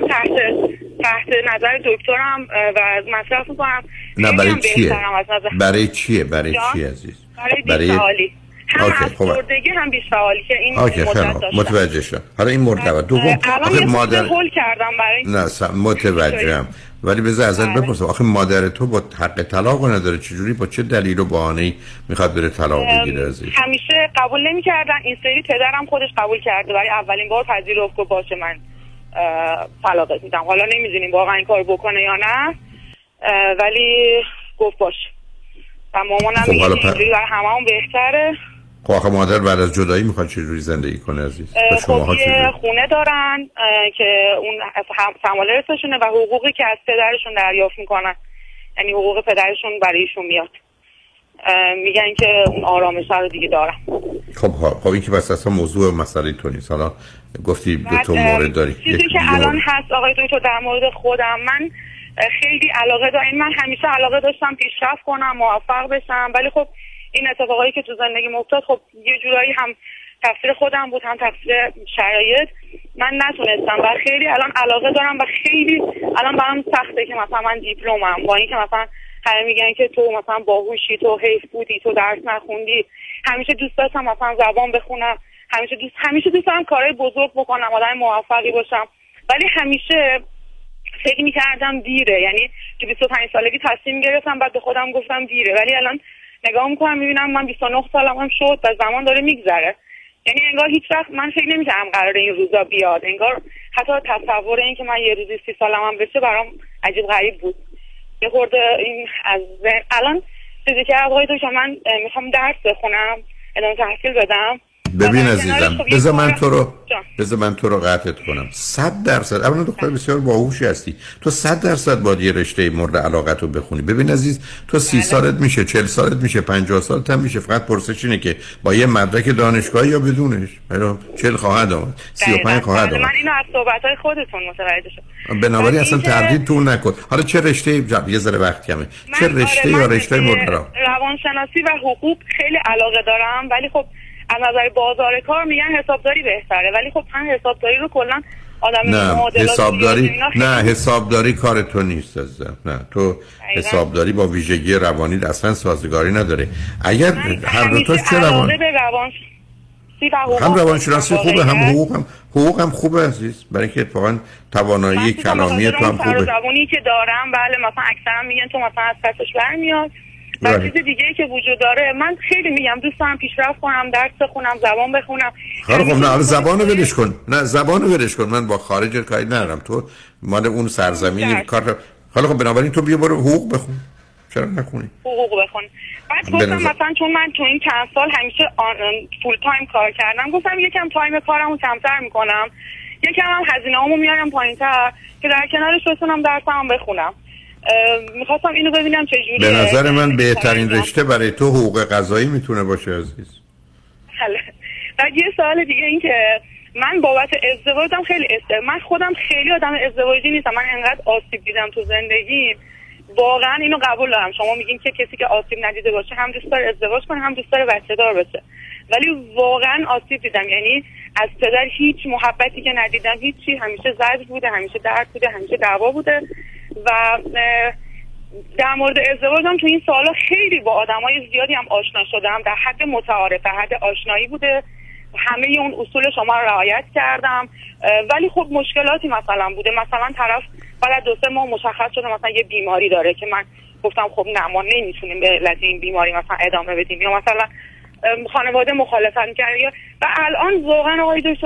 S25: تحت نظر دکترم و مصرف میکنم.
S7: نه برای چیه عزیز؟
S25: برای بیشفعالی هم افسردگی هم بیشفعالی که این مدت داشتم.
S7: متوجه شدم. حالا این مرتبط دوم
S25: آخه مادر هول کردم برای
S7: نه متوجهم، ولی بذار ازت بپرسم آخه مادر تو با حق طلاق نداره، چجوری با چه دلیل و بهانه‌ای میخواد بره طلاق بگیره عزیز؟
S25: همیشه قبول نمی‌کردن، این سری پدرم خودش قبول کرده، برای اولین بار پذیرفت که باشه من طلاقت میدم. حالا نمی‌دونیم واقعا این کارو بکنه یا نه، ولی گفت باشه. و مامانم میگه اینجوری برای هممون بهتره.
S7: خب آخه مادر بعد از جدایی میخواد چجوری زندگی کنه عزیز؟
S25: خب یه خونه دارن که اون سمالرسشونه و حقوقی که از پدرشون دریافت میکنن، یعنی حقوق پدرشون برای ایشون میاد. میگن که اون آرامش رو دیگه دارن.
S7: خب این که بس اصلا موضوع مسئله تو نیست. حالا گفتی دو تا مورد داری.
S25: چیزی که الان هست آقای دکتر در مورد خودم، من خیلی علاقه دارم، من همیشه علاقه داشتم پیشرفت کنم، موفق بشم، ولی خب این اتفاقایی که تو زندگی افتاد خب یه جورایی هم تقصیر خودم بود هم تقصیر شرایط، من نتونستم و خیلی الان علاقه دارم و خیلی الان برام سخته که مثلا من دیپلمم، با اینکه مثلا همه میگن که تو مثلا باهوشی، تو حیف بودی، تو درس نخوندی، همیشه دوست داشتم مثلا زبان بخونم، همیشه دوست دارم کارهای بزرگ بکنم، آدم موفقی باشم، ولی همیشه فکر میکردم دیره، یعنی تو 25 سالگی تصمیم گرفتم، بعد به خودم گفتم دیره، ولی الان نگاه میکنم میبینم من 29 سالم هم شد و زمان داره میگذره، یعنی انگار هیچ وقت من فکر نمیکردم قراره این روزا بیاد، انگار حتی تصور این که من یه روزی 30 سالم هم بشه برام عجیب غریب بود. یه خورده این از الان چیزی که آقای دکتر من میخوام درس بخونم، ادامه تحصیل بدم.
S7: ببین عزیزم بذار من تو رو قطعت کنم. 100% اولا دختر بسیار باهوشی هستی، تو 100% باید یه رشته مورد علاقت رو بخونی. ببین عزیز تو 30 سالت میشه، 40 سالت میشه، 50 سالت هم میشه، فقط پرسش اینه که با یه مدرک دانشگاهی یا بدونش. حالا 40 خواهد آمد، 35 خواهد آمد.
S25: من اینو از صحبت‌های خودتون متوجه شدم.
S7: بنابراین اصلا تردید تو نکن. حالا چه رشته یه ذره وقت کمه، چه رشته یا رشته مورد
S25: روانشناسی و حقوق خیلی علاقه دارم، ولی خب از نظر بازار کار میگن حسابداری بهتره، ولی خب من حسابداری رو کلا
S7: حسابداری کار تو نیست عزیزم. نه تو حسابداری با ویژگی روانی اصلا سازگاری نداره. اگر هر دو تاش چه هم روانشناسی خوبه، هم حقوق هم خوبه عزیز، برای که اتفاقا توانایی کلامی تو هم خوبه.
S25: زبانی که دارم بله، مثلا اکثرا میگن تو مثلا از پسش برمیاد و چیز دیگه که وجود داره. من خیلی میگم دوست دارم پیشرفت کنم، درس بخونم، زبان بخونم.
S7: خب نه زبانو ولش کن، نه زبانو ولش کن، من با خارج کاری ندارم، تو مال اون سرزمینی کار. حالا خب بنابراین تو بیا برو حقوق بخون، چرا نخونی؟
S25: حقوق بخون. بعد گفتم مثلا چون من تو این چند سال همیشه فول تایم کار کردم، گفتم یکم تایم کارمو کمتر میکنم، یکم هم هزینه‌امو میارم پایین‌تر که در کنارش بتونم درسمو بخونم. میخواستم اینو ببینم چه جوریه.
S7: به نظر من بهترین رشته برای تو حقوق قضایی میتونه باشه عزیز.
S25: بله. بعد یه سوال دیگه این که من بابت ازدواجم خیلی من خودم خیلی آدم ازدواجی نیستم، من انقدر آسیب دیدم تو زندگی، واقعا اینو قبول دارم. شما میگین که کسی که آسیب ندیده باشه هم دوست داره ازدواج کنه هم دوست داره بچه دار بشه، ولی واقعا آسیب دیدم، یعنی از پدر هیچ محبتی که ندیدم، هیچی، همیشه زجر بوده، همیشه درد بوده، همیشه دعوا بوده. و در مورد ازدواجم تو این سالا خیلی با آدمای زیادی هم آشنا شدم، در حد متعارف، در حد آشنایی بوده، همه اون اصول شما رو رعایت کردم، ولی خب مشکلاتی مثلا بوده، مثلا طرف بعد 2-3 ماه مشخص شده مثلا یه بیماری داره که من گفتم خب نه ما نمیتونیم به علت این بیماری مثلا ادامه بدیم، یا مثلا خانواده مخالفت می‌کرد. و الان واقعا آقای دکتر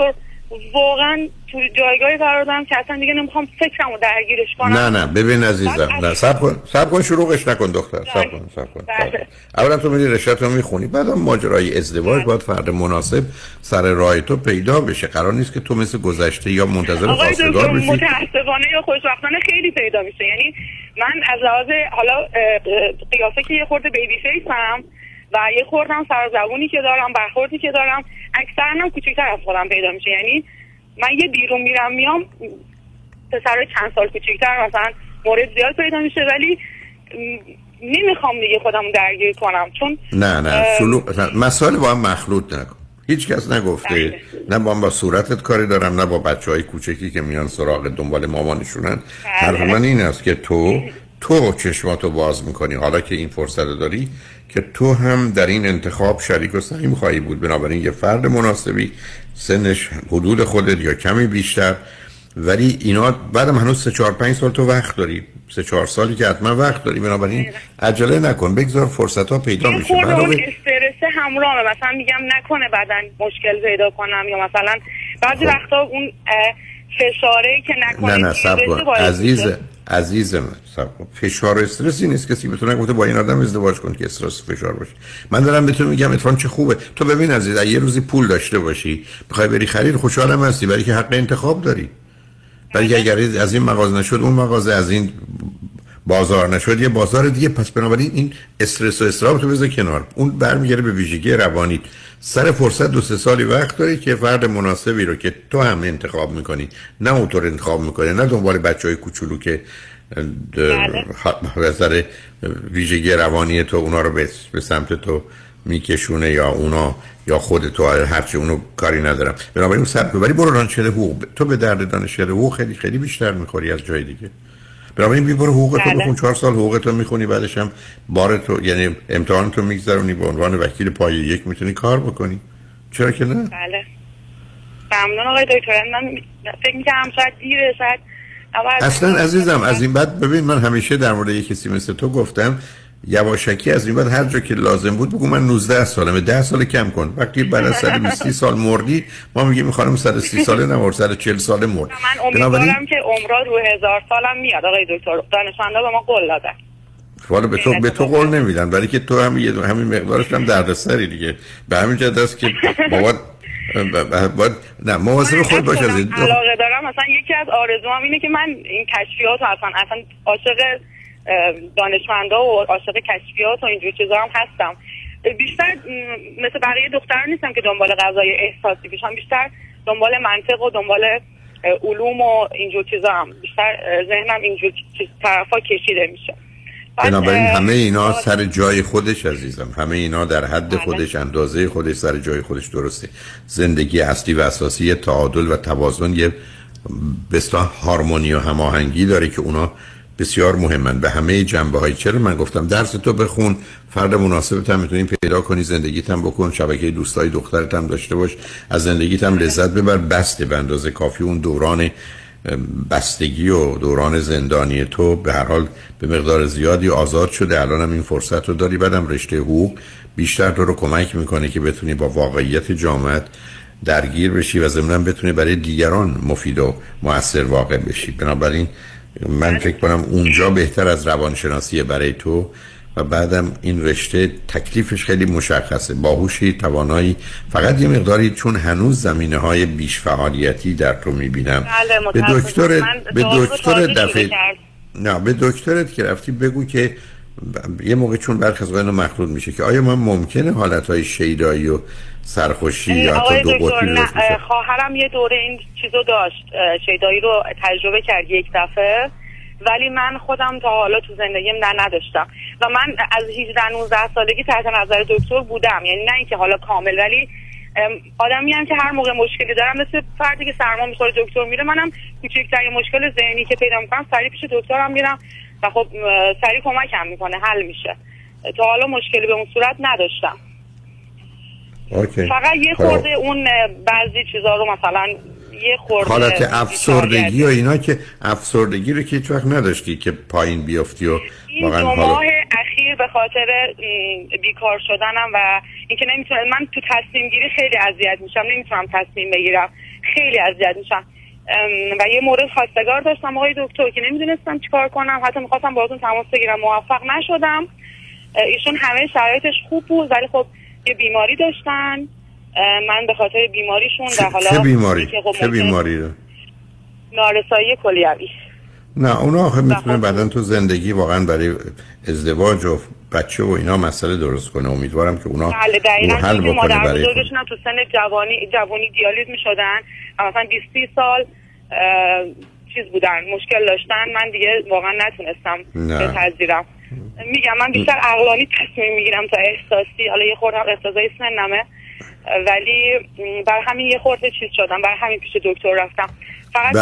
S25: واقعا تو جایگاهی قرار دارم که اصلا دیگه نمیخوام فکرمو درگیرش کنم.
S7: نه ببین عزیزم، نه صبر کن شروعش نکن دختر. صبر کن. اولا تو میری رشته‌تو میخونی، بعدم ماجرای ازدواج باید فرد مناسب سر راه تو پیدا بشه. قرار نیست که تو مثل گذشته یا منتظر خواستگار بشی.
S25: متأسفانه یا خوشبختانه خیلی پیدا میشه. یعنی من از لحاظ حالا قیافه که یه خورده بیبی فیسم و یه خوردم سرزبونی که دارم، برخوردی که دارم، اکثرا هم کوچیک‌تر از خودم پیدا میشه. یعنی من یه بیرون میام پسرای چند سال کوچیک‌تر مثلا مورد زیاد پیدا میشه، ولی نمیخوام دیگه خودم درگیر کنم چون
S7: نه مسائل با هم مخلوط نکن. هیچ کس نگفته نه با صورتت کاری دارم نه با بچهای کوچکی که میان سراغ دنبال مامانشونن. حرف من این است که تو چشماتو باز میکنی حالا که این فرصت داری که تو هم در این انتخاب شریک و سهیم خواهی بود. بنابراین یه فرد مناسبی سنش حدود خودت یا کمی بیشتر، ولی اینا بعدم هنوز 3-4-5 سال تو وقت داری، 3-4 سالی که حتما وقت داری. بنابراین عجله نکن، بگذار فرصت ها پیدا میشه.
S25: اون استرس همراهه، مثلا میگم نکنه بعدن مشکل پیدا کنم یا مثلا بعضی وقتا اون فشاره که نکنه.
S7: نه صبر کن عزیز من، صبر کن. فشار و استرسی نیست، کسی بتونه گفته با این آدم ازدواج کن که استرس فشار باشه. من دارم بهتون میگم اتفاقا چه خوبه. تو ببین عزیز، یه روزی پول داشته باشی بخوای بری خرید، خوشحالم هستی برای که حق انتخاب داری. برای که اگر از این مغازه نشد اون مغازه، از این بازار نشد یه بازار دیگه. پس بنابراین این استرس و اضطراب تو بذار کنار، اون برمیگره به ویژگی روانیت. سر فرصت 2-3 سالی وقت داری که فرد مناسبی رو که تو هم انتخاب میکنی، نه اونطور انتخاب میکنی، نه دنبال بچهای کوچولو که سر ویژگی روانی تو اونا رو به سمت تو میکشونه یا اونا یا خود تو، هرچی اونو کاری ندارم. بنابراین اون سبب. ولی برو دانشگاه حقوق، تو به درد دانشگاه حقوق خیلی خیلی بیشتر میخوری از جای دیگه. بنابراین برو حقوق تو بخون، 4 سال حقوق تو میخونی، بعدش هم بار تو یعنی امتحان تو میگذرونی، به عنوان وکیل پایه 1 میتونی کار بکنی. چرا که نه؟
S25: بله ممنون آقای دکتر. من فکر می‌کنم شاید دیره، شاید
S7: اصلا عزیزم از این بعد ببین، من همیشه در مورد یک کسی مثل تو گفتم یواشکی از این بعد هر جا که لازم بود بگو من 19 سالمه، 10 سال کم کن. وقتی بعد از 120 سال مردی ما میگیم میخوام 130 ساله نه 140 ساله مرد.
S25: من امیدوارم که عمرا رو 1000 سالم میاد آقای دکتر. دانشمندا به ما قول دادن.
S7: والا به تو قول نمیدن، ولی که تو هم همین مقدارش هم دردسری دیگه. به همین جهت است که باید نه مواظب خود باش. از این
S25: علاقه دارم، مثلا یکی از آرزوام اینه که من این کشفیات اصلا عاشق دانشمندا و عاشق کشفیات و اینجور چیزا هم هستم. بیشتر مثل بقیه دختران نیستم که دنبال غذای احساسی بشم، بیشتر دنبال منطق و دنبال علوم و اینجور چیزا هم بیشتر ذهنم اینجور طرفا کشیده میشه.
S7: بنابراین همه اینا سر جای خودش عزیزم، همه اینا در حد خودش، اندازه خودش، سر جای خودش درسته. زندگی اصلی و اساسی تعادل و توازن، یه به اصطلاح هارمونی و هماهنگی داره که اونا بسیار مهمن به همه جنبه‌های. چرا من گفتم درس تو بخون، فرد مناسبت هم میتونی پیدا کنی، زندگیت هم بکن، شبکه دوستای دخترت هم داشته باش، از زندگیت هم لذت ببر. بسته به اندازه کافی اون دوران بستگی و دوران زندانی تو به هر حال به مقدار زیادی آزاد شده. الان هم این فرصت رو داری. بعدم رشته حقوق بیشتر تو رو کمک میکنه که بتونی با واقعیت جامعه درگیر بشی و ضمناً بتونی برای دیگران مفید و مؤثر واقع بشی. بنابراین من فکر کنم اونجا بهتر از روانشناسی برای تو. و بعدم این رشته تکلیفش خیلی مشخصه، باهوشی، توانایی، فقط یه مقداری چون هنوز زمینه‌های بیش فعالیتی در تو می‌بینم. به دکترت که رفتی بگو که یه موقع چون برخی از وقتا مخلوط میشه که آیا من ممکنه حالتهای شیدایی و سرخوشی یا تا دو قطبی رو
S25: خواهرم یه دوره این چیزو داشت، شیدایی رو تجربه کرد یک دفعه، ولی من خودم تا حالا تو زندگیم نداشتم و من از 18-19 سالگی تحت نظر دکتر بودم. یعنی نه اینکه حالا کامل، ولی آدمی هم که هر موقع مشکلی دارم مثل فردی که سرما میخوره دکتر میره، منم کوچکترین مشکل ذهنی که پیدا میکنم سریع پیش دکترم میرم و خب سریع کمکم میکنه، حل میشه. تا حالا مشکلی به اون صورت نداشتم. فقط یه خورده اون بعضی چیزا رو مثلا یه خورده
S7: حالت افسردگی و اینا، که افسردگی رو که هیچ وقت نداشتی که پایین بیافتی و
S25: واقعا این 2 ماه اخیر به خاطر بیکار شدنم و اینکه نمیتونم، من تو تصمیم گیری خیلی اذیت میشم، نمیتونم تصمیم بگیرم، خیلی اذیت میشم و یه مورد خواستگار داشتم آقای دکتر که نمیدونستم چیکار کنم، حتی میخواستم باهاتون تماس بگیرم موفق نشدم. ایشون همه شرایطش خوب بود ولی خب یه بیماری داشتن. من به خاطر بیماریشون در حالا
S7: چه بیماری؟ چه بیماری رو؟
S25: نارسایی کلیوی.
S7: نه اونا آخه میتونه بعدن تو زندگی واقعا برای ازدواج و بچه و اینا مسئله درست کنه. امیدوارم که اونا حل بکنه.
S25: مادر
S7: برای
S25: بزرگشون تو سن جوانی دیالیز میشدن، مثلا 20 سال چیز بودن، مشکل داشتن. من دیگه واقعا نتونستم بپذیرم. میگم من بیشتر عقلانی تصمیم میگیرم تا احساسی. حالا یه خورده احساسای سنمه ولی بر همین یه خورده چیز شدم، بر همین پیش دکتر رفتم. فقط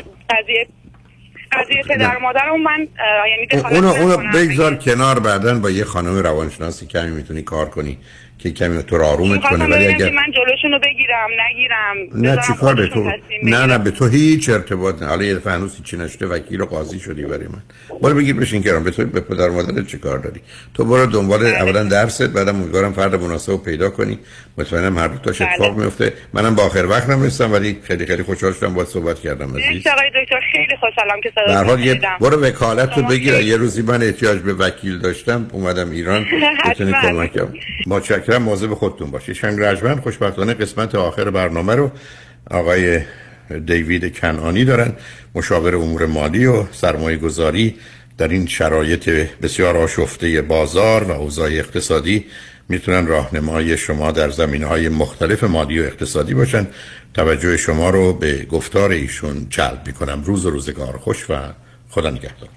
S25: قضیه پدر مادرم من یعنی دخالت
S7: اونو بگذار کنار، بعدن با یه خانم روانشناسی کمی میتونی کار کنی که کمی تو آرومت کنه. ولی اگر
S25: من جلوشونو بگیرم نگیرم
S7: نه چیکار به تو نه به تو هیچ ارتباط نه. حالا یه دفعه هنوز چی نشده وکیل و قاضی شدی برای من. برو بگیر بشین کنار. به تو به پدر مادرت چیکار داری؟ تو برو دنبال اولا درست، بعدم امیدوارم فرد مناسب پیدا کنی. مطمئنم هر دو تاش اتفاق میفته. منم با آخر وقت نمیرسم ولی خیلی خیلی خوشحال شدم باهات صحبت کردم عزیز.
S25: آقای دکتر خیلی خوشحالم که صداتون شنیدم.
S7: برو وکالت رو بگیر. یه روزی من احتیاج به وکیل داشتم اومدم ایران بتونی کمکم. متشکرم. مواظب خودتون باشید. شنگ رجمن خوشبختانه قسمت آخر برنامه رو آقای دیوید کنعانی دارن، مشاور امور مالی و سرمایه گذاری در این شرایط بسیار آشفته بازار و اوضاع اقتصادی میتونن راهنمای شما در زمینه‌های مختلف مالی و اقتصادی باشن. توجه شما رو به گفتار ایشون جلب میکنم. روز و روزگار خوش و خدا نگهدار.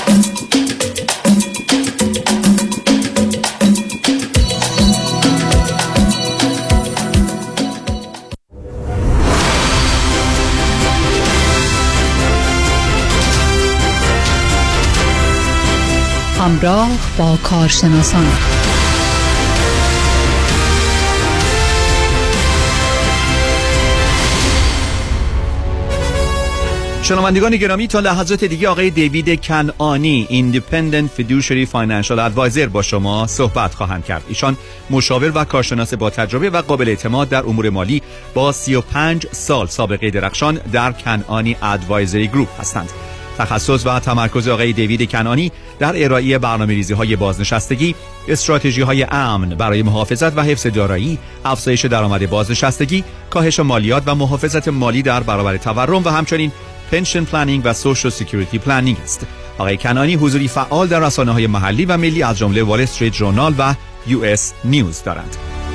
S28: همراه با کارشناسان
S4: شنوندگان گرامی، تا لحظات دیگه آقای دیوید کنعانی Independent Fiduciary Financial Advisor با شما صحبت خواهند کرد. ایشان مشاور و کارشناس با تجربه و قابل اعتماد در امور مالی با 35 سال سابقه درخشان در کنعانی ادوایزری گروپ هستند. تخصص و تمرکز آقای دیوید کنعانی در ارائه برنامه‌ریزی‌های بازنشستگی، استراتژی‌های امن برای محافظت و حفظ دارایی، افزایش درآمد بازنشستگی، کاهش مالیات و محافظت مالی در برابر تورم و همچنین پنشن پلنینگ و سوشال سکیوریتی پلنینگ است. آقای کنعانی حضوری فعال در رسانه‌های محلی و ملی از جمله وال استریت ژورنال و US نیوز دارند.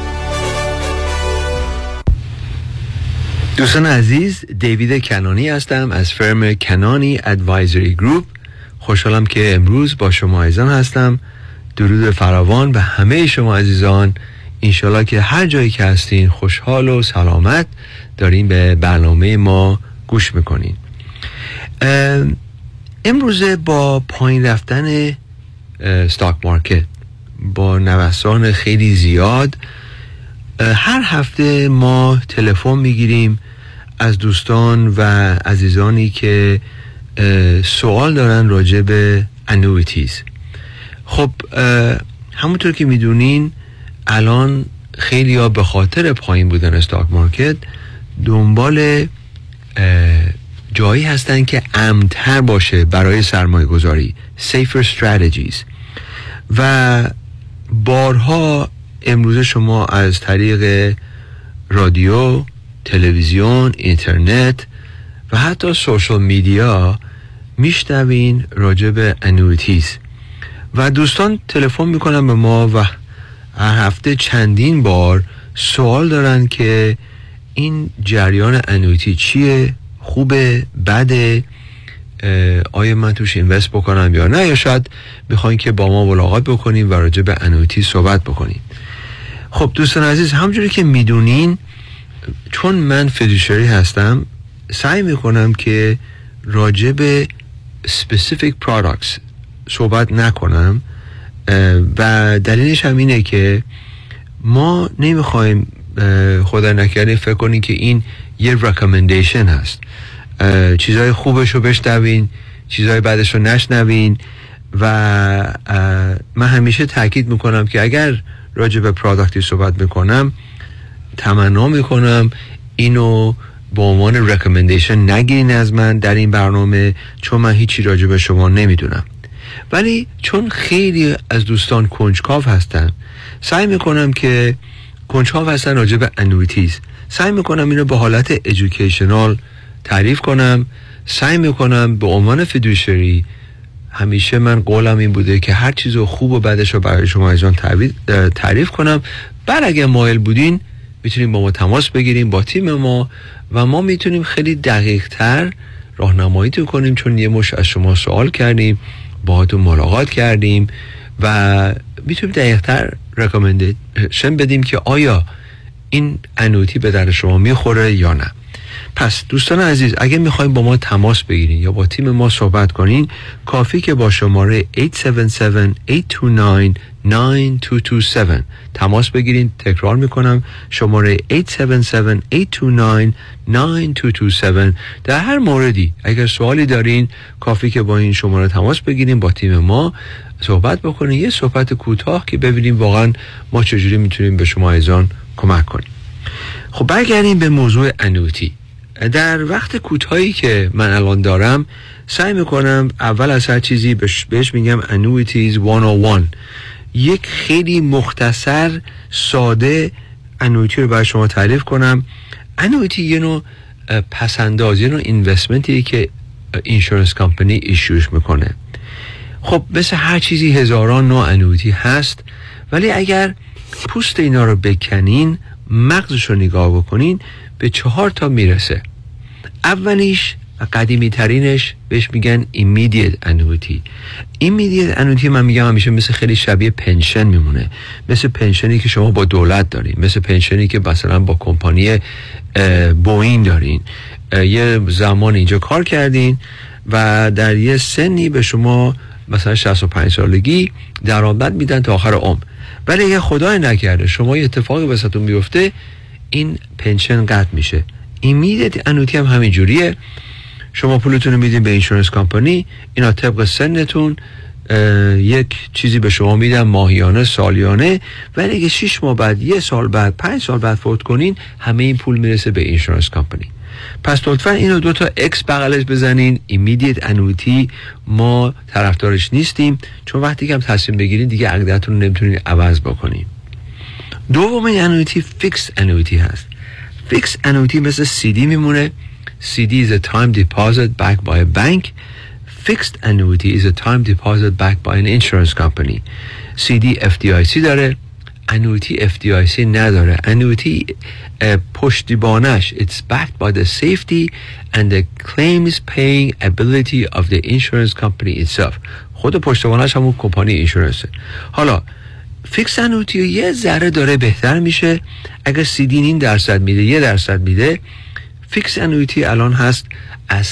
S1: دوستان عزیز، دیوید کنعانی هستم از فرم کنعانی ادوایزری گروپ. خوشحالم که امروز با شما عزیزان هستم. درود فراوان به همه شما عزیزان. انشالله که هر جایی که هستین خوشحال و سلامت دارین به برنامه ما گوش میکنین. امروز با پایین رفتن ستاک مارکت با نوسان خیلی زیاد، هر هفته ما تلفن میگیریم از دوستان و عزیزانی که سوال دارن راجع به انویتیز. خب همونطور که میدونین الان خیلی ها به خاطر پایین بودن استاک مارکت دنبال جایی هستن که امن‌تر باشه برای سرمایه گذاری، safer strategies. و بارها امروز شما از طریق رادیو، تلویزیون، اینترنت و حتی سوشال میدیا میشنوین راجع به انویتیز و دوستان تلفن میکنن به ما و هر هفته چندین بار سوال دارن که این جریان انویتی چیه، خوبه، بده، آیا من توش اینوست بکنم یا نه، یا شاید میخواین که با ما ملاقات بکنیم و راجع به انویتی صحبت بکنیم. خب دوستان عزیز، همونجوری که میدونین چون من فیدوشری هستم سعی میکنم که راجع به specific products صحبت نکنم و دلیلش هم اینه که ما نمیخوایم خدا نکرده فکر کنیم که این یه recommendation هست، چیزهای خوبش رو بشنوین، چیزهای بعدش رو نشنوین. و من همیشه تاکید میکنم که اگر راجع به پروداکتی صحبت میکنم تمنا میکنم اینو به عنوان رکامندیشن نگیرین از من در این برنامه، چون من هیچی راجع به شما نمیدونم. ولی چون خیلی از دوستان کنجکاو هستن، سعی میکنم که کنجکاو هستن راجع به انویتیز، سعی میکنم اینو به حالت ادویکیشنال تعریف کنم. سعی میکنم به عنوان فیدوشری، همیشه من قولم این بوده که هر چیزو خوب و بدش رو برای شما عزیزان تعریف کنم. بعد اگه مایل بودین میتونیم با ما تماس بگیریم، با تیم ما، و ما میتونیم خیلی دقیق تر راهنماییتون کنیم، چون یه مش از شما سوال کردیم، باهاتون ملاقات کردیم و میتونیم دقیق تر رکامندیشن بدیم که آیا این انویتی به در شما میخوره یا نه. پس دوستان عزیز، اگه میخوایم با ما تماس بگیرین یا با تیم ما صحبت کنین، کافی که با شماره 877-829-9227 تماس بگیرین. تکرار میکنم، شماره 877-829-9227. در هر موردی اگر سوالی دارین، کافی که با این شماره تماس بگیرین، با تیم ما صحبت بکنین، یه صحبت کوتاه که ببینیم واقعا ما چجوری میتونیم به شما عزیزان کمک کنیم. خب برگردیم به موضوع انویتی. در وقت کوتاهی که من الان دارم، سعی میکنم اول از هر چیزی بهش میگم انویتیز 101. یک خیلی مختصر ساده انویتی رو برای شما تعریف کنم. انویتی یه نوع پسنداز، یه نوع اینوستمنتی که اینشورنس کمپانی ایشوش میکنه. خب مثل هر چیزی هزاران نوع انویتی هست، ولی اگر پوست اینا رو بکنین، مغزش رو نگاه بکنین، به 4 تا میرسه. اولیش و قدیمی ترینش بهش میگن immediate annuity. immediate annuity من میگم همیشه مثل خیلی شبیه پنشن میمونه، مثل پنشنی که شما با دولت دارین، مثل پنشنی که مثلا با کمپانی بوئین دارین. یه زمان اینجا کار کردین و در یه سنی به شما مثلا 65 سالگی درآمد میدن تا آخر عمر. ولی اگه خدای نکرده شما یه اتفاقی واسهتون بیفته، این پنشن قطع میشه. ایمیدیت انویتی هم همین جوریه. شما پولتون رو میدین به اینشورنس کمپانی، اینا طبق سنتون یک چیزی به شما میدن، ماهیانه، سالیانه. ولی اگه 6 ماه بعد، 1 سال بعد، 5 سال بعد فوت کنین، همه این پول میرسه به اینشورنس کمپانی. پس لطفا اینو 2 تا X بغلش بزنین. ایمیدیت انویتی ما طرفدارش نیستیم، چون وقتی که هم تصمیم بگیرین دیگه عقدتون رو نمیتونین عوض بکنین. دومین انویتی فیکس انویتی هست. فیکس انویتی مثل CD میمونه. CD is a time deposit backed by a bank. Fixed annuity is a time deposit backed by an insurance company. CD FDIC داره، انویتی FDIC نداره. انویتی پشتیبانش it's backed by the safety and the claims paying ability of the insurance company itself. خود پشتیبانش همون کمپانی اینشورنسه. حالا فیکس انویتی یه ذره داره بهتر میشه. اگر CD 0.5% میده، 1% میده، فیکس انویتی الان هست از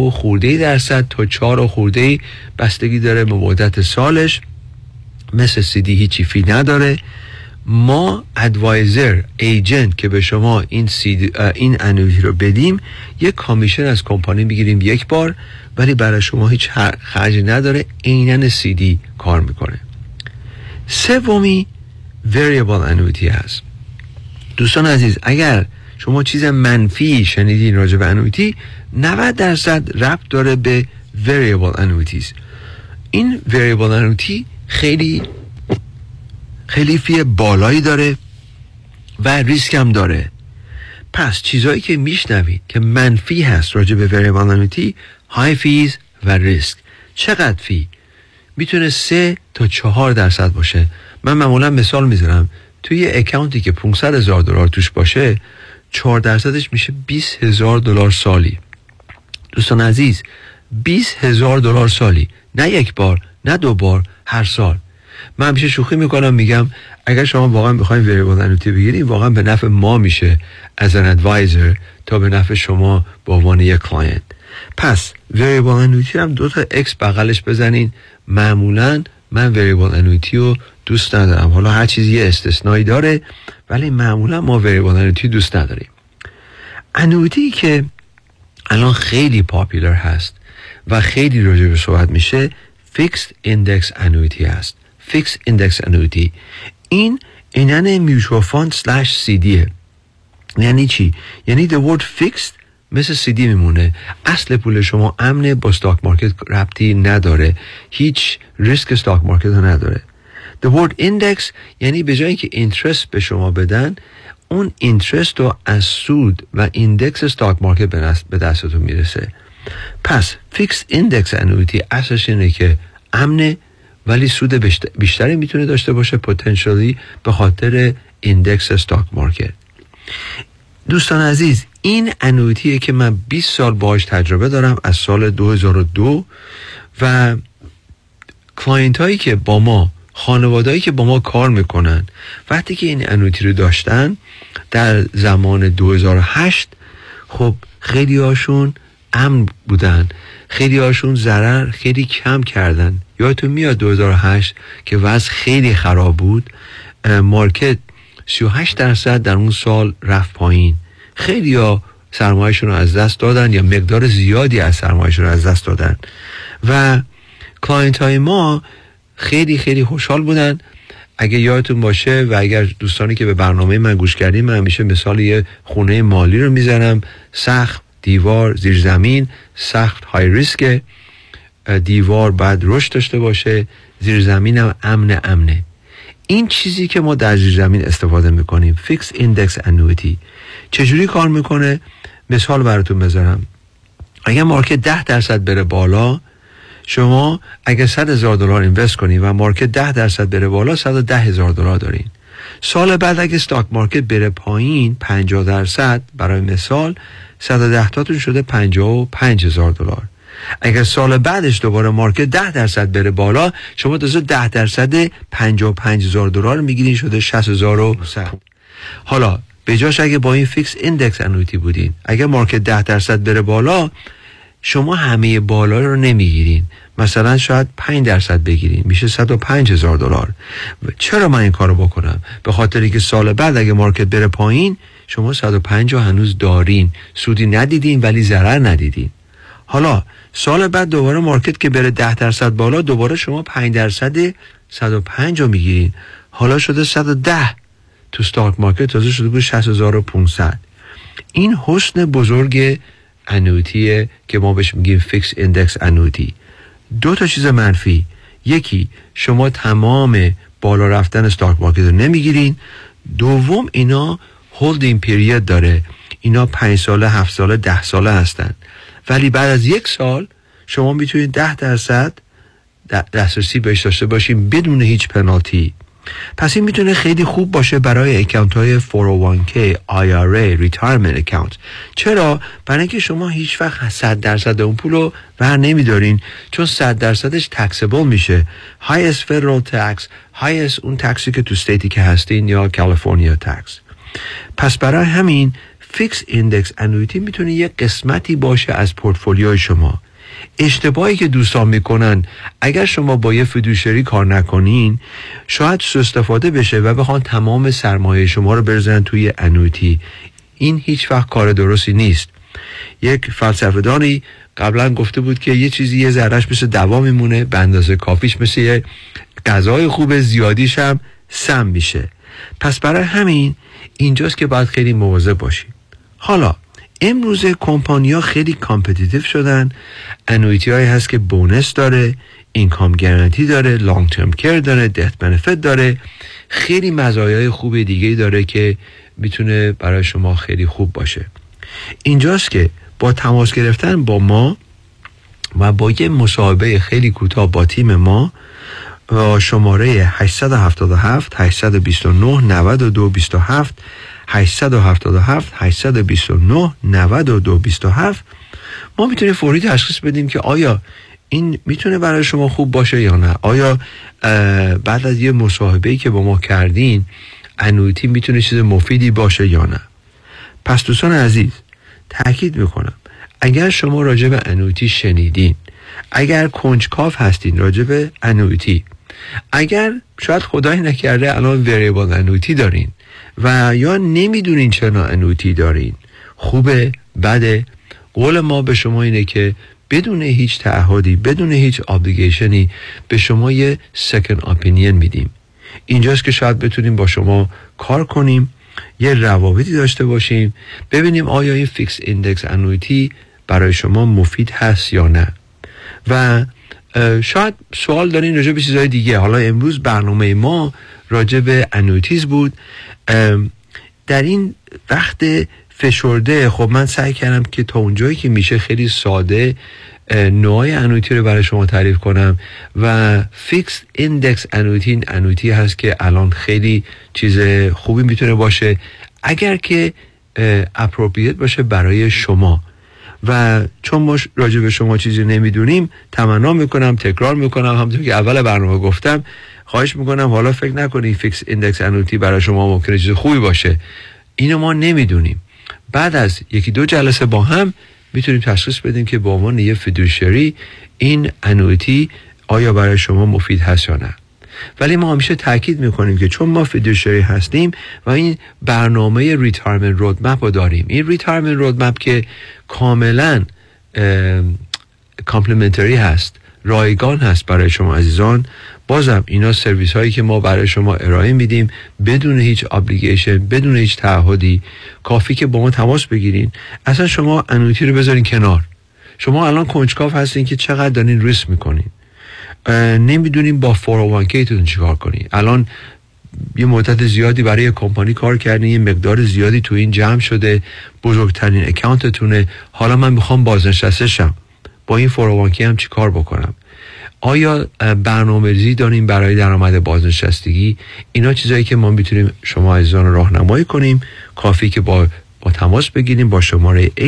S1: 3% تا 4%، بستگی داره به مدت سالش. مثل CD هیچی فی نداره. ما ادوایزر، ایجنت که به شما این انویتی رو بدیم، یک کامیشن از کمپانی میگیریم 1 بار، ولی برای شما هیچ خرجی نداره، عیناً CD کار میکنه. سومی variable annuity هست. دوستان عزیز، اگر شما چیز منفی شنیدین راجع به انویتی، 90% ربط داره به variable annuities. این variable annuity خیلی فی بالایی داره و ریسک هم داره. پس چیزایی که میشنوید که منفی هست راجع به variable annuity، های فیز و ریسک. چقدر فی؟ میتونه 3 تا 4% باشه. من معمولا مثال میذارم، توی یه اکانتی که $500,000 توش باشه، 4% میشه $20,000 سالی. دوستان عزیز، $20,000 سالی، نه 1 بار، نه 2 بار، هر سال. من همیشه شوخی میکنم، میگم اگر شما واقعا بخواید وریبل انویتی بگیرید، واقعا به نفع ما میشه از ان ادوایزر تا به نفع شما به عنوان یک کلاینت. پس وریبل انویتی هم 2 تا X بغلش بزنین. معمولا من وریبل انویتی رو دوست ندارم. حالا هر چیزی یه استثنایی داره، ولی معمولا ما وریبل انویتی دوست نداریم. انویتی که الان خیلی پاپولار هست و خیلی راجع به صحبت میشه، فیکسد ایندکس انویتی هست. فیکسد ایندکس انویتی این اینن میوچوال فاند /CD. یعنی چی؟ یعنی the word fixed مثل CD میمونه. اصل پول شما امنه، با استاک مارکت ربطی نداره، هیچ ریسک استاک مارکت ها نداره. The word index یعنی به جایی که اینترست به شما بدن، اون اینترست رو از سود و ایندکس استاک مارکت به دستتون میرسه. پس فیکس ایندکس انویتی اصلش اینه که امنه ولی سود بیشتری میتونه داشته باشه پتانسیلی به خاطر ایندکس استاک مارکت. دوستان عزیز، این انویتیه که من 20 سال باهاش تجربه دارم، از سال 2002 و کلاینت هایی که با ما، خانوادهایی که با ما کار میکنن وقتی که این انویتی رو داشتن در زمان 2008، خب خیلی هاشون امن بودن، خیلی هاشون ضرر خیلی کم کردن. یادتون میاد 2008 که وضع خیلی خراب بود، مارکت 38% در اون سال رفت پایین، خیلی ها سرمایه‌شون رو از دست دادن یا مقدار زیادی از سرمایه‌شون رو از دست دادن و کلاینت های ما خیلی خیلی خوشحال بودن. اگه یادتون باشه و اگر دوستانی که به برنامه من گوش کردین، من همیشه مثال یه خونه مالی رو میزنم، سقف، دیوار، زیرزمین. سقف های ریسک، دیوار باید رشد داشته باشه، زیرزمین هم امنه. این چیزی که ما در زیرزمین استفاده میکنیم، فیکس ایندکس انویتی، چجوری کار میکنه؟ مثال براتون بذارم. اگر مارکت 10% بره بالا، شما اگر $100,000 اینوست کنید و مارکت 10% بره بالا، $110,000 دارین. سال بعد اگه استاک مارکت بره پایین 50%، برای مثال 110 تاتون شده $55,000. اگر سال بعدش دوباره مارکت 10% بره بالا، شما تازه 10% $55,000 میگیرین، شده 60,000. حالا به جاش اگه با این فیکس ایندکس انویتی بودین، اگر مارکت 10% بره بالا، شما همه بالا رو نمیگیرین، مثلا شاید 5% بگیرین، میشه $105,000. چرا من این کارو بکنم؟ به خاطری که سال بعد اگه مارکت بره پایین، شما 105 هنوز دارین، سودی ندیدین ولی ضرر ندیدین. حالا سال بعد دوباره مارکت که بره 10% بالا، دوباره شما 5% 105 میگیرین، حالا شده 110. تو استاک مارکت تازه شده بود 60,500. این حسن بزرگ انویتیه که ما بهش میگیم فیکس ایندکس انویتی. دو تا چیز منفی: یکی، شما تمام بالا رفتن استاک مارکت رو نمیگیرین. دوم، اینا هولدینگ پیریود داره، اینا 5 ساله، 7 ساله، 10 ساله هستن، ولی بعد از 1 سال شما میتونید 10% دسترسی بهش داشته باشین بدون هیچ پنالتی. پس این میتونه خیلی خوب باشه برای اکانت های 401k، IRA، Retirement Account. چرا؟ برای اینکه شما هیچ وقت 100% اون پول رو بر نمیدارین، چون 100%ش taxable میشه. highest federal tax، highest اون تکسی که تو استیتی که هستین یا کالیفرنیا تکس. پس برای همین فیکس ایندکس انویتی میتونه یک قسمتی باشه از پورتفولیوی شما. اشتباهی که دوستان میکنن، اگر شما با یه فیدوشری کار نکنین، شاید سوء استفاده بشه و بخوان تمام سرمایه شما رو بریزن توی انویتی. این هیچ وقت کار درستی نیست. یک فلسفه‌دانی قبلا گفته بود که یه چیزی یه ذرهش مثل دوا میمونه، به اندازه کافیش مثل یه غذای خوب، زیادیش هم سم میشه. پس برای همین اینجاست که باید خیلی مواظب باشیم. حالا امروز کمپانی‌ها خیلی کامپتیتیو شدن. انویتی هایی هست که بونس داره، اینکام گارانتی داره، لانگ ترم کیر داره، دث بنفیت داره، خیلی مزایای خوب دیگه داره که میتونه برای شما خیلی خوب باشه. اینجاست که با تماس گرفتن با ما و با یه مصاحبه خیلی کوتاه با تیم ما، شماره 877 829 9227 877 829 9227 ما میتونیم فوری تشخیص بدیم که آیا این میتونه برای شما خوب باشه یا نه. آیا بعد از یه مصاحبه‌ای که با ما کردین انویتی میتونه چیز مفیدی باشه یا نه. پس دوستان عزیز، تاکید میکنم اگر شما راجع به انویتی شنیدین، اگر کنجکاو هستین راجع به انویتی، اگر شاید خدای نکرده الان وریبل انویتی دارین و یا نمیدونین چرا انویتی دارین، خوبه، بده، قول ما به شما اینه که بدون هیچ تعهدی، بدون هیچ ابلیگیشنی به شما یه سکند اپینین میدیم. اینجاست که شاید بتونیم با شما کار کنیم یه روابطی داشته باشیم، ببینیم آیا این فیکس ایندکس انویتی برای شما مفید هست یا نه. و شاید سوال دارین راجع به چیزهای دیگه. حالا امروز برنامه ما راجع به انویتیز بود. در این وقت فشرده خب من سعی کردم که تا اونجایی که میشه خیلی ساده نوعای انویتی رو برای شما تعریف کنم و فیکس ایندکس انویتی انویتی هست که الان خیلی چیز خوبی میتونه باشه اگر که اپروپریت باشه برای شما. و چون ما راجع به شما چیزی نمیدونیم تمنا میکنم، تکرار میکنم همونطور که اول برنامه گفتم، خواهش میکنم حالا فکر نکنید فیکس ایندکس انویتی برای شما ممکنه چیز خوبی باشه. اینو ما نمیدونیم. بعد از یکی دو جلسه با هم میتونیم تشخیص بدیم که به عنوان یه فیدوشری این انویتی آیا برای شما مفید هست یا نه. ولی ما همیشه تاکید میکنیم که چون ما فیدوشری هستیم و این برنامه ریتایرمنت رودمپ رو داریم، این ریتایرمنت رودمپ که کاملا کامپلمنتری هست، رایگان هست برای شما عزیزان، بازم اینا سرویس هایی که ما برای شما ارائه میدیم بدون هیچ ابلیگیشن، بدون هیچ تعهدی. کافی که با ما تماس بگیرین. اصلا شما انویتی رو بذارین کنار. شما الان کنجکاو هستین که چقدر دارین ریسک میکنین، نمیدونین با 401k تون چیکار کنین. الان یه مدت زیادی برای کمپانی کار کردین، یه مقدار زیادی تو این جمع شده، بزرگترین اکانتتونه، حالا من میخوام بازنشسته‌شم، با این 401k هم چی کار بکنم؟ آیا برنامه‌ریزی داریم برای درآمد بازنشستگی؟ اینا چیزایی که ما میتونیم شما عزیزان راهنمایی کنیم. کافی که با تماس بگیریم با شماره 877-829-9227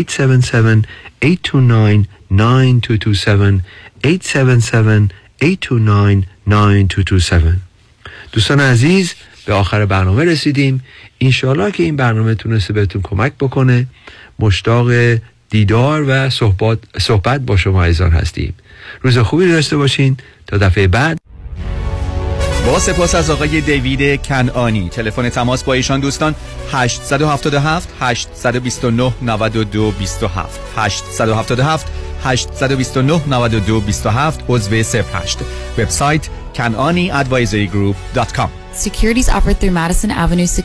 S1: 877-829-9227. دوستان عزیز، به آخر برنامه رسیدیم. انشاءالله که این برنامه تونسته بهتون کمک بکنه. مشتاق دیدار و صحبت با شما عزیزان هستیم. روز خوبی داشته باشین تا دفعه بعد.
S4: با سپاس از آقای دیوید کنعانی. تلفن تماس با ایشان دوستان 877 829 92 27 877 829 92 27 عضو 08. وبسایت kananiadvisorygroup.com.
S2: Securities offered through Madison Avenue